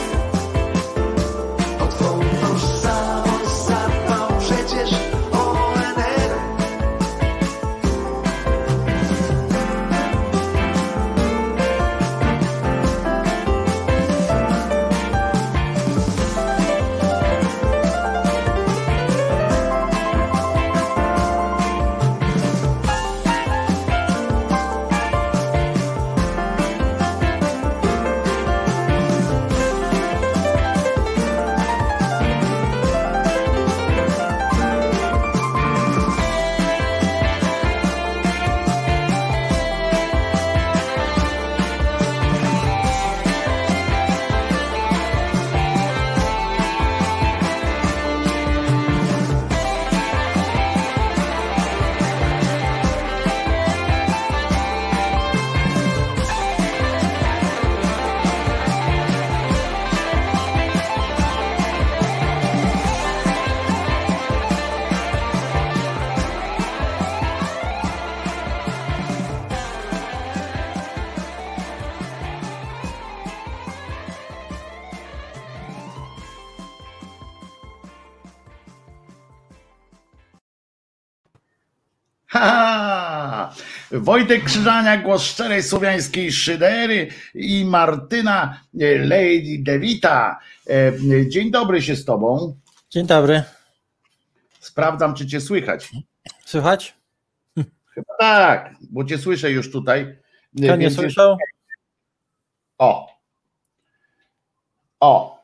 O twą tożsamość zadbał przecież O N R. Ha! Wojtek Krzyżania, głos szczerej słowiańskiej szydery i Martyna Lady DeVita. Dzień dobry się z tobą. Dzień dobry. Sprawdzam, czy cię słychać. Słychać? Chyba tak, bo cię słyszę już tutaj. Kto nie słyszał? O. O.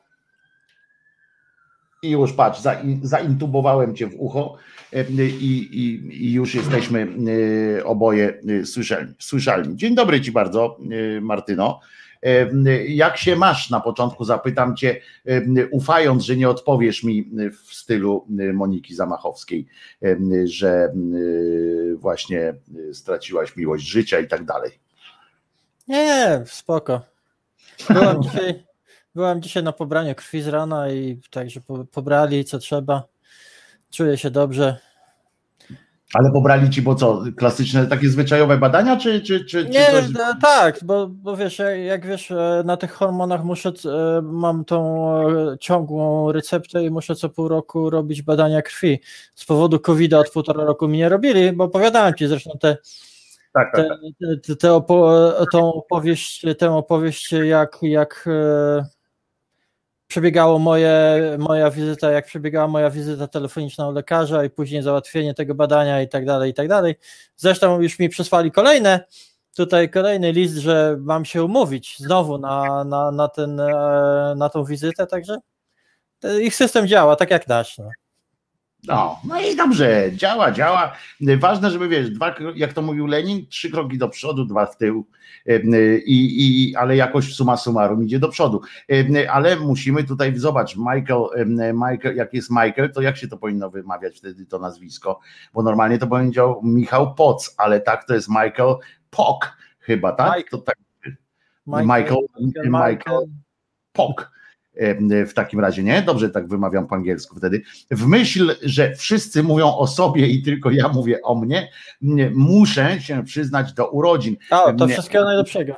I już patrz, zaintubowałem cię w ucho i, i, i już jesteśmy oboje słyszalni, słyszalni. Dzień dobry ci bardzo, Martyno. Jak się masz? Na początku zapytam cię, ufając, że nie odpowiesz mi w stylu Moniki Zamachowskiej, że właśnie straciłaś miłość życia i tak dalej. Nie, nie, spoko. Byłam dzisiaj, byłam dzisiaj na pobraniu krwi z rana i także pobrali co trzeba. Czuję się dobrze. Ale pobrali ci, bo co, klasyczne takie zwyczajowe badania, czy, czy, czy, nie, czy coś... tak, bo, bo wiesz, jak wiesz, na tych hormonach muszę, mam tą ciągłą receptę i muszę co pół roku robić badania krwi. Z powodu kowida od półtora roku mi nie robili, bo opowiadałem ci zresztą te, tak, tak, te, tak. te, te opo, tą opowieść, tę opowieść, jak, jak przebiegało moje, moja wizyta, jak przebiegała moja wizyta telefoniczna u lekarza i później załatwienie tego badania i tak dalej, i tak dalej. Zresztą już mi przysłali kolejne, tutaj kolejny list, że mam się umówić znowu na, na, na, ten, na tą wizytę, także ich system działa tak jak nasz. No. No, no i dobrze, działa, działa. Ważne, żeby wiesz, dwa, jak to mówił Lenin, trzy kroki do przodu, dwa w tył, i, i, ale jakoś summa summarum idzie do przodu. Ale musimy tutaj, zobacz, Michael, Michael, jak jest Michael, to jak się to powinno wymawiać wtedy to nazwisko? Bo normalnie to powiedział Michał Poc, ale tak to jest Michael Pok chyba, tak? Michael, to tak. Michael, Michael, Michael, Michael, Michael Pok. W takim razie, nie? Dobrze tak wymawiam po angielsku wtedy. W myśl, że wszyscy mówią o sobie i tylko ja mówię o mnie, muszę się przyznać do urodzin. O, to wszystkiego najlepszego.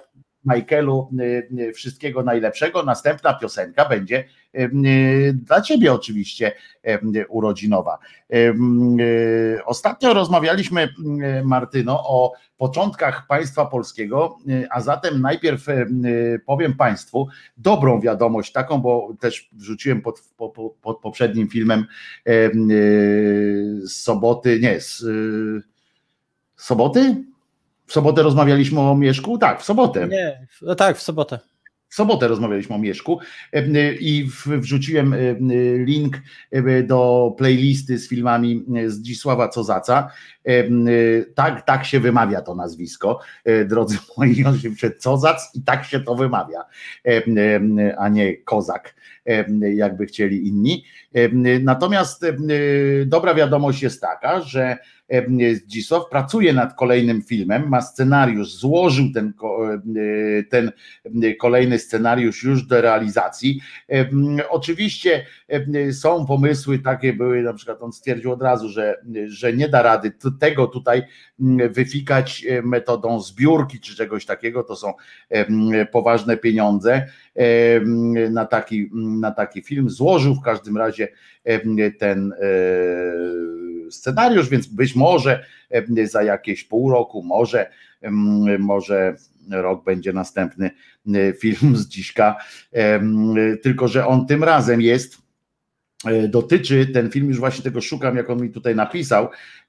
Michaelu, wszystkiego najlepszego. Następna piosenka będzie dla ciebie oczywiście urodzinowa. Ostatnio rozmawialiśmy, Martyno, o początkach państwa polskiego, a zatem najpierw powiem państwu dobrą wiadomość taką, bo też wrzuciłem pod, pod, pod poprzednim filmem z soboty, nie, z soboty? W sobotę rozmawialiśmy o Mieszku? Tak, w sobotę. Nie, tak, w sobotę. W sobotę rozmawialiśmy o Mieszku i wrzuciłem link do playlisty z filmami Zdzisława Cozaca. Tak, tak się wymawia to nazwisko, drodzy moi, on się pisze Cozac i tak się to wymawia, a nie Kozak, jakby chcieli inni. Natomiast dobra wiadomość jest taka, że Zdzisław pracuje nad kolejnym filmem, ma scenariusz, złożył ten, ten kolejny scenariusz już do realizacji. Oczywiście są pomysły, takie były, na przykład on stwierdził od razu, że, że nie da rady tego tutaj wyfikać metodą zbiórki czy czegoś takiego, to są poważne pieniądze na taki, na taki film. Złożył w każdym razie ten scenariusz, więc być może za jakieś pół roku, może, może rok będzie następny film z Dziśka, tylko że on tym razem jest, dotyczy, ten film już właśnie tego szukam, jak on mi tutaj napisał.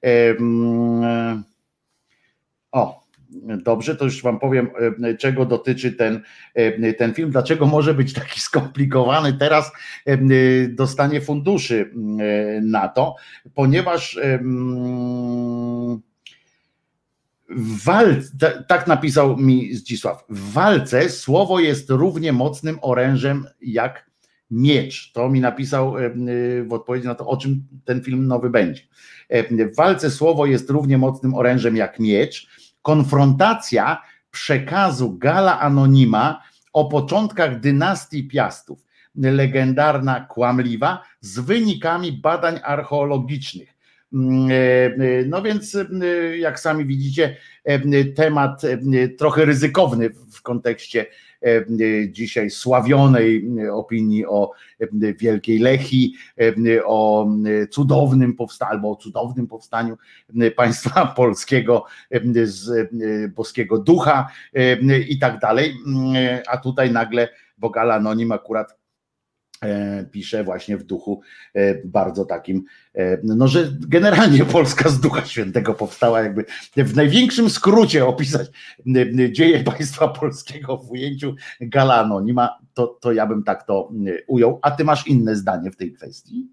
O, dobrze, to już wam powiem, czego dotyczy ten, ten film, dlaczego może być taki skomplikowany. Teraz dostanie funduszy na to, ponieważ w walce, tak napisał mi Zdzisław, w walce słowo jest równie mocnym orężem jak miecz. To mi napisał w odpowiedzi na to, o czym ten film nowy będzie. W walce słowo jest równie mocnym orężem jak miecz. Konfrontacja przekazu Gala Anonima o początkach dynastii Piastów, legendarna, kłamliwa, z wynikami badań archeologicznych. No więc, jak sami widzicie, temat trochę ryzykowny w kontekście dzisiaj sławionej opinii o wielkiej Lechii, o cudownym powstaniu, albo o cudownym powstaniu państwa polskiego z boskiego ducha i tak dalej, a tutaj nagle Bogala Anonim akurat pisze właśnie w duchu bardzo takim, no że generalnie Polska z Ducha Świętego powstała, jakby w największym skrócie opisać dzieje państwa polskiego w ujęciu Gala Anonima, to, to ja bym tak to ujął. A ty masz inne zdanie w tej kwestii?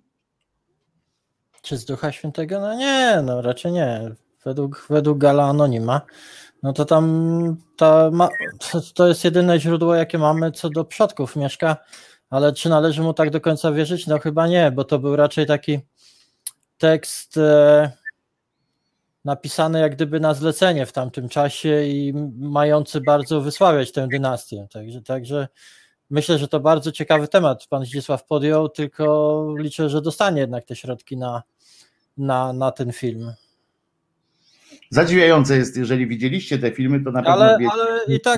Czy z Ducha Świętego? No nie, no raczej nie. Według, według Gala Anonima, no to tam ta ma, to, to jest jedyne źródło, jakie mamy co do przodków Mieszka. Ale czy należy mu tak do końca wierzyć? No chyba nie, bo to był raczej taki tekst e, napisany jak gdyby na zlecenie w tamtym czasie i mający bardzo wysławiać tę dynastię. Także, także myślę, że to bardzo ciekawy temat pan Zdzisław podjął, tylko liczę, że dostanie jednak te środki na, na, na ten film. Zadziwiające jest, jeżeli widzieliście te filmy, to na pewno ale, wiecie. Ale i tak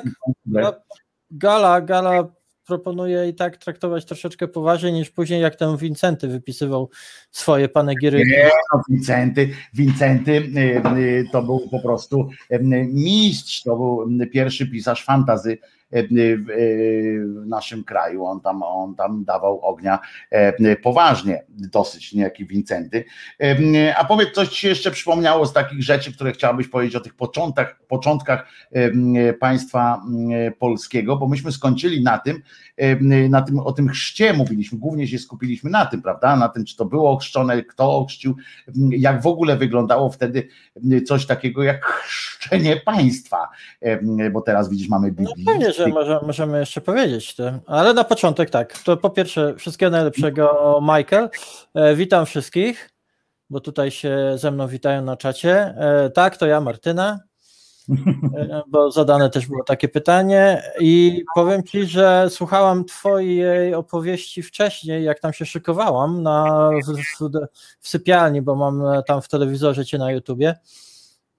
Gala, Gala proponuję i tak traktować troszeczkę poważniej niż później, jak ten Wincenty wypisywał swoje panegiryki. Nie, no Wincenty, Wincenty to był po prostu mistrz, to był pierwszy pisarz fantasy w naszym kraju. On tam, on tam dawał ognia poważnie, dosyć, niejaki Wincenty. A powiedz, coś ci się jeszcze przypomniało z takich rzeczy, które chciałabyś powiedzieć o tych początkach, początkach państwa polskiego, bo myśmy skończyli na tym, na tym, o tym chrzcie mówiliśmy, głównie się skupiliśmy na tym, prawda, na tym, czy to było ochrzczone, kto ochrzcił, jak w ogóle wyglądało wtedy coś takiego jak chrzczenie państwa, bo teraz widzisz, mamy Biblię. No pewnie, że może, możemy jeszcze powiedzieć, ale na początek tak, to po pierwsze wszystkiego najlepszego, Michael, witam wszystkich, bo tutaj się ze mną witają na czacie, tak, to ja, Martyna, bo zadane też było takie pytanie i powiem ci, że słuchałam twojej opowieści wcześniej, jak tam się szykowałam na, w, w, w sypialni, bo mam tam w telewizorze cię na YouTubie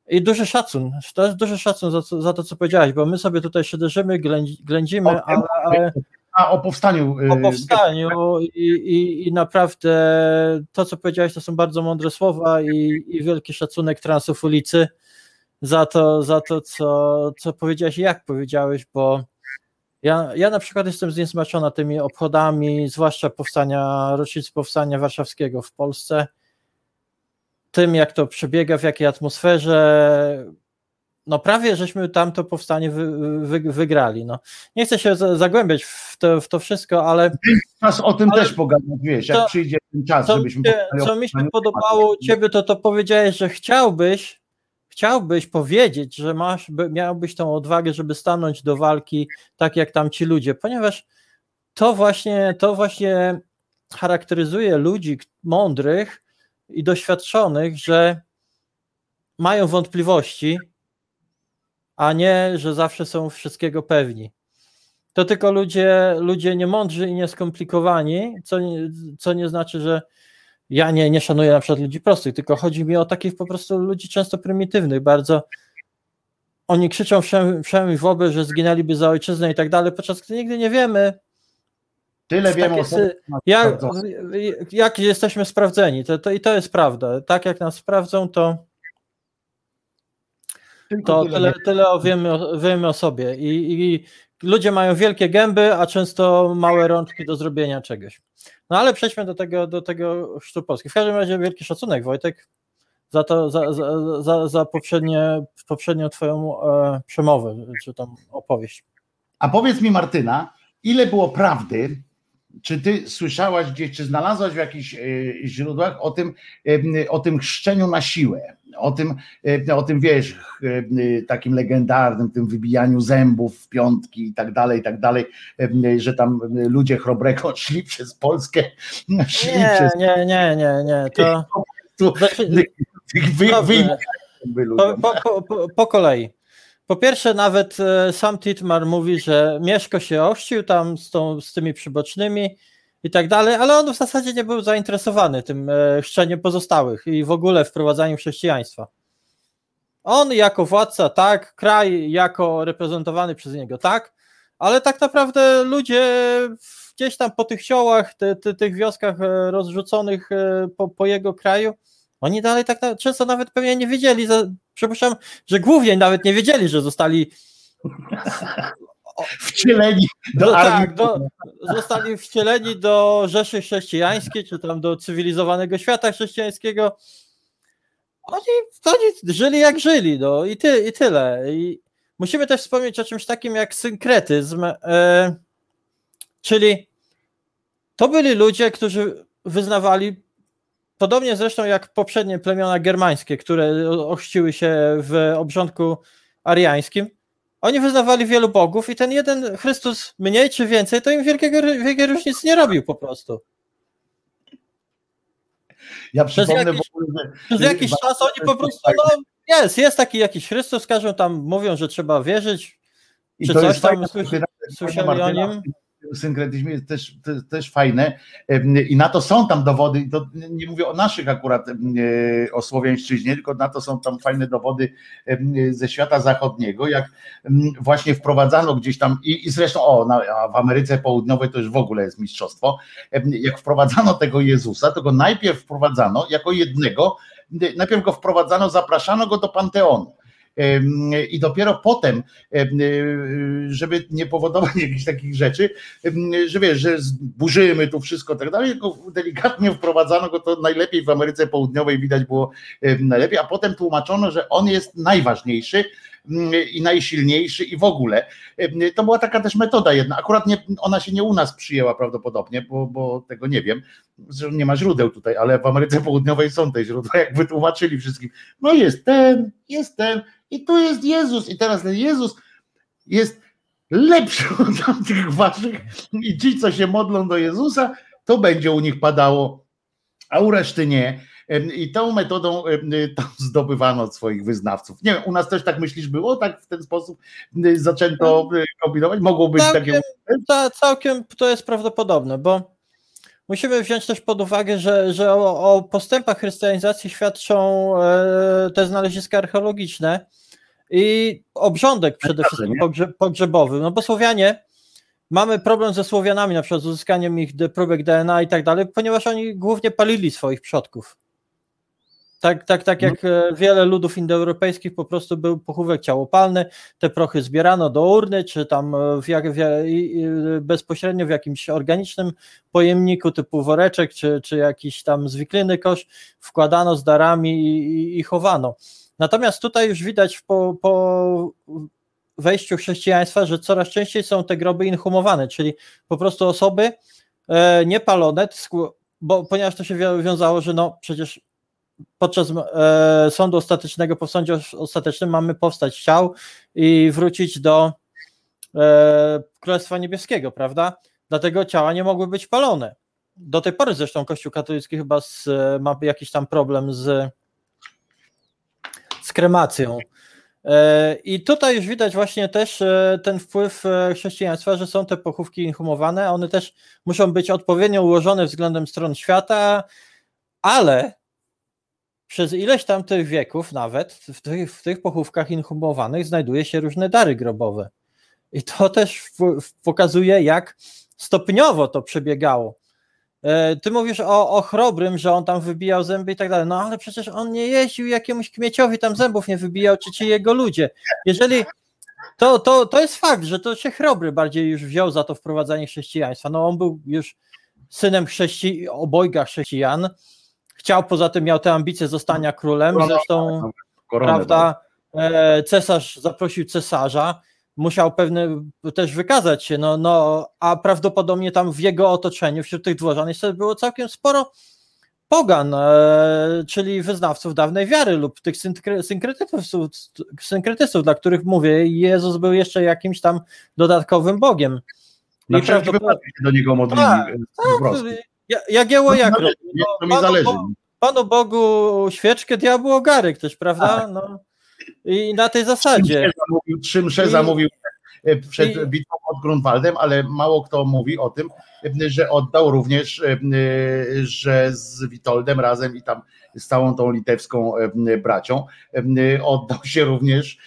I duży szacun, to jest duży szacun za, za to, co powiedziałeś, bo my sobie tutaj szyderzymy, ględzimy, ale, ale a o powstaniu. O powstaniu i, i, i naprawdę to, co powiedziałeś, to są bardzo mądre słowa i, i wielki szacunek Transów ulicy za to, za to co, co powiedziałeś i jak powiedziałeś, bo ja, ja na przykład jestem zniesmaczona tymi obchodami, zwłaszcza powstania, rocznicy powstania warszawskiego w Polsce, tym jak to przebiega, w jakiej atmosferze. No prawie żeśmy tam to powstanie wy, wy, wygrali. No. Nie chcę się zagłębiać w to, w to wszystko, ale... Czas o tym też pogadać, wiesz, jak to, przyjdzie ten czas, co żebyśmy... Cię, co mi się podobało u ciebie, to to powiedziałeś, że chciałbyś, chciałbyś powiedzieć, że masz, miałbyś tą odwagę, żeby stanąć do walki tak jak tam ci ludzie, ponieważ to właśnie, to właśnie charakteryzuje ludzi mądrych i doświadczonych, że mają wątpliwości, a nie, że zawsze są wszystkiego pewni. To tylko ludzie, ludzie niemądrzy i nieskomplikowani, co nie, co nie znaczy, że ja nie, nie szanuję na przykład ludzi prostych, tylko chodzi mi o takich po prostu ludzi często prymitywnych, bardzo. Oni krzyczą wszem i wobec, że zginęliby za ojczyznę i tak dalej, podczas gdy nigdy nie wiemy, Tyle wiemy o sobie, jak, jak jesteśmy sprawdzeni, to, to i to jest prawda. Tak jak nas sprawdzą, to to tyle, tyle, tyle wiemy, wiemy o sobie. I, I ludzie mają wielkie gęby, a często małe rączki do zrobienia czegoś. No ale przejdźmy do tego, do tego chrztu Polski. W każdym razie wielki szacunek, Wojtek, za to, za, za, za, za poprzednie, poprzednią twoją e, przemowę, czy tam opowieść. A powiedz mi, Martyna, ile było prawdy? Czy ty słyszałaś gdzieś, czy znalazłaś w jakichś y, źródłach o tym, y, o tym chrzczeniu na siłę, o tym, y, o tym wiesz, y, takim legendarnym, tym wybijaniu zębów w piątki i tak dalej, i tak dalej, y, że tam ludzie Chrobrego szli przez Polskę. Szli nie, przez... nie, nie, nie, nie, to... Znaczy, wy, wy, wy, po, po, po, po kolei. Po pierwsze, nawet sam Titmar mówi, że Mieszko się ochrzcił tam z, tą, z tymi przybocznymi i tak dalej, ale on w zasadzie nie był zainteresowany tym chrzczeniem pozostałych i w ogóle wprowadzaniem chrześcijaństwa. On jako władca tak, kraj jako reprezentowany przez niego tak, ale tak naprawdę ludzie gdzieś tam po tych siołach, ty, ty, tych wioskach rozrzuconych po, po jego kraju, oni dalej tak na, często nawet pewnie nie wiedzieli, za, przepraszam, że głównie nawet nie wiedzieli, że zostali wcieleni do, do armii. Tak, do, zostali wcieleni do Rzeszy Chrześcijańskiej, czy tam do cywilizowanego świata chrześcijańskiego. Oni, oni żyli jak żyli, no i, ty, i tyle. I musimy też wspomnieć o czymś takim jak synkretyzm, e, czyli to byli ludzie, którzy wyznawali, podobnie zresztą jak poprzednie plemiona germańskie, które ochrzciły się w obrządku ariańskim, oni wyznawali wielu bogów i ten jeden Chrystus mniej czy więcej, to im wielkiego, wielkiej różnicy nie robił po prostu. Ja przypomnę, przez jakiś, w ogóle, że... przez jakiś czas oni po prostu, no jest, jest taki jakiś Chrystus, każą tam, mówią, że trzeba wierzyć, I czy to coś jest tam fajne, słyszeli o nim. Synkretyzmie jest też, też, też fajne i na to są tam dowody, i to nie mówię o naszych akurat, o słowiańszczyźnie, tylko na to są tam fajne dowody ze świata zachodniego, jak właśnie wprowadzano gdzieś tam i, i zresztą o, na, w Ameryce Południowej to już w ogóle jest mistrzostwo, jak wprowadzano tego Jezusa, to go najpierw wprowadzano jako jednego, najpierw go wprowadzano, zapraszano go do Panteonu. I dopiero potem, żeby nie powodować jakichś takich rzeczy, że wiesz, że zburzymy tu wszystko i tak dalej, tylko delikatnie wprowadzano go, to najlepiej w Ameryce Południowej widać było najlepiej, a potem tłumaczono, że on jest najważniejszy i najsilniejszy i w ogóle. To była taka też metoda jedna, akurat nie, ona się nie u nas przyjęła prawdopodobnie, bo, bo tego nie wiem, że nie ma źródeł tutaj, ale w Ameryce Południowej są te źródła, jak wytłumaczyli wszystkim, no jest ten, jest ten, i tu jest Jezus i teraz ten Jezus jest lepszy od tamtych waszych i ci, co się modlą do Jezusa, to będzie u nich padało, a u reszty nie. I tą metodą tam zdobywano od swoich wyznawców. Nie wiem, u nas też tak myślisz było? Tak w ten sposób zaczęto kombinować? Mogło być całkiem, takie... Ta, całkiem to jest prawdopodobne, bo musimy wziąć też pod uwagę, że, że o, o postępach chrystianizacji świadczą e, te znaleziska archeologiczne i obrządek przede wszystkim pogrze, pogrzebowy, no bo Słowianie, mamy problem ze Słowianami, na przykład z uzyskaniem ich próbek D N A i tak dalej, ponieważ oni głównie palili swoich przodków. Tak, tak, tak jak wiele ludów indoeuropejskich, po prostu był pochówek ciałopalny, te prochy zbierano do urny, czy tam w, jak, w, bezpośrednio w jakimś organicznym pojemniku typu woreczek, czy, czy jakiś tam zwikliny kosz, wkładano z darami i, i, i chowano. Natomiast tutaj już widać po, po wejściu chrześcijaństwa, że coraz częściej są te groby inhumowane, czyli po prostu osoby e, niepalone, bo, ponieważ to się wiązało, że no przecież podczas e, sądu ostatecznego, po sądzie ostatecznym mamy powstać ciał i wrócić do e, Królestwa Niebieskiego, prawda? Dlatego ciała nie mogły być palone. Do tej pory zresztą Kościół katolicki chyba z, ma jakiś tam problem z, z kremacją. E, I tutaj już widać właśnie też e, ten wpływ chrześcijaństwa, że są te pochówki inhumowane, one też muszą być odpowiednio ułożone względem stron świata, ale przez ileś tam tych wieków nawet w tych, w tych pochówkach inhumowanych znajduje się różne dary grobowe. I to też w, w, pokazuje, jak stopniowo to przebiegało. E, ty mówisz o, o Chrobrym, że on tam wybijał zęby i tak dalej, no ale przecież on nie jeździł jakiemuś kmieciowi, tam zębów nie wybijał, czy ci jego ludzie. Jeżeli to, to, to jest fakt, że to się Chrobry bardziej już wziął za to wprowadzanie chrześcijaństwa. No on był już synem chrześci- obojga chrześcijan. Chciał, poza tym miał tę ambicję zostania królem, zresztą koronę, prawda, e, cesarz zaprosił cesarza, musiał pewnie też wykazać się, no, no, a prawdopodobnie tam w jego otoczeniu, wśród tych dworzan jeszcze było całkiem sporo pogan, e, czyli wyznawców dawnej wiary lub tych synkretyzmów, synkretyzmów, dla których, mówię, Jezus był jeszcze jakimś tam dodatkowym Bogiem. Na wszelki wypadek się do niego modlili. Tak, tak, Jagiełło jak no, to mi zależy. Panu, Panu Bogu świeczkę, diabłu ogarek też, prawda? No. I na tej zasadzie. Trzy msze zamówił przed i, bitwą pod Grunwaldem, ale mało kto mówi o tym, że oddał również, że z Witoldem razem i tam z całą tą litewską bracią oddał się również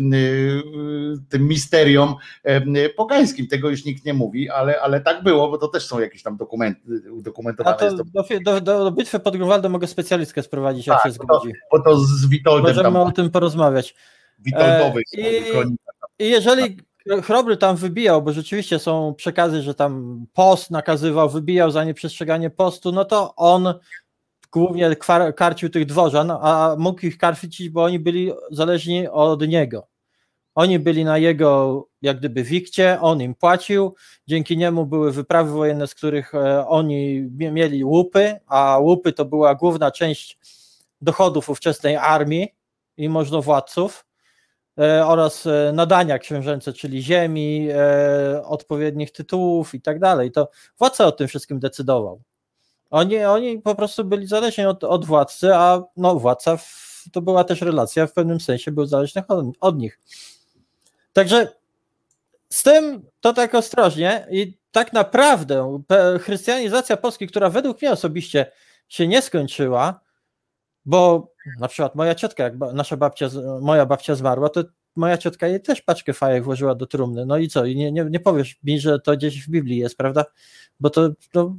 tym misteriom pogańskim. Tego już nikt nie mówi, ale, ale tak było, bo to też są jakieś tam dokumenty udokumentowane. A to do, do, do, do bitwy pod Grunwaldem mogę specjalistkę sprowadzić, jak tak, się zgodzi. Bo to z Witoldem. Możemy tam o tym porozmawiać. Witoldowy. E, i, I jeżeli Chrobry tam wybijał, bo rzeczywiście są przekazy, że tam post nakazywał, wybijał za nieprzestrzeganie postu, no to on głównie karcił tych dworzan, a mógł ich karcić, bo oni byli zależni od niego. Oni byli na jego jak gdyby wikcie, on im płacił, dzięki niemu były wyprawy wojenne, z których oni mieli łupy, a łupy to była główna część dochodów ówczesnej armii i możnowładców, oraz nadania książęce, czyli ziemi, e, odpowiednich tytułów i tak dalej. To władca o tym wszystkim decydował. Oni, oni po prostu byli zależni od, od władcy, a no władca w, to była też relacja, w pewnym sensie był zależny od, od nich. Także z tym to tak ostrożnie i tak naprawdę chrystianizacja Polski, która według mnie osobiście się nie skończyła, bo na przykład moja ciotka, jak nasza babcia, moja babcia zmarła, to moja ciotka jej też paczkę fajek włożyła do trumny. No i co? I nie, nie, nie powiesz mi, że to gdzieś w Biblii jest, prawda? Bo to, to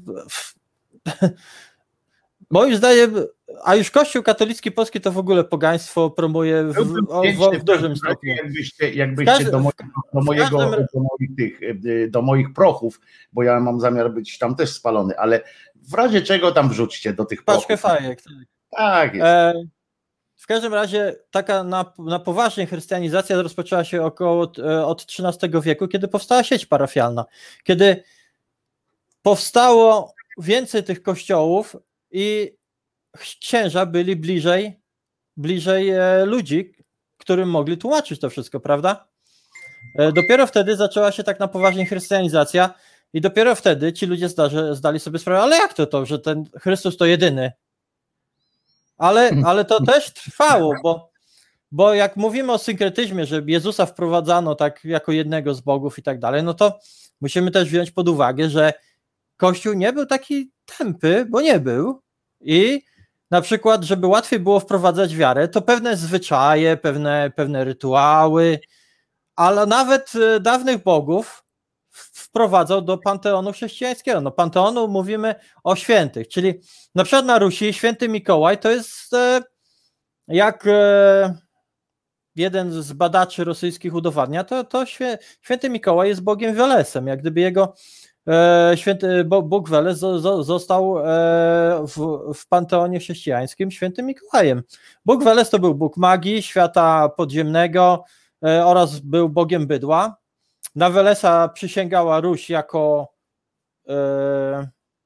moim zdaniem, a już Kościół katolicki polski to w ogóle pogaństwo promuje w, w, w, w dużym stopniu. Jakbyście, jakbyście każdym, do mojego, do, mojego każdym... do, moich tych, do moich prochów, bo ja mam zamiar być tam też spalony, ale w razie czego tam wrzućcie do tych prochów. Paczkę fajek. Tak. Tak jest. E, w każdym razie taka na, na poważnie chrystianizacja rozpoczęła się około od trzynastego wieku, kiedy powstała sieć parafialna, kiedy powstało więcej tych kościołów i księża byli bliżej, bliżej ludzi, którym mogli tłumaczyć to wszystko, prawda? Dopiero wtedy zaczęła się tak na poważnie chrystianizacja i dopiero wtedy ci ludzie zdarzy, zdali sobie sprawę, ale jak to to, że ten Chrystus to jedyny? Ale, ale to też trwało, bo, bo jak mówimy o synkretyzmie, że Jezusa wprowadzano tak jako jednego z bogów i tak dalej, no to musimy też wziąć pod uwagę, że Kościół nie był taki tępy, bo nie był i na przykład, żeby łatwiej było wprowadzać wiarę, to pewne zwyczaje, pewne, pewne rytuały, ale nawet dawnych bogów wprowadzał do panteonu chrześcijańskiego. No panteonu mówimy o świętych, czyli na przykład na Rusi święty Mikołaj to jest jak jeden z badaczy rosyjskich udowadnia, to, to święty Mikołaj jest Bogiem Welesem, jak gdyby jego święty Bóg Weles został w, w panteonie chrześcijańskim świętym Mikołajem. Bóg Weles to był Bóg magii, świata podziemnego oraz był Bogiem bydła. Na Welesa przysięgała Ruś jako e,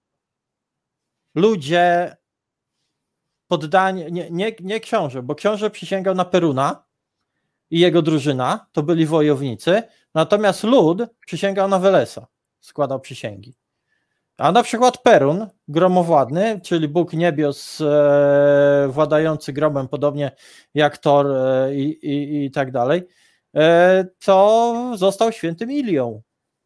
ludzie poddani, nie, nie, nie książę, bo książę przysięgał na Peruna i jego drużyna, to byli wojownicy, natomiast lud przysięgał na Welesa, składał przysięgi. A na przykład Perun, gromowładny, czyli Bóg niebios e, władający gromem, podobnie jak Thor e, i, i, i tak dalej, to został świętym Ilią.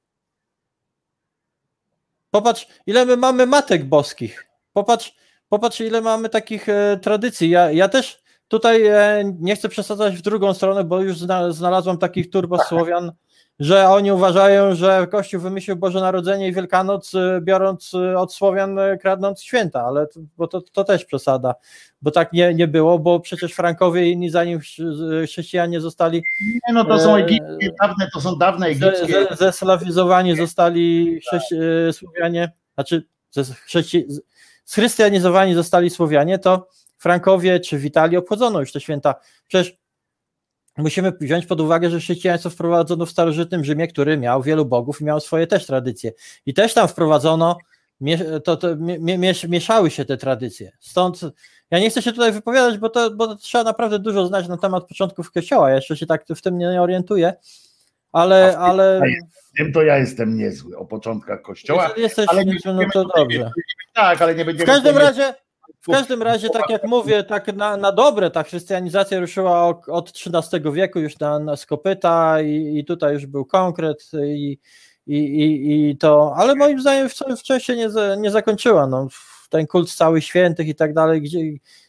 Popatrz, ile my mamy matek boskich. Popatrz, popatrz ile mamy takich e, tradycji. Ja, ja też tutaj e, nie chcę przesadzać w drugą stronę, bo już zna, znalazłam takich turbosłowian, że oni uważają, że Kościół wymyślił Boże Narodzenie i Wielkanoc, biorąc od Słowian, kradnąc święta, ale to, bo to, to też przesada, bo tak nie, nie było, bo przecież Frankowie i inni, zanim chrześcijanie zostali... Nie, no to są egipskie, dawne, to są dawne egipskie... Zeslawizowani zostali chrześci, Słowianie, znaczy chrześci, schrystianizowani zostali Słowianie, to Frankowie czy w Italii obchodzono już te święta. Przecież musimy wziąć pod uwagę, że chrześcijaństwo wprowadzono w starożytnym Rzymie, który miał wielu bogów i miał swoje też tradycje. I też tam wprowadzono, to, to mieszały się te tradycje. Stąd ja nie chcę się tutaj wypowiadać, bo to, bo to trzeba naprawdę dużo znać na temat początków Kościoła. Ja jeszcze się tak w tym nie orientuję, ale... W ale... tym to ja jestem niezły o początkach Kościoła. Jeżeli jesteś ale niezły, no to dobrze. Tak, ale nie będziemy... W każdym razie... W każdym razie, tak jak mówię, tak na, na dobre ta chrystianizacja ruszyła od, od trzynastego wieku już na, na Skopyta i, i tutaj już był konkret i, i, i, i to, ale moim zdaniem wcześniej nie, nie zakończyła. No, ten kult całych świętych i tak dalej, gdzie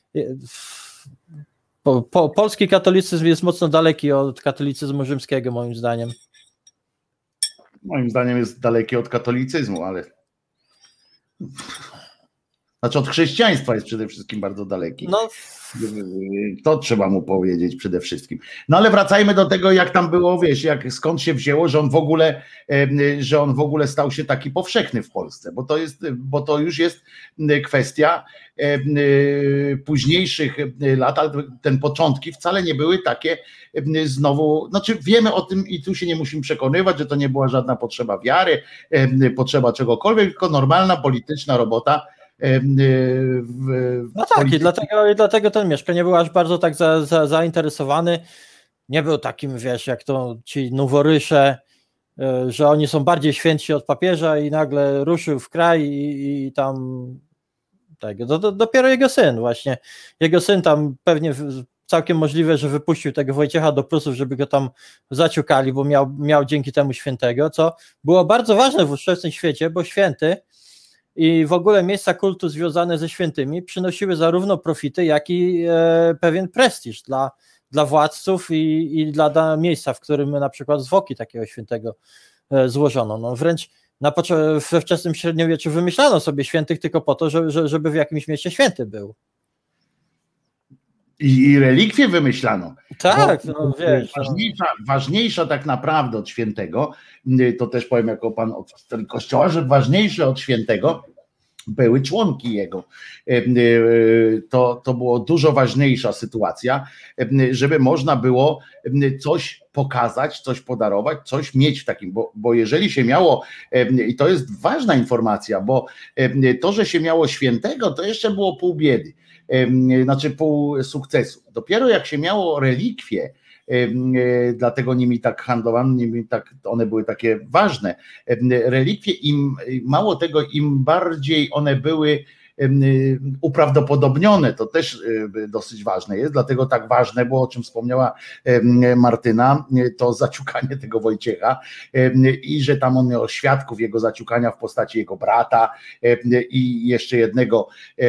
po, po, polski katolicyzm jest mocno daleki od katolicyzmu rzymskiego, moim zdaniem. Moim zdaniem jest daleki od katolicyzmu, ale... Znaczy od chrześcijaństwa jest przede wszystkim bardzo daleki. No. To trzeba mu powiedzieć przede wszystkim. No ale wracajmy do tego, jak tam było, wiesz, jak, skąd się wzięło, że on w ogóle, że on w ogóle stał się taki powszechny w Polsce, bo to jest, bo to już jest kwestia późniejszych lat, ale ten początki wcale nie były takie znowu, znaczy wiemy o tym i tu się nie musimy przekonywać, że to nie była żadna potrzeba wiary, potrzeba czegokolwiek, tylko normalna polityczna robota. W, no tak, i dlatego, i dlatego ten Mieszko nie był aż bardzo tak za, za, zainteresowany, nie był takim, wiesz, jak to ci noworysze, że oni są bardziej święci od papieża i nagle ruszył w kraj i, i tam tego, do, do, dopiero jego syn właśnie, jego syn tam pewnie całkiem możliwe, że wypuścił tego Wojciecha do Prusów, żeby go tam zaciukali, bo miał, miał dzięki temu świętego, co było bardzo ważne w ówczesnym świecie, bo święty i w ogóle miejsca kultu związane ze świętymi przynosiły zarówno profity, jak i e, pewien prestiż dla, dla władców i, i dla, dla miejsca, w którym na przykład zwłoki takiego świętego e, złożono. No wręcz na we wczesnym średniowieczu wymyślano sobie świętych tylko po to, żeby, żeby w jakimś mieście święty był. I, i relikwie wymyślano. Tak, no wiesz. Ważniejsza, no. ważniejsza tak naprawdę od świętego, to też powiem jako pan od historii Kościoła, że ważniejsze od świętego były członki jego. To, to było dużo ważniejsza sytuacja, żeby można było coś pokazać, coś podarować, coś mieć w takim, bo, bo jeżeli się miało, i to jest ważna informacja, bo to, że się miało świętego, to jeszcze było pół biedy. Znaczy pół sukcesu. Dopiero jak się miało relikwie, dlatego nimi tak handlowano, nimi tak, one były takie ważne. Relikwie, im mało tego, im bardziej one były uprawdopodobnione, to też dosyć ważne jest, dlatego tak ważne było, o czym wspomniała Martyna, to zaciukanie tego Wojciecha i że tam on miał świadków jego zaciukania w postaci jego brata i jeszcze jednego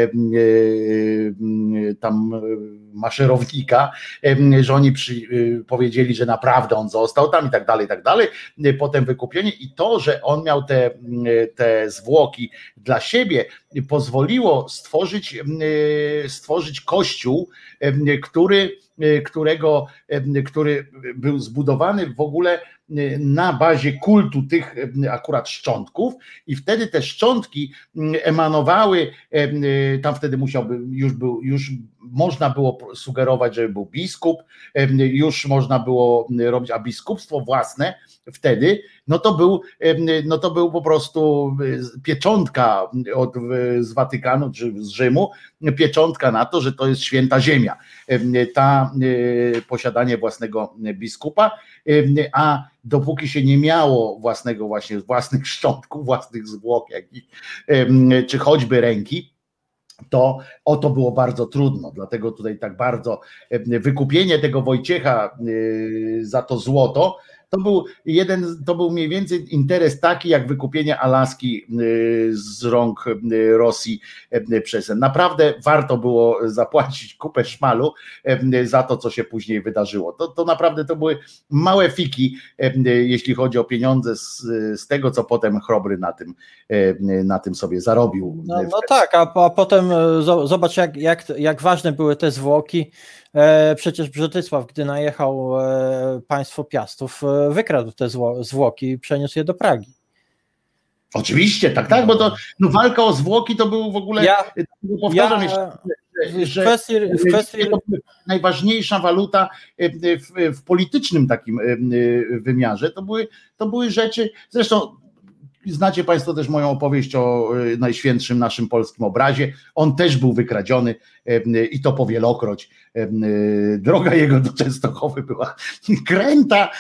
tam maszerownika, że oni przy, powiedzieli, że naprawdę on został tam i tak dalej, i tak dalej, potem wykupienie i to, że on miał te, te zwłoki dla siebie, pozwoliło stworzyć, stworzyć kościół, który, którego, który był zbudowany w ogóle na bazie kultu tych akurat szczątków i wtedy te szczątki emanowały, tam wtedy musiałby, już był, już można było sugerować, że był biskup, już można było robić, a biskupstwo własne wtedy, no to był, no to był po prostu pieczątka od, z Watykanu czy z Rzymu, pieczątka na to, że to jest święta ziemia, ta posiadanie własnego biskupa, a dopóki się nie miało własnego właśnie, własnych szczątków, własnych zwłok, jakich, czy choćby ręki, to o to było bardzo trudno, dlatego tutaj tak bardzo wykupienie tego Wojciecha za to złoto, to był jeden, to był mniej więcej interes taki jak wykupienie Alaski z rąk Rosji przez ten. Naprawdę warto było zapłacić kupę szmalu za to, co się później wydarzyło. To, to naprawdę to były małe fiki, jeśli chodzi o pieniądze z, z tego, co potem Chrobry na tym, na tym sobie zarobił. No, no tak, a, a potem zobacz jak, jak, jak ważne były te zwłoki. Przecież Brzydysław, gdy najechał państwo Piastów, wykradł te zwłoki i przeniósł je do Pragi. Oczywiście, tak, tak, bo to no, walka o zwłoki to był w ogóle, ja, powtarzam ja, jeszcze, że w kwestii, w kwestii... to najważniejsza waluta w, w politycznym takim wymiarze, to były, to były rzeczy, zresztą znacie Państwo też moją opowieść o najświętszym naszym polskim obrazie. On też był wykradziony i to powielokroć. Droga jego do Częstochowy była kręta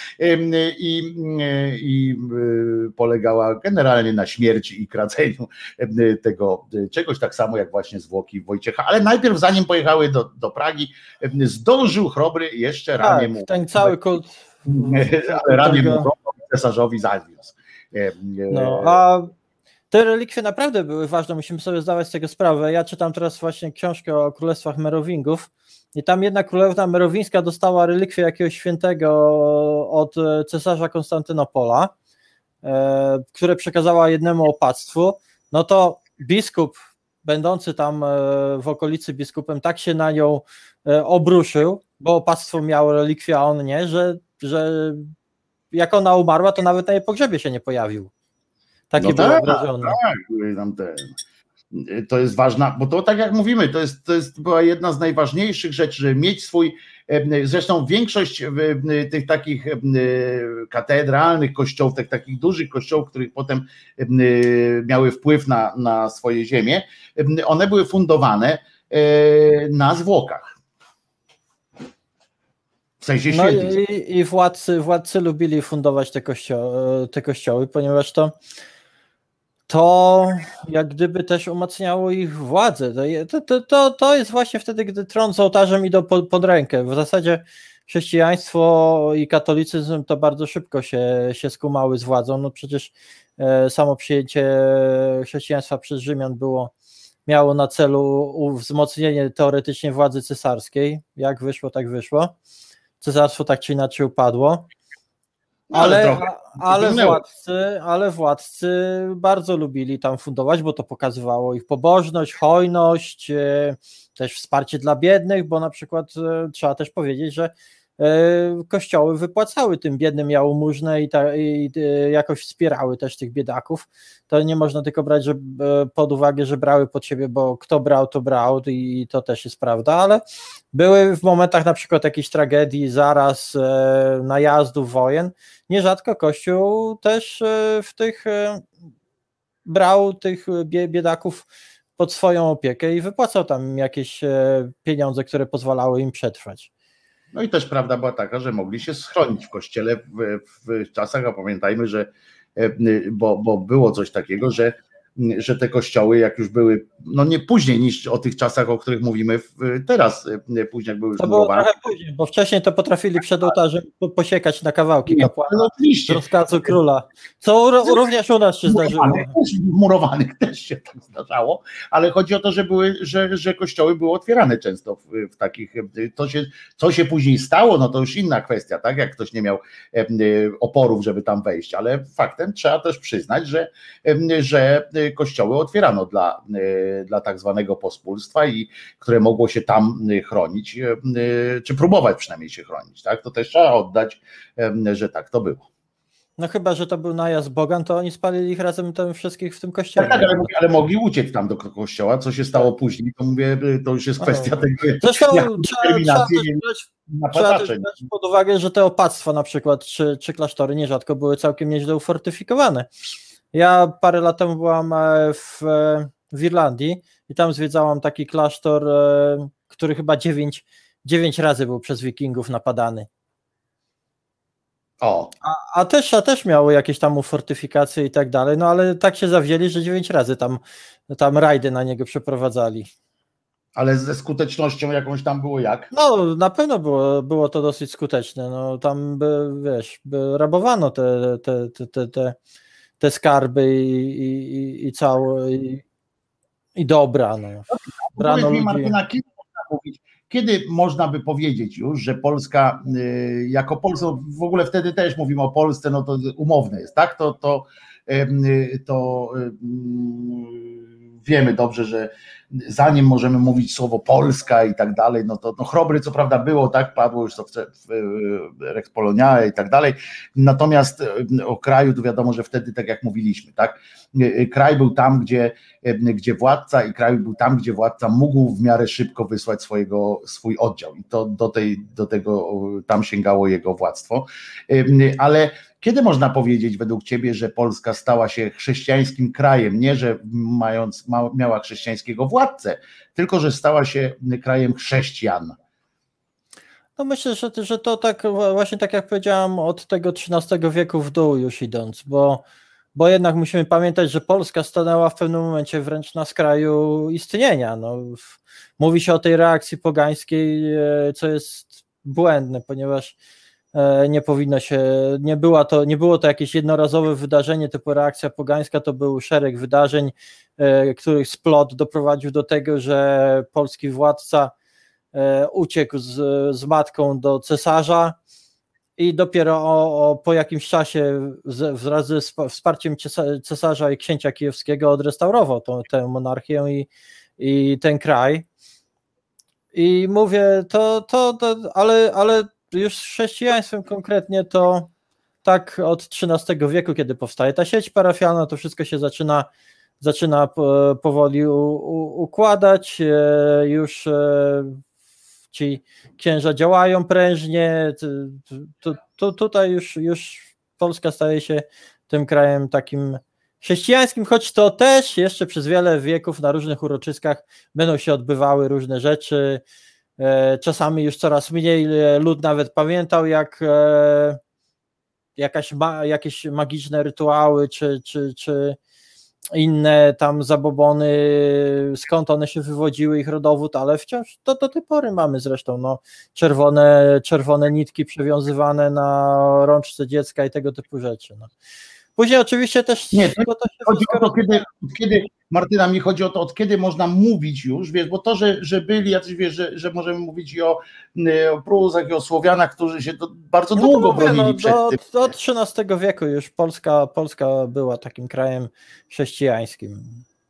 i, i polegała generalnie na śmierci i kradzeniu tego czegoś, tak samo jak właśnie zwłoki Wojciecha. Ale najpierw, zanim pojechały do, do Pragi, zdążył Chrobry jeszcze tak, ramię mu. Ten cały kult. Ramię mu cesarzowi zawiózł. No, a te relikwie naprawdę były ważne, musimy sobie zdawać z tego sprawę. Ja czytam teraz właśnie książkę o królestwach Merowingów i tam jedna królewna merowińska dostała relikwię jakiegoś świętego od cesarza Konstantynopola, e, które przekazała jednemu opactwu. No to biskup, będący tam w okolicy biskupem, tak się na nią obruszył, bo opactwo miało relikwię, a on nie, że, że jak ona umarła, to nawet na jej pogrzebie się nie pojawił. Taki no był tak, obrażony. Tak, tam ten. To jest ważna, bo to tak jak mówimy, to jest, to jest była jedna z najważniejszych rzeczy, żeby mieć swój, zresztą większość tych takich katedralnych kościołów, tych takich dużych kościołów, których potem miały wpływ na, na swoje ziemię, one były fundowane na zwłokach. W sensie no świętych. i, i władcy, władcy lubili fundować te kościoły, te kościoły, ponieważ to to jak gdyby też umacniało ich władzę. To, to, to, to jest właśnie wtedy, gdy tron z ołtarzem idą pod, pod rękę. W zasadzie chrześcijaństwo i katolicyzm to bardzo szybko się, się skumały z władzą. No przecież e, samo przyjęcie chrześcijaństwa przez Rzymian było, miało na celu wzmocnienie teoretycznie władzy cesarskiej. Jak wyszło, tak wyszło. Cesarstwo tak czy inaczej upadło. Ale, ale, ale, władcy, ale władcy bardzo lubili tam fundować, bo to pokazywało ich pobożność, hojność, też wsparcie dla biednych, bo na przykład trzeba też powiedzieć, że kościoły wypłacały tym biednym jałmużnę i, ta, i jakoś wspierały też tych biedaków. To nie można tylko brać że, pod uwagę, że brały pod siebie, bo kto brał, to brał i to też jest prawda, ale były w momentach na przykład jakiejś tragedii, zaraz najazdów, wojen, nierzadko Kościół też w tych brał tych biedaków pod swoją opiekę i wypłacał tam jakieś pieniądze, które pozwalały im przetrwać. No i też prawda była taka, że mogli się schronić w kościele w, w czasach, a pamiętajmy, że bo, bo było coś takiego, że że te kościoły, jak już były, no nie później niż o tych czasach, o których mówimy teraz, później jak były już to było murowane. trochę później, bo wcześniej to potrafili przed ołtarzem posiekać na kawałki Nie, kapłana no oczywiście. z rozkazu króla, co również u nas się zdarzyło. Murowanych też, murowanych też się tak zdarzało, ale chodzi o to, że były, że, że kościoły były otwierane często w, w takich, to się, co się później stało, no to już inna kwestia, tak, jak ktoś nie miał oporów, żeby tam wejść, ale faktem trzeba też przyznać, że, że kościoły otwierano dla, dla tak zwanego pospólstwa i które mogło się tam chronić, czy próbować przynajmniej się chronić, tak, to też trzeba oddać, że tak to było. No chyba, że to był najazd Bogan, to oni spalili ich razem tam wszystkich w tym kościele. Tak, tak ale, ale mogli uciec tam do kościoła, co się stało później, to mówię, to już jest kwestia no. tego, Zresztą jak trzeba, trzeba, też brać, trzeba też brać pod uwagę, że te opactwa na przykład, czy, czy klasztory nierzadko były całkiem nieźle ufortyfikowane. Ja parę lat temu byłam w, w Irlandii i tam zwiedzałam taki klasztor, który chyba dziewięć, dziewięć razy był przez wikingów napadany. O. A, a, też, a też miało jakieś tam ufortyfikacje i tak dalej, no ale tak się zawzięli, że dziewięć razy tam, tam rajdy na niego przeprowadzali. Ale ze skutecznością jakąś tam było jak? No na pewno było, było to dosyć skuteczne, no tam by, wiesz, by rabowano te, te, te, te, te, te skarby i, i, i całe i, i dobra, no. Brano ludzi... Martyna, kiedy można mówić, kiedy można by powiedzieć już, że Polska y, jako Polska, w ogóle wtedy też mówimy o Polsce, no to umowne jest, tak? To, to, y, to y, wiemy dobrze, że zanim możemy mówić słowo Polska i tak dalej, no to no Chrobry co prawda było, tak, padło już to w, w Rex Poloniae i tak dalej, natomiast o kraju to wiadomo, że wtedy tak jak mówiliśmy, tak, kraj był tam, gdzie, gdzie władca i kraj był tam, gdzie władca mógł w miarę szybko wysłać swojego, swój oddział i to do, tej, do tego tam sięgało jego władztwo, ale kiedy można powiedzieć według ciebie, że Polska stała się chrześcijańskim krajem, nie że mając, ma, miała chrześcijańskiego władcę, tylko że stała się krajem chrześcijan? No myślę, że, że to tak właśnie tak jak powiedziałam, od tego trzynastego wieku w dół już idąc, bo, bo jednak musimy pamiętać, że Polska stanęła w pewnym momencie wręcz na skraju istnienia. No, mówi się o tej reakcji pogańskiej, co jest błędne, ponieważ nie powinno się, nie, była to, nie było to jakieś jednorazowe wydarzenie typu reakcja pogańska, to był szereg wydarzeń, których splot doprowadził do tego, że polski władca uciekł z, z matką do cesarza i dopiero o, o, po jakimś czasie z, wraz ze wsparciem cesarza i księcia kijowskiego odrestaurował tą, tę monarchię i, i ten kraj. I mówię, to, to, to ale, ale już z chrześcijaństwem konkretnie to tak od trzynastego wieku, kiedy powstaje ta sieć parafialna, to wszystko się zaczyna, zaczyna powoli u, u, układać, już ci księża działają prężnie, to, to, tutaj już, już Polska staje się tym krajem takim chrześcijańskim, choć to też jeszcze przez wiele wieków na różnych uroczyskach będą się odbywały różne rzeczy. Czasami już coraz mniej lud nawet pamiętał, jak jakaś ma, jakieś magiczne rytuały, czy, czy, czy inne tam zabobony, skąd one się wywodziły, ich rodowód, ale wciąż to do tej pory mamy zresztą no, czerwone, czerwone nitki przewiązywane na rączce dziecka i tego typu rzeczy. No. Później oczywiście też... Nie, to, to się chodzi o to, kiedy, kiedy, Martyna, mi chodzi o to, od kiedy można mówić już, wiesz, bo to, że, że byli jacyś, wiesz, że, że możemy mówić i o, o Prusach, i o Słowianach, którzy się to bardzo no długo to mówię, bronili no, przed do, tym. do trzynastego wieku już Polska, Polska była takim krajem chrześcijańskim.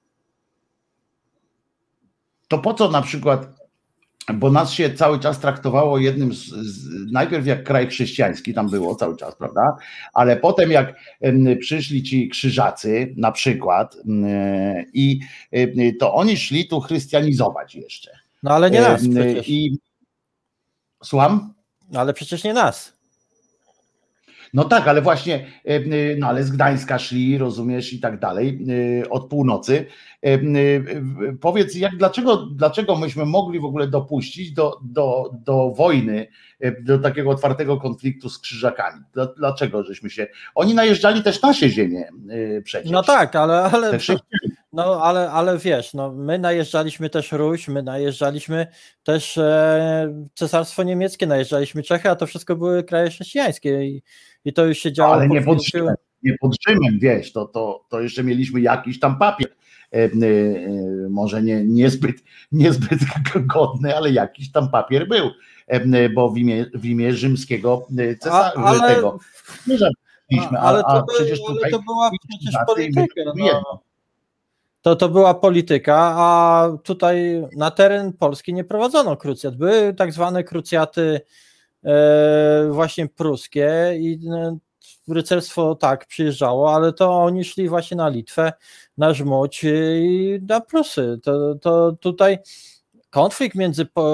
To po co na przykład, bo nas się cały czas traktowało jednym z, z najpierw jak kraj chrześcijański, tam było cały czas, prawda? Ale potem jak m, przyszli ci krzyżacy na przykład m, i m, to oni szli tu chrystianizować jeszcze. No ale nie nas przecież. I... Słucham? Ale przecież nie nas. No tak, ale właśnie, no ale z Gdańska szli, rozumiesz, i tak dalej, od północy. Powiedz, jak, dlaczego, dlaczego myśmy mogli w ogóle dopuścić do, do, do wojny, do takiego otwartego konfliktu z Krzyżakami? Dlaczego żeśmy się... Oni najeżdżali też nasze ziemię przecież. No tak, ale, ale, no, ale, ale wiesz, no, my najeżdżaliśmy też Ruś, my najeżdżaliśmy też e, Cesarstwo Niemieckie, najeżdżaliśmy Czechy, a to wszystko były kraje chrześcijańskie i, i to już się działo. Ale nie pod Rzymem, nie pod Rzymem, wiesz, to, to, to jeszcze mieliśmy jakiś tam papier. E, e, może nie, niezbyt, niezbyt godny, ale jakiś tam papier był, e, bo w imię, w imię rzymskiego cesarza, ale, tego nie żartowaliśmy, a, ale, to, a by, przecież ale tutaj to była przecież polityka. No. To, to była polityka, a tutaj na teren Polski nie prowadzono krucjat. Były tak zwane krucjaty e, właśnie pruskie i e, rycerstwo tak przyjeżdżało, ale to oni szli właśnie na Litwę, na Żmudź i na Prusy. To, to tutaj konflikt między po,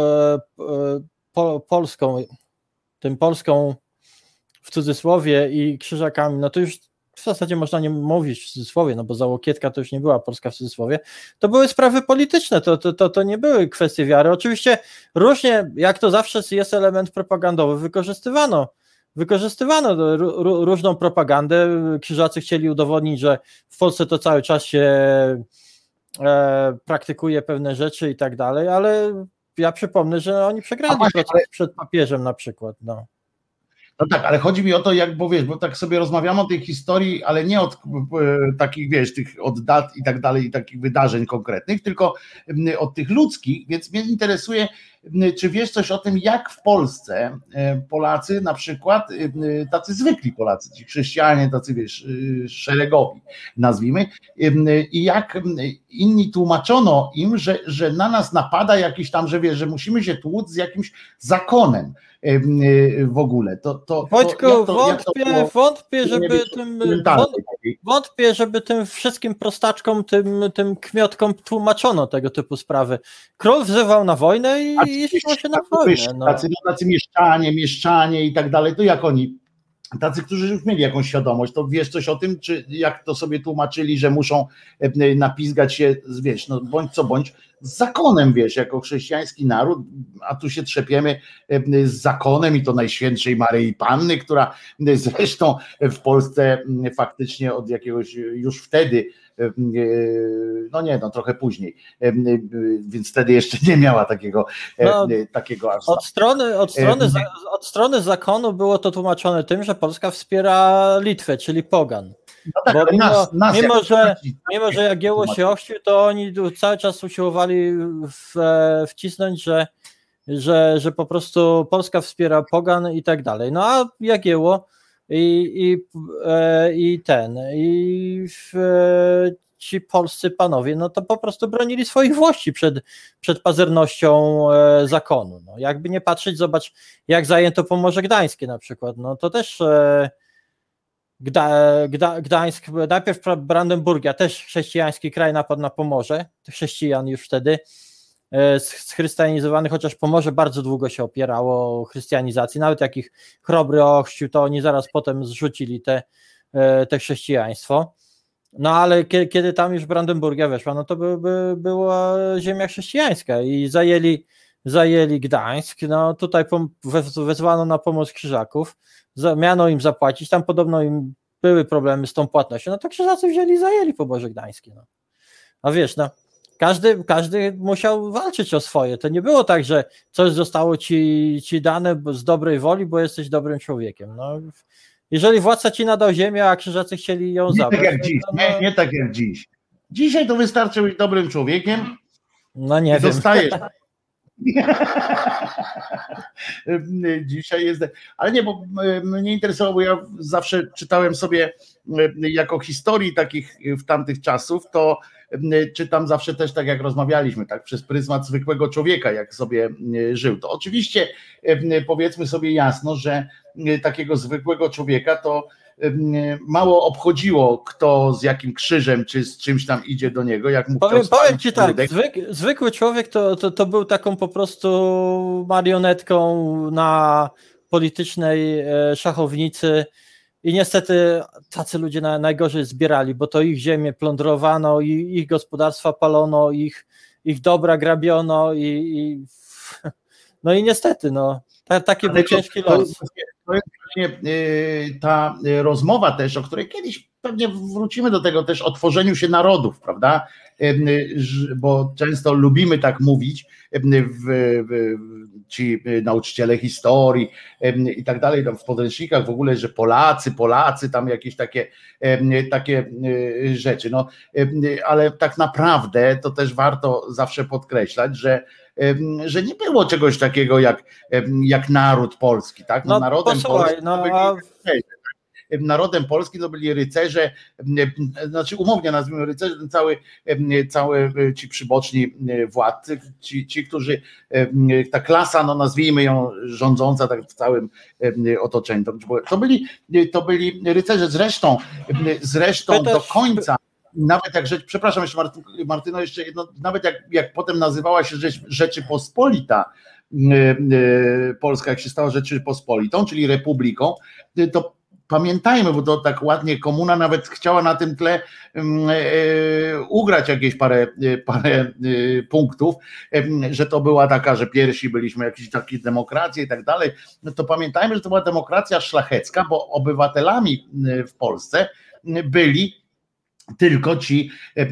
po, Polską, tym Polską w cudzysłowie i Krzyżakami, no to już w zasadzie można nie mówić w cudzysłowie, no bo za Łokietka to już nie była Polska w cudzysłowie, to były sprawy polityczne, to, to, to, to nie były kwestie wiary. Oczywiście różnie, jak to zawsze jest element propagandowy, wykorzystywano Wykorzystywano różną propagandę. Krzyżacy chcieli udowodnić, że w Polsce to cały czas się e, praktykuje pewne rzeczy i tak dalej, ale ja przypomnę, że oni przegrali właśnie, proces ale... przed papieżem na przykład. No. No tak, ale chodzi mi o to, jak, bo wiesz, bo tak sobie rozmawiamy o tej historii, ale nie od e, takich, wiesz, tych od dat i tak dalej, i takich wydarzeń konkretnych, tylko e, od tych ludzkich, więc mnie interesuje, e, czy wiesz coś o tym, jak w Polsce e, Polacy, na przykład, e, tacy zwykli Polacy, ci chrześcijanie, tacy, wiesz, e, szeregowi, nazwijmy, e, i jak inni tłumaczono im, że, że na nas napada jakiś tam, że wiesz, że musimy się tłuc z jakimś zakonem w ogóle. To, to, Wojtku, to, jak to, wątpię, jak to było, wątpię, żeby tym wątpię, żeby tym wszystkim prostaczkom, tym, tym kmiotkom tłumaczono tego typu sprawy. Król wzywał na wojnę i szło się na wojnę. No. Tacy, tacy mieszczanie, mieszczanie i tak dalej, to jak oni, tacy, którzy już mieli jakąś świadomość, to wiesz coś o tym, czy jak to sobie tłumaczyli, że muszą napizgać się, wiesz, no bądź co bądź, z zakonem, wiesz, jako chrześcijański naród, a tu się trzepiemy z zakonem i to Najświętszej Maryi Panny, która zresztą w Polsce faktycznie od jakiegoś już wtedy, no nie, no trochę później, więc wtedy jeszcze nie miała takiego, no, takiego aż od strony, od strony, od strony zakonu było to tłumaczone tym, że Polska wspiera Litwę, czyli pogan. No tak, bo mimo, nas, nas mimo, że, mimo, że Jagiełło się ochrzcił, to oni cały czas usiłowali w, wcisnąć, że, że, że po prostu Polska wspiera pogan i tak dalej. No a Jagiełło i, i, i ten, i w, ci polscy panowie, no to po prostu bronili swoich włości przed, przed pazernością zakonu. No, jakby nie patrzeć, zobacz, jak zajęto Pomorze Gdańskie na przykład, no to też Gda, Gda, Gdańsk, najpierw Brandenburgia, też chrześcijański kraj, napadł na Pomorze, chrześcijan już wtedy schrystianizowany, chociaż Pomorze bardzo długo się opierało o chrystianizacji, nawet jak ich Chrobry ochrzcił, to oni zaraz potem zrzucili te, te chrześcijaństwo. No ale kiedy, kiedy tam już Brandenburgia weszła, no to by, by była ziemia chrześcijańska i zajęli, zajęli Gdańsk, no tutaj wezwano na pomoc Krzyżaków, miano im zapłacić, tam podobno im były problemy z tą płatnością, no to Krzyżacy wzięli i zajęli Pomorze Gdańskie. No. A wiesz, no, każdy, każdy musiał walczyć o swoje, to nie było tak, że coś zostało ci, ci dane z dobrej woli, bo jesteś dobrym człowiekiem. No, jeżeli władca ci nadał ziemię, a Krzyżacy chcieli ją nie zabrać. Tak jak dziś, no, nie, nie tak jak dziś. Dzisiaj to wystarczy być dobrym człowiekiem. No nie wiem. Dostajesz. Dzisiaj jest, ale nie, bo mnie interesowało, bo ja zawsze czytałem sobie jako historii takich w tamtych czasów, to czytam zawsze też tak jak rozmawialiśmy, tak przez pryzmat zwykłego człowieka, jak sobie żył. To oczywiście powiedzmy sobie jasno, że takiego zwykłego człowieka to mało obchodziło, kto z jakim krzyżem czy z czymś tam idzie do niego, jak mu powiem, powiem ci tak, zwyk, zwykły człowiek to, to, to był taką po prostu marionetką na politycznej szachownicy i niestety tacy ludzie na, najgorzej zbierali, bo to ich ziemię plądrowano, i ich gospodarstwa palono, ich, ich dobra grabiono i, i no i niestety, no, ta, taki był ciężki los. To jest właśnie ta rozmowa też, o której kiedyś pewnie wrócimy do tego też, o tworzeniu się narodów, prawda? Bo często lubimy tak mówić, w, w, ci nauczyciele historii i tak dalej, tam w podręcznikach w ogóle, że Polacy, Polacy, tam jakieś takie, takie rzeczy. No, ale tak naprawdę to też warto zawsze podkreślać, że że nie było czegoś takiego jak, jak naród polski, tak? No, no narodem posłuchaj, polskim no, byli a... rycerze, tak? Narodem polskim to byli rycerze, znaczy umownie nazwijmy rycerze, ten cały, cały ci przyboczni władcy, ci, ci, którzy, ta klasa, no nazwijmy ją rządząca tak w całym otoczeniu, to byli, to byli rycerze, zresztą, zresztą do końca. Nawet jak rzecz, przepraszam jeszcze Marty, Martyno, jeszcze jedno, nawet jak, jak potem nazywała się Rzecz, Rzeczypospolita yy, yy, Polska, jak się stała Rzeczypospolitą, czyli Republiką, yy, to pamiętajmy, bo to tak ładnie komuna nawet chciała na tym tle yy, ugrać jakieś parę, yy, parę yy, punktów, yy, że to była taka, że pierwsi byliśmy jakieś takie demokracje i tak dalej, no to pamiętajmy, że to była demokracja szlachecka, bo obywatelami w Polsce byli tylko ci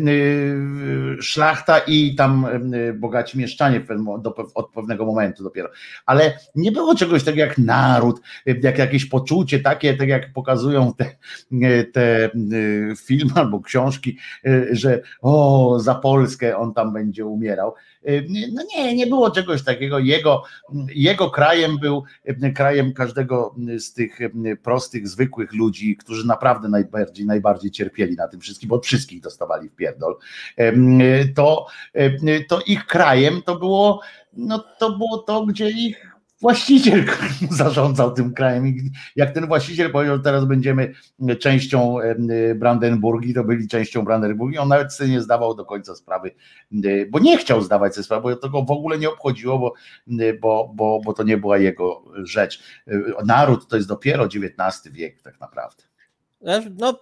szlachta i tam bogaci mieszczanie od pewnego momentu dopiero. Ale nie było czegoś takiego jak naród, jak jakieś poczucie takie, tak jak pokazują te, te filmy albo książki, że o, za Polskę on tam będzie umierał. No nie, nie było czegoś takiego. Jego, jego krajem był krajem każdego z tych prostych, zwykłych ludzi, którzy naprawdę najbardziej, najbardziej cierpieli na tym wszystkim, bo od wszystkich dostawali w pierdol. To, to ich krajem to było, no to było to, gdzie ich właściciel zarządzał tym krajem. I jak ten właściciel powiedział, teraz będziemy częścią Brandenburgii, to byli częścią Brandenburgii, on nawet sobie nie zdawał do końca sprawy, bo nie chciał zdawać sobie sprawy, bo to go w ogóle nie obchodziło, bo, bo, bo, bo to nie była jego rzecz. Naród to jest dopiero dziewiętnasty wiek tak naprawdę. No,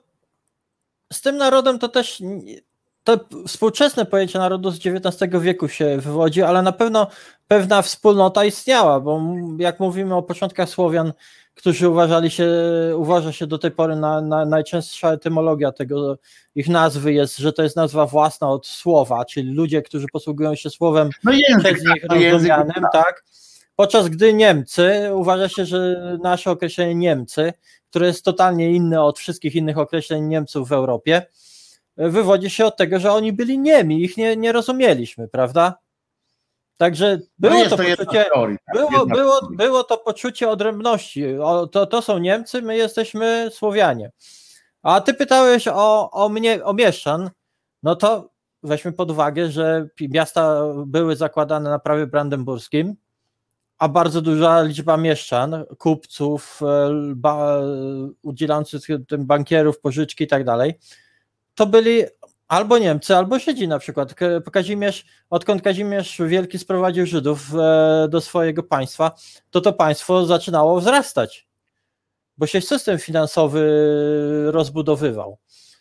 z tym narodem to też... To współczesne pojęcie narodu z dziewiętnastego wieku się wywodzi, ale na pewno pewna wspólnota istniała, bo jak mówimy o początkach Słowian, którzy uważali się, uważa się do tej pory na, na najczęstsza etymologia tego ich nazwy jest, że to jest nazwa własna od słowa, czyli ludzie, którzy posługują się słowem no język, przez nich tak, rozumianym, język, tak. Podczas gdy Niemcy, uważa się, że nasze określenie Niemcy, które jest totalnie inne od wszystkich innych określeń Niemców w Europie, wywodzi się od tego, że oni byli niemi, ich nie, nie rozumieliśmy, prawda? Także było no to, to poczucie, teorii, tak, było, było, było to poczucie odrębności. O, to, to są Niemcy, my jesteśmy Słowianie. A ty pytałeś o, o mnie, o mieszczan, no to weźmy pod uwagę, że miasta były zakładane na prawie brandenburskim, a bardzo duża liczba mieszczan, kupców, ba, udzielających tym bankierów, pożyczki i tak dalej, to byli albo Niemcy, albo Żydzi na przykład. Kazimierz, odkąd Kazimierz Wielki sprowadził Żydów do swojego państwa, to to państwo zaczynało wzrastać, bo się system finansowy rozbudowywał.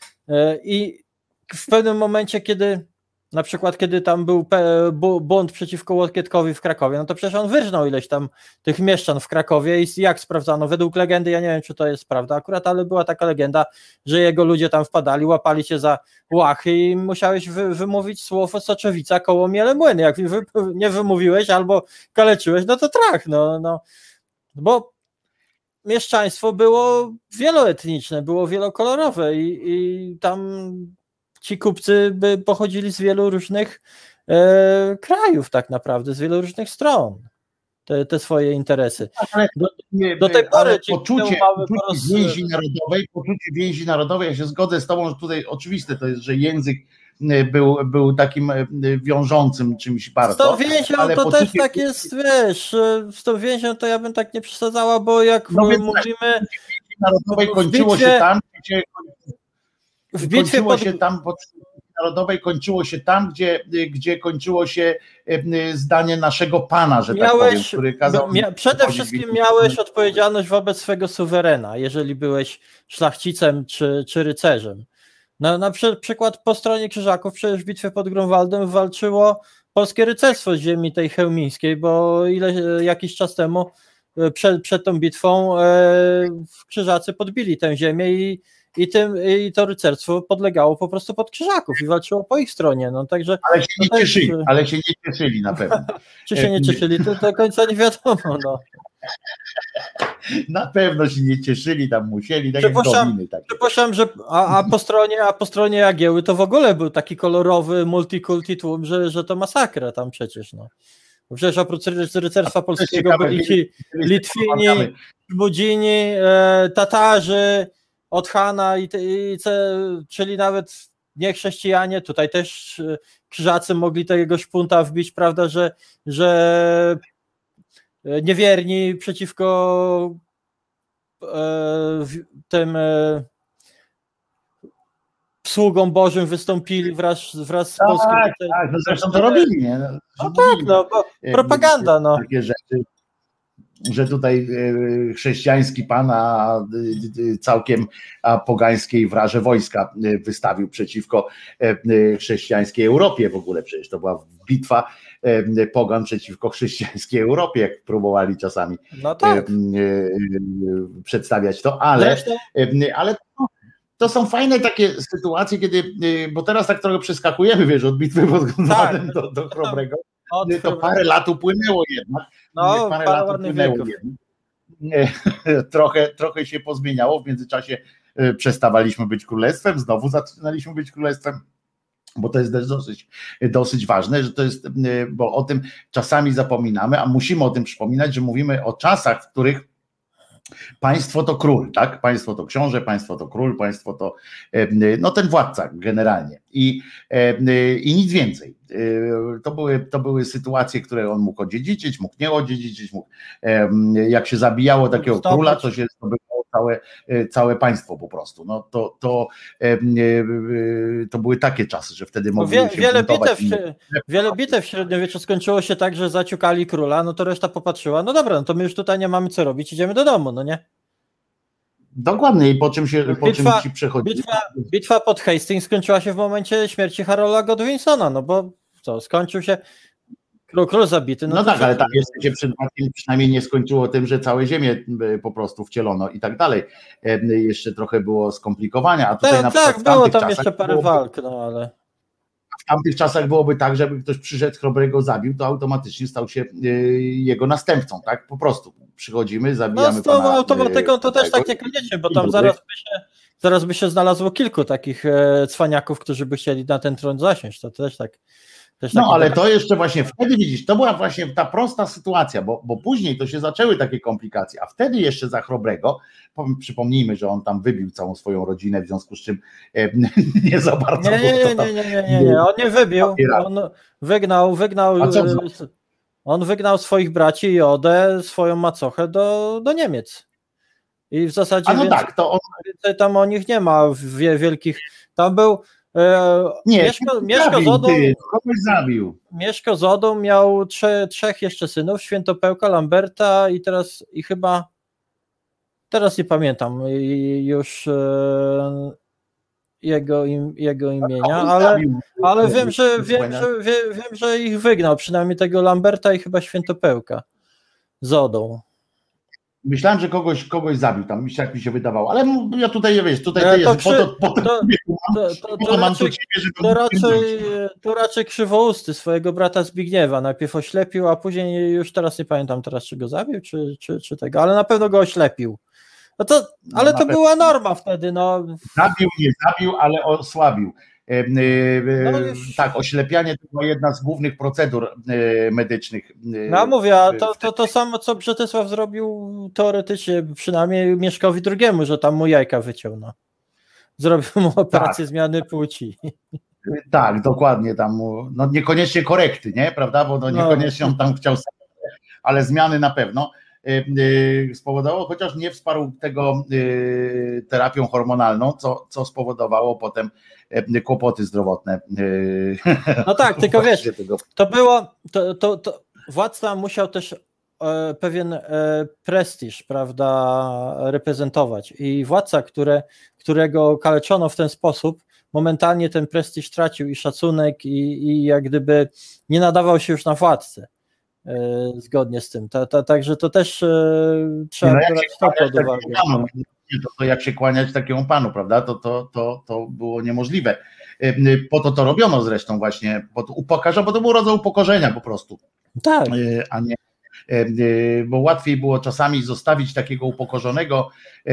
I w pewnym momencie, kiedy na przykład kiedy tam był bunt przeciwko Łokietkowi w Krakowie, no to przecież on wyrżnął ileś tam tych mieszczan w Krakowie i jak sprawdzano, według legendy, ja nie wiem, czy to jest prawda akurat, ale była taka legenda, że jego ludzie tam wpadali, łapali się za łachy i musiałeś wy, wymówić słowo Soczewica koło Miele Młyny. Jak wy, nie wymówiłeś albo kaleczyłeś, no to trach, no, no. Bo mieszczaństwo było wieloetniczne, było wielokolorowe i, i tam ci kupcy by pochodzili z wielu różnych e, krajów tak naprawdę, z wielu różnych stron, te, te swoje interesy. Ale, do, nie, do tej pory poczucie, poczucie więzi narodowej, poczucie więzi narodowej, ja się zgodzę z tobą, że tutaj oczywiste to jest, że język był, był takim wiążącym czymś bardzo. Z tą więzią ale to poczucie... też tak jest, wiesz, z tą więzią to ja bym tak nie przesadzała, bo jak no mówimy... narodowej kończyło bitwie... się tam, gdzie w bitwie kończyło pod... się tam pod Narodowej kończyło się tam, gdzie, gdzie kończyło się zdanie naszego Pana, że miałeś, tak powiem, który kazał... Mia, przede wszystkim miałeś odpowiedzialność wobec swego suwerena, jeżeli byłeś szlachcicem czy, czy rycerzem. Na, na przy, przykład po stronie Krzyżaków przecież w bitwie pod Grunwaldem walczyło polskie rycerstwo z ziemi tej chełmińskiej, bo ile, jakiś czas temu przed, przed tą bitwą e, Krzyżacy podbili tę ziemię i, i, tym, i to rycerstwo podlegało po prostu pod Krzyżaków i walczyło po ich stronie. No, także, ale się nie też, cieszyli, ale się nie cieszyli na pewno. Czy się nie cieszyli, to do końca nie wiadomo. No. Na pewno się nie cieszyli, tam musieli, tak Przypuszczam, jak dominy. Tak. przypuszczam, że a, a, po stronie, a po stronie Jagieły to w ogóle był taki kolorowy multikulti tłum, że, że to masakra tam przecież. No. Przecież oprócz rycerstwa polskiego ciekawe, byli ci Litwini, Budzini, e, Tatarzy, od Hana, i, i, czyli nawet nie chrześcijanie, tutaj też e, Krzyżacy mogli tego szpunta wbić, prawda, że, że niewierni przeciwko e, tym e, sługom Bożym wystąpili wraz, wraz z tak, polskim. Tak, no zresztą to robili, nie? No, no tak, no, bo propaganda, no. Takie rzeczy, że tutaj chrześcijański pan, a całkiem a pogańskiej wraże wojska wystawił przeciwko chrześcijańskiej Europie w ogóle, przecież to była bitwa pogan przeciwko chrześcijańskiej Europie, jak próbowali czasami no tak. przedstawiać to, ale, ale to, to są fajne takie sytuacje, kiedy, bo teraz tak trochę przeskakujemy, wiesz, od bitwy pod Grunwaldem tak. do, do Chrobrego, to parę lat upłynęło jednak, no, parę lat upłynęło jednak. Trochę, trochę się pozmieniało, w międzyczasie przestawaliśmy być królestwem, znowu zaczynaliśmy być królestwem, bo to jest też dosyć, dosyć ważne, że to jest, bo o tym czasami zapominamy, a musimy o tym przypominać, że mówimy o czasach, w których państwo to król, tak? Państwo to książę, państwo to król, państwo to no ten władca generalnie i, i nic więcej. To były, to były sytuacje, które on mógł odziedziczyć, mógł nie odziedziczyć, mógł, jak się zabijało takiego Stop. króla, to się zdobywało całe, całe państwo po prostu. No to, to, to były takie czasy, że wtedy mogli Wie, się wiele bitew, wiele bitew w średniowieczu skończyło się tak, że zaciukali króla, no to reszta popatrzyła, no dobra, no to my już tutaj nie mamy co robić, idziemy do domu, no nie? Dokładnie i po czym się po bitwa, czym ci przechodzi. Bitwa, bitwa pod Hastings skończyła się w momencie śmierci Harola Godwinsona, no bo co, skończył się król, król zabity. No, no tak, ale tam jeszcze przed przynajmniej nie skończyło tym, że całe ziemię po prostu wcielono i tak dalej. Jeszcze trochę było skomplikowania, a tutaj tak, na przykład tak, było tam czasach jeszcze parę walk, no ale... W tamtych czasach byłoby tak, żeby ktoś przyszedł, Chrobrego zabił, to automatycznie stał się jego następcą, tak? Po prostu przychodzimy, zabijamy. No z tą automatyką to też tak niekoniecznie, bo tam zaraz by się, zaraz by się znalazło kilku takich e, cwaniaków, którzy by chcieli na ten tron zasiąść, to też tak. Też no ale tak... to jeszcze właśnie wtedy widzisz, to była właśnie ta prosta sytuacja, bo, bo później to się zaczęły takie komplikacje, a wtedy jeszcze za Chrobrego, przypomnijmy, że on tam wybił całą swoją rodzinę, w związku z czym e, nie za bardzo nie, nie, nie, nie, nie, nie, nie, nie, on nie wybił, on wygnał, wygnał, on wygnał swoich braci i Odę, swoją macochę do, do Niemiec. I w zasadzie a no więcej, tak, to on... więcej tam o nich nie ma wielkich, tam był E, nie, Mieszko, Mieszko, zabił, z Odą, ty, kogoś zabił. Mieszko z Odą miał trze, trzech jeszcze synów, Świętopełka, Lamberta i teraz i chyba teraz nie pamiętam już e, jego, im, jego imienia, ale, zabił, ale wiem, że wiem, że wiem, wiem, że ich wygnał, przynajmniej tego Lamberta i chyba Świętopełka z Odą. Myślałem, że kogoś, kogoś zabił tam, jak mi się wydawało, ale ja tutaj, wiesz, tutaj to, jest, przy, po to, po to, to, to, to, to, raczej, ciebie, to, raczej, to raczej krzywousty swojego brata Zbigniewa, najpierw oślepił, a później już teraz nie pamiętam teraz, czy go zabił, czy, czy, czy tego, ale na pewno go oślepił. No to, ale no to była norma wtedy, no. Zabił, nie zabił, ale osłabił. No już... Tak, oślepianie to była jedna z głównych procedur medycznych. No mówię, to, to, to samo, co Brzetysław zrobił teoretycznie, przynajmniej Mieszkowi drugiemu, że tam mu jajka wyciął. No. Zrobił mu operację tak. zmiany płci. Tak, dokładnie, tam no niekoniecznie korekty, nie, prawda, bo no niekoniecznie on tam chciał, ale zmiany na pewno. spowodowało, chociaż nie wsparł tego terapią hormonalną, co, co spowodowało potem kłopoty zdrowotne. No tak, tylko wiesz, to było, to, to, to władca musiał też pewien prestiż, prawda, reprezentować i władca, które, którego kaleczono w ten sposób, momentalnie ten prestiż tracił i szacunek i, i jak gdyby nie nadawał się już na władcę. Zgodnie z tym. Ta, ta, także to też e, trzeba no, brać to pod uwagę. Panu, to, to jak się kłaniać takiemu panu, prawda? To, to, to, to było niemożliwe. Po to to robiono zresztą właśnie, bo to upokarza, bo to był rodzaj upokorzenia po prostu. Tak. A nie, bo łatwiej było czasami zostawić takiego upokorzonego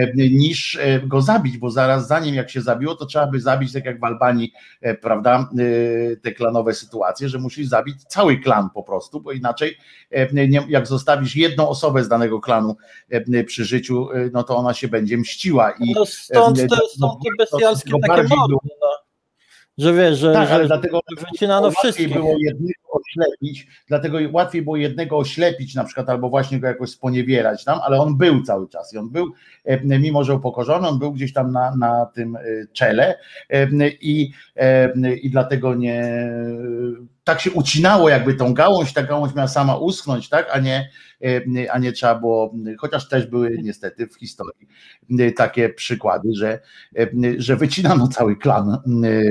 niż go zabić, bo zaraz zanim jak się zabiło, to trzeba by zabić, tak jak w Albanii, prawda, te klanowe sytuacje, że musisz zabić cały klan po prostu, bo inaczej jak zostawisz jedną osobę z danego klanu przy życiu, no to ona się będzie mściła. I no stąd te, stąd te bestialskie takie mody, no. Że wiesz, że, tak, ale że dlatego wycinano wszystkich. Było jednego oślepić, dlatego łatwiej było jednego oślepić na przykład, albo właśnie go jakoś sponiewierać tam, ale on był cały czas i on był, mimo że upokorzony, on był gdzieś tam na, na tym czele i, i dlatego nie tak się ucinało jakby tą gałąź, ta gałąź miała sama uschnąć, tak, a nie, a nie trzeba było, chociaż też były niestety w historii takie przykłady, że, że wycinano cały klan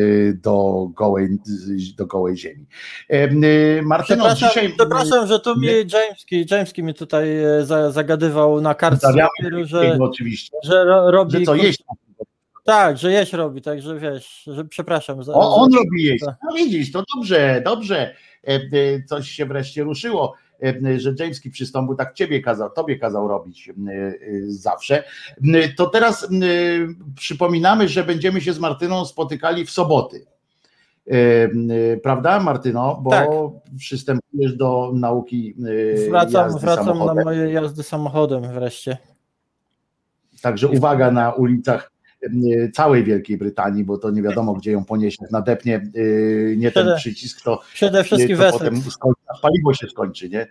do gołej, do gołej ziemi. Martyno, przepraszam, dzisiaj... przepraszam, że tu mi Jameski, Jameski mi tutaj zagadywał na kartce papieru, że, oczywiście. że robi... Że co jeść? Tak, że jeść robi, także wiesz, że przepraszam. Za, o, on za... robi jeść. No widzisz, to dobrze, dobrze. Coś się wreszcie ruszyło, że Jameski przystąpił, tak ciebie kazał, tobie kazał robić zawsze. To teraz przypominamy, że będziemy się z Martyną spotykali w soboty. Prawda, Martyno? Bo tak. Przystępujesz do nauki wracam, jazdy wracam samochodem. na moje jazdy samochodem wreszcie. Także uwaga na ulicach całej Wielkiej Brytanii, bo to nie wiadomo, gdzie ją poniesie. Nadepnie nie przede, ten przycisk, to, przede wszystkim to potem skończy, paliwo się skończy, nie?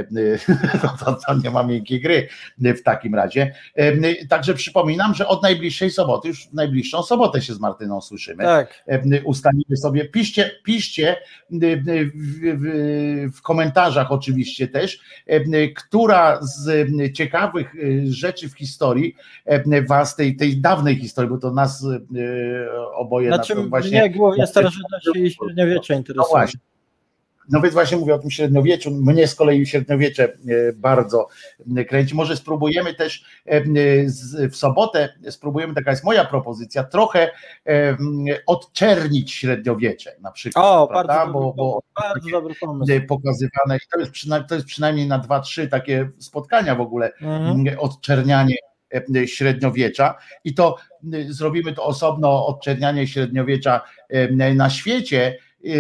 To, to nie ma miękkiej gry w takim razie. Także przypominam, że od najbliższej soboty, już w najbliższą sobotę się z Martyną słyszymy. Tak. Ustalimy sobie, piszcie, piszcie w, w, w komentarzach oczywiście też, która z ciekawych rzeczy w historii was, tej, tej dawnej historii, bo to nas oboje... Znaczy na to właśnie, mnie głównie starożytności i średniowiecze interesuje. No właśnie. No więc właśnie mówię o tym średniowieczu, mnie z kolei średniowiecze bardzo kręci. Może spróbujemy też w sobotę, spróbujemy, taka jest moja propozycja, trochę odczernić średniowiecze na przykład. O, prawda? bardzo, bo, bo bardzo dobry pomysł. Pokazywane, to jest, przynajmniej, to jest przynajmniej na dwa, trzy takie spotkania w ogóle, mhm. odczernianie średniowiecza i to zrobimy to osobno, odczernianie średniowiecza na świecie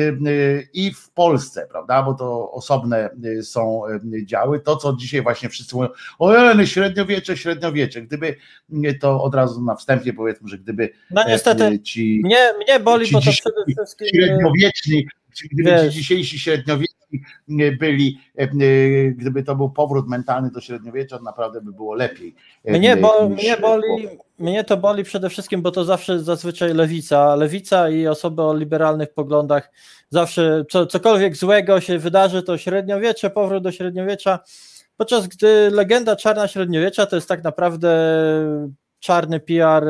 i w Polsce, prawda, bo to osobne są działy, to co dzisiaj właśnie wszyscy mówią, ojej, średniowiecze, średniowiecze, gdyby to od razu na wstępie powiedzmy, że gdyby no niestety ci, mnie, mnie boli, ci bo to przede wszystkim średniowieczni, gdyby ci dzisiejsi średniowieczni byli, gdyby to był powrót mentalny do średniowiecza, naprawdę by było lepiej. Mnie, bo, mnie boli, mnie to boli przede wszystkim, bo to zawsze zazwyczaj lewica, lewica i osoby o liberalnych poglądach, zawsze co, cokolwiek złego się wydarzy, to średniowiecze, powrót do średniowiecza, podczas gdy legenda czarna średniowiecza to jest tak naprawdę czarny P R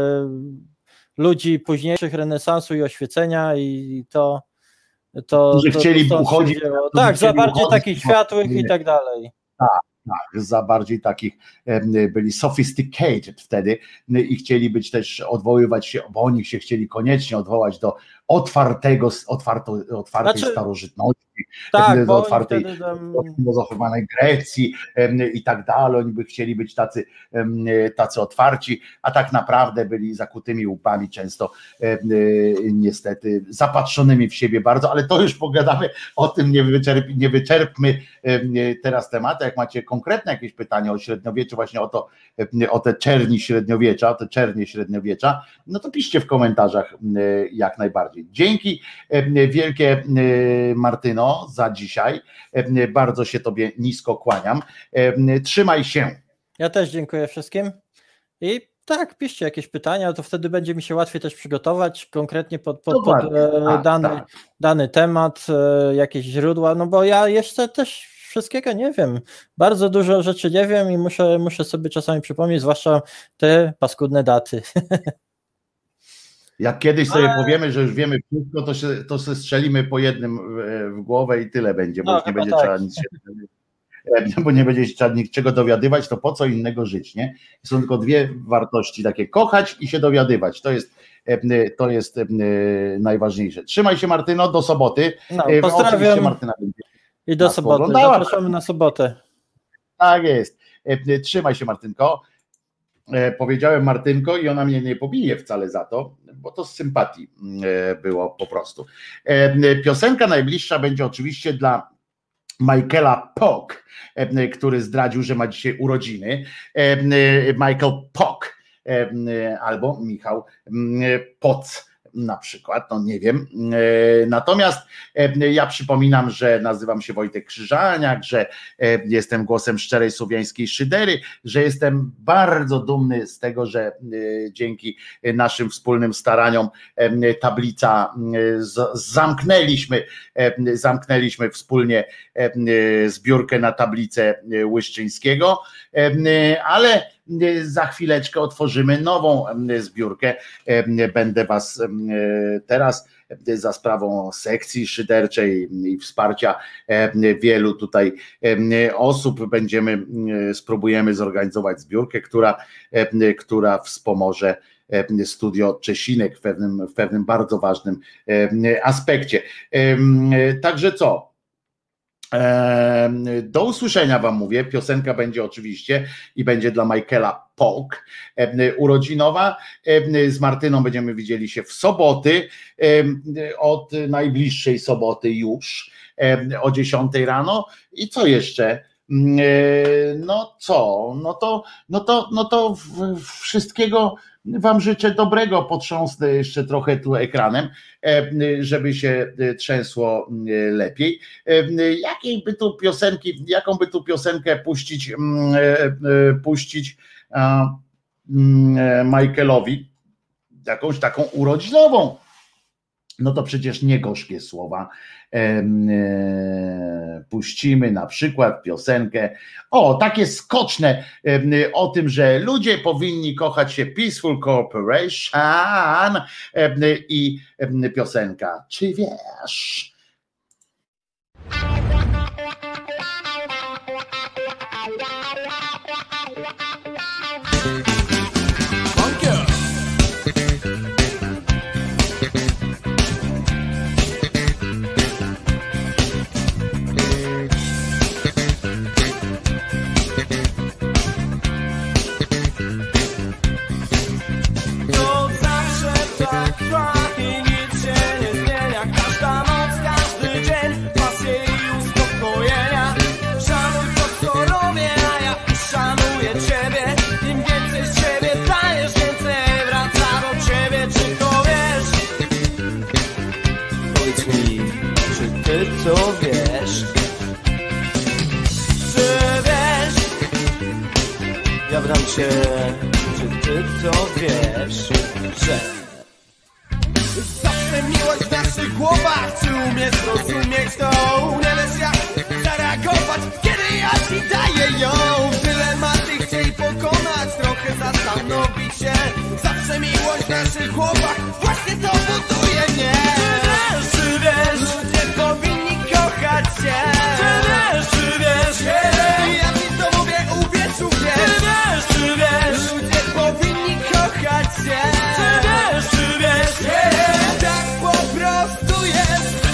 ludzi późniejszych renesansu i oświecenia i to To, którzy to, chcieli to uchodzić. Tak, za bardziej takich światłych i tak dalej. Tak, tak, za bardziej takich byli sophisticated wtedy i chcieli być też, odwoływać się, bo oni się chcieli koniecznie odwołać do otwartego, otwarto, otwartej znaczy, starożytności, tak, do otwartej, tam... filozofowanej Grecji i tak dalej. Oni by chcieli być tacy, tacy otwarci, a tak naprawdę byli zakutymi łupami, często niestety zapatrzonymi w siebie bardzo, ale to już pogadamy o tym, nie, wyczerp, nie wyczerpmy teraz tematu. Jak macie konkretne jakieś pytania o średniowieczu, właśnie o to, o te czerni średniowiecza, o te czernie średniowiecza, no to piszcie w komentarzach jak najbardziej. najbardziej. Dzięki wielkie, Martyno, za dzisiaj. Bardzo się tobie nisko kłaniam. Trzymaj się. Ja też dziękuję wszystkim i tak, piszcie jakieś pytania, to wtedy będzie mi się łatwiej też przygotować konkretnie pod, pod, pod e, dany, tak. dany temat, e, jakieś źródła, no bo ja jeszcze też wszystkiego nie wiem, bardzo dużo rzeczy nie wiem i muszę, muszę sobie czasami przypomnieć, zwłaszcza te paskudne daty. Jak kiedyś sobie A... powiemy, że już wiemy wszystko, to się, to się strzelimy po jednym w głowę i tyle będzie, bo no, już nie będzie tak. trzeba nic się... bo nie będzie się trzeba niczego dowiadywać, to po co innego żyć, nie? Są tylko dwie wartości takie, kochać i się dowiadywać, to jest, to jest najważniejsze. Trzymaj się, Martyno, do soboty. No, pozdrawiam Martyna i do soboty, zapraszamy na sobotę. Tak jest, trzymaj się, Martynko. Powiedziałem Martynko i ona mnie nie pobije wcale za to, bo to z sympatii było po prostu. Piosenka najbliższa będzie oczywiście dla Michaela Pock, który zdradził, że ma dzisiaj urodziny. Michael Pock albo Michał Poc na przykład, no nie wiem. Natomiast ja przypominam, że nazywam się Wojtek Krzyżaniak, że jestem głosem szczerej słowiańskiej szydery, że jestem bardzo dumny z tego, że dzięki naszym wspólnym staraniom tablica zamknęliśmy, zamknęliśmy wspólnie zbiórkę na tablicę Łyszczyńskiego, ale za chwileczkę otworzymy nową zbiórkę. Będę was teraz za sprawą sekcji szyderczej i wsparcia wielu tutaj osób będziemy, spróbujemy zorganizować zbiórkę, która, która wspomoże Studio Czesinek w pewnym, w pewnym bardzo ważnym aspekcie. Także co? Do usłyszenia wam mówię, piosenka będzie oczywiście i będzie dla Michaela Pock urodzinowa, z Martyną będziemy widzieli się w soboty, od najbliższej soboty już o dziesiątej rano i co jeszcze? No co? No to, no to, no to wszystkiego wam życzę dobrego, potrząsnę jeszcze trochę tu ekranem, żeby się trzęsło lepiej. Jakiej by tu piosenki, jaką by tu piosenkę puścić, puścić Michaelowi? Jakąś taką urodzinową. No to przecież nie gorzkie słowa. Puścimy na przykład piosenkę, o takie skoczne, o tym, że ludzie powinni kochać się, Peaceful Corporation i piosenka Czy wiesz? Co wiesz? Czy wiesz? Ja bram cię. Czy ty co wiesz? Że zawsze miłość w naszych głowach. Czy umiesz rozumieć to? Nie wiesz jak zareagować, kiedy ja ci daję ją. Dylematy chciej pokonać, trochę zastanowić się. Zawsze miłość w naszych głowach. Właśnie to buduje mnie. Czy wiesz? Ludzie powinni kochać się. Czy wiesz? Czy wiesz? Ja ci to mówię, uwierz, uwierz. Czy wiesz? Czy wiesz? Ludzie powinni kochać się. Czy wiesz? Czy wiesz? Tak po prostu jest.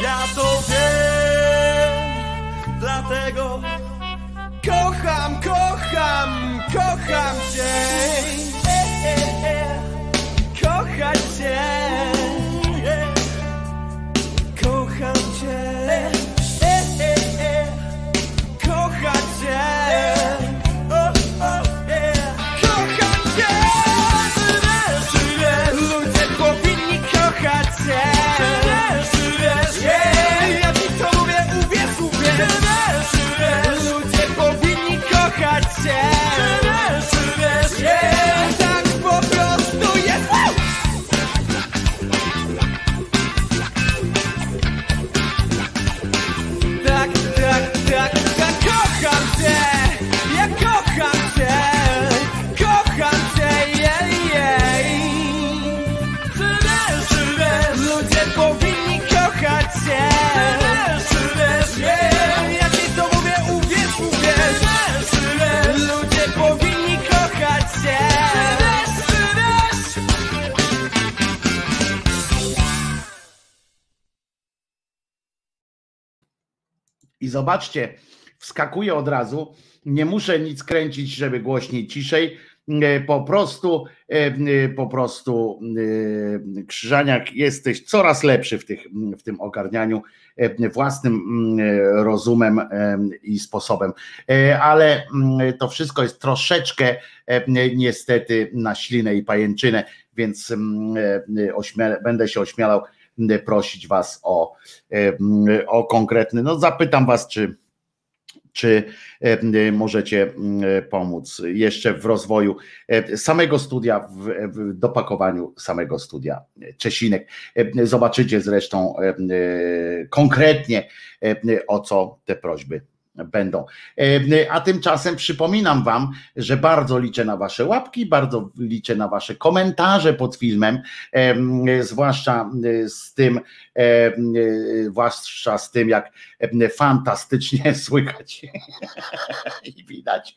Ja to wiem, dlatego kocham, kocham, kocham cię. E, e, e. Kocham cię. E. Kocham cię. E, e, e. Kocham cię. O, o, e. Kocham cię. Ludzie powinni kochać cię. Ja ci to mówię, uwierz, uwierz. Ludzie powinni kochać cię. Tak po prostu jest. Tak, tak, tak, tak, kocham cię. Ja kocham cię. Kocham cię, jej, jej. Ludzie powinni kochać cię. Ja ci to mówię, uwierz, uwierz. Ludzie powinni kochać cię. I zobaczcie, wskakuję od razu, nie muszę nic kręcić, żeby głośniej, ciszej, po prostu, po prostu Krzyżaniak, jesteś coraz lepszy w, tych, w tym ogarnianiu własnym rozumem i sposobem, ale to wszystko jest troszeczkę niestety na ślinę i pajęczynę, więc ośmiele, będę się ośmielał prosić was o, o konkretny, no zapytam was, czy, czy możecie pomóc jeszcze w rozwoju samego studia, w, w dopakowaniu samego studia Czesinek. Zobaczycie zresztą konkretnie, o co te prośby będą. A tymczasem przypominam wam, że bardzo liczę na wasze łapki, bardzo liczę na wasze komentarze pod filmem, zwłaszcza z tym, zwłaszcza z tym, jak fantastycznie słychać i widać.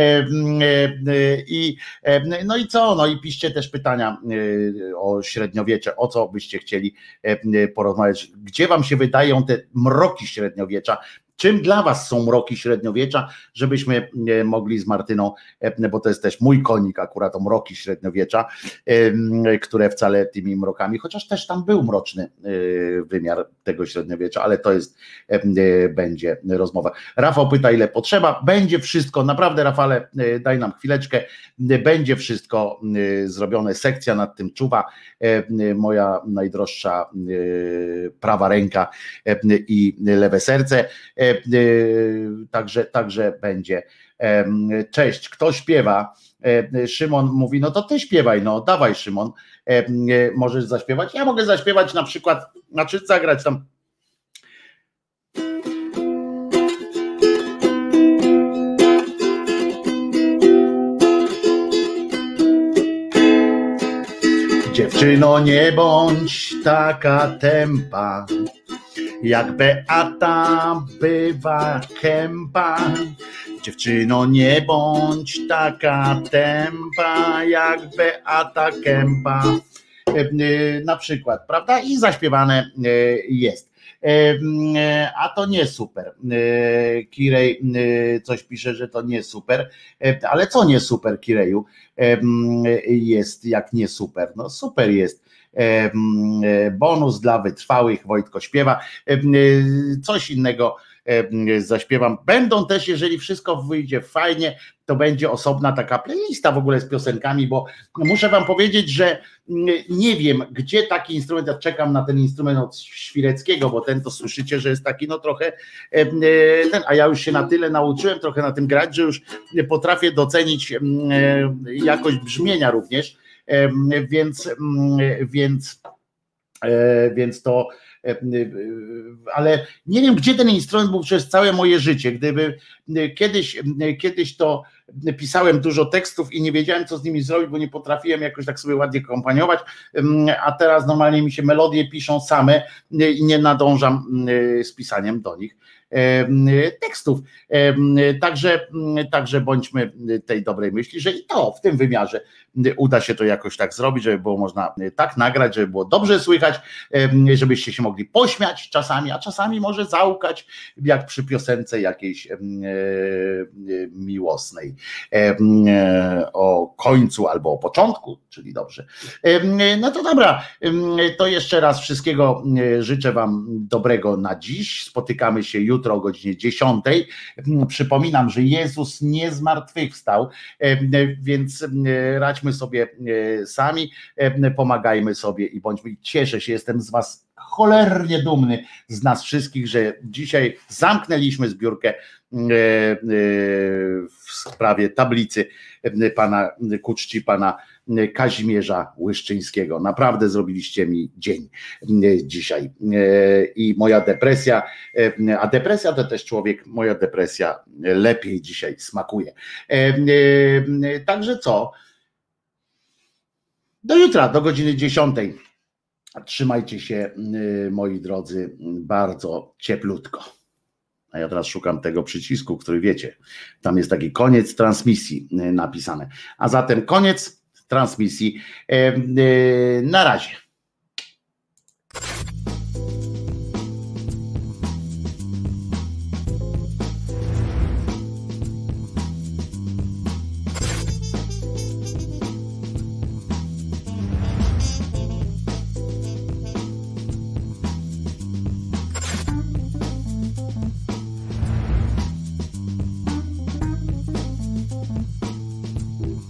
I, no i co? No i piszcie też pytania o średniowiecze, o co byście chcieli porozmawiać, gdzie wam się wydają te mroki średniowiecza, czym dla was są mroki średniowiecza, żebyśmy mogli z Martyną, bo to jest też mój konik akurat o mroki średniowiecza, które wcale tymi mrokami, chociaż też tam był mroczny wymiar tego średniowiecza, ale to jest, będzie rozmowa. Rafał pyta, ile potrzeba, będzie wszystko, naprawdę Rafale, daj nam chwileczkę, będzie wszystko zrobione, sekcja nad tym czuwa, moja najdroższa prawa ręka i lewe serce, Także, także będzie. Cześć, kto śpiewa? Szymon mówi, no to ty śpiewaj, no dawaj Szymon, możesz zaśpiewać. Ja mogę zaśpiewać na przykład, znaczy zagrać tam. Dziewczyno, nie bądź taka tempa, jak Beata bywa kępa. Dziewczyno, nie bądź taka tempa, jak Beata Kępa. Na przykład, prawda? I zaśpiewane jest. A to nie super. Kirej coś pisze, że to nie super. Ale co nie super, Kireju? Jest jak nie super. No super jest. Bonus dla wytrwałych, Wojtko śpiewa. Coś innego zaśpiewam. Będą też, jeżeli wszystko wyjdzie fajnie, to będzie osobna taka playlista w ogóle z piosenkami, bo muszę wam powiedzieć, że nie wiem, gdzie taki instrument, ja czekam na ten instrument od Świreckiego, bo ten to słyszycie, że jest taki no trochę ten, a ja już się na tyle nauczyłem trochę na tym grać, że już potrafię docenić jakość brzmienia również, więc więc więc to ale nie wiem, gdzie ten instrument był przez całe moje życie. Gdyby kiedyś, kiedyś to pisałem dużo tekstów i nie wiedziałem, co z nimi zrobić, bo nie potrafiłem jakoś tak sobie ładnie kompaniować, a teraz normalnie mi się melodie piszą same i nie nadążam z pisaniem do nich tekstów. Także, także bądźmy tej dobrej myśli, że i to w tym wymiarze uda się to jakoś tak zrobić, żeby było można tak nagrać, żeby było dobrze słychać, żebyście się mogli pośmiać czasami, a czasami może zaukać, jak przy piosence jakiejś miłosnej o końcu albo o początku, czyli dobrze. No to dobra, to jeszcze raz wszystkiego życzę wam dobrego na dziś. Spotykamy się jutro o godzinie dziesiątej. Przypominam, że Jezus nie zmartwychwstał, więc radźmy sobie sami, pomagajmy sobie i bądźmy, cieszę się, jestem z was cholernie dumny, z nas wszystkich, że dzisiaj zamknęliśmy zbiórkę w sprawie tablicy pana ku czci pana Kazimierza Łyszczyńskiego. Naprawdę zrobiliście mi dzień dzisiaj. I moja depresja, a depresja to też człowiek, moja depresja lepiej dzisiaj smakuje. Także co? Do jutra, do godziny dziesiątej. Trzymajcie się, moi drodzy, bardzo cieplutko. A ja teraz szukam tego przycisku, który wiecie, tam jest taki koniec transmisji napisane. A zatem koniec transmisji. Na razie.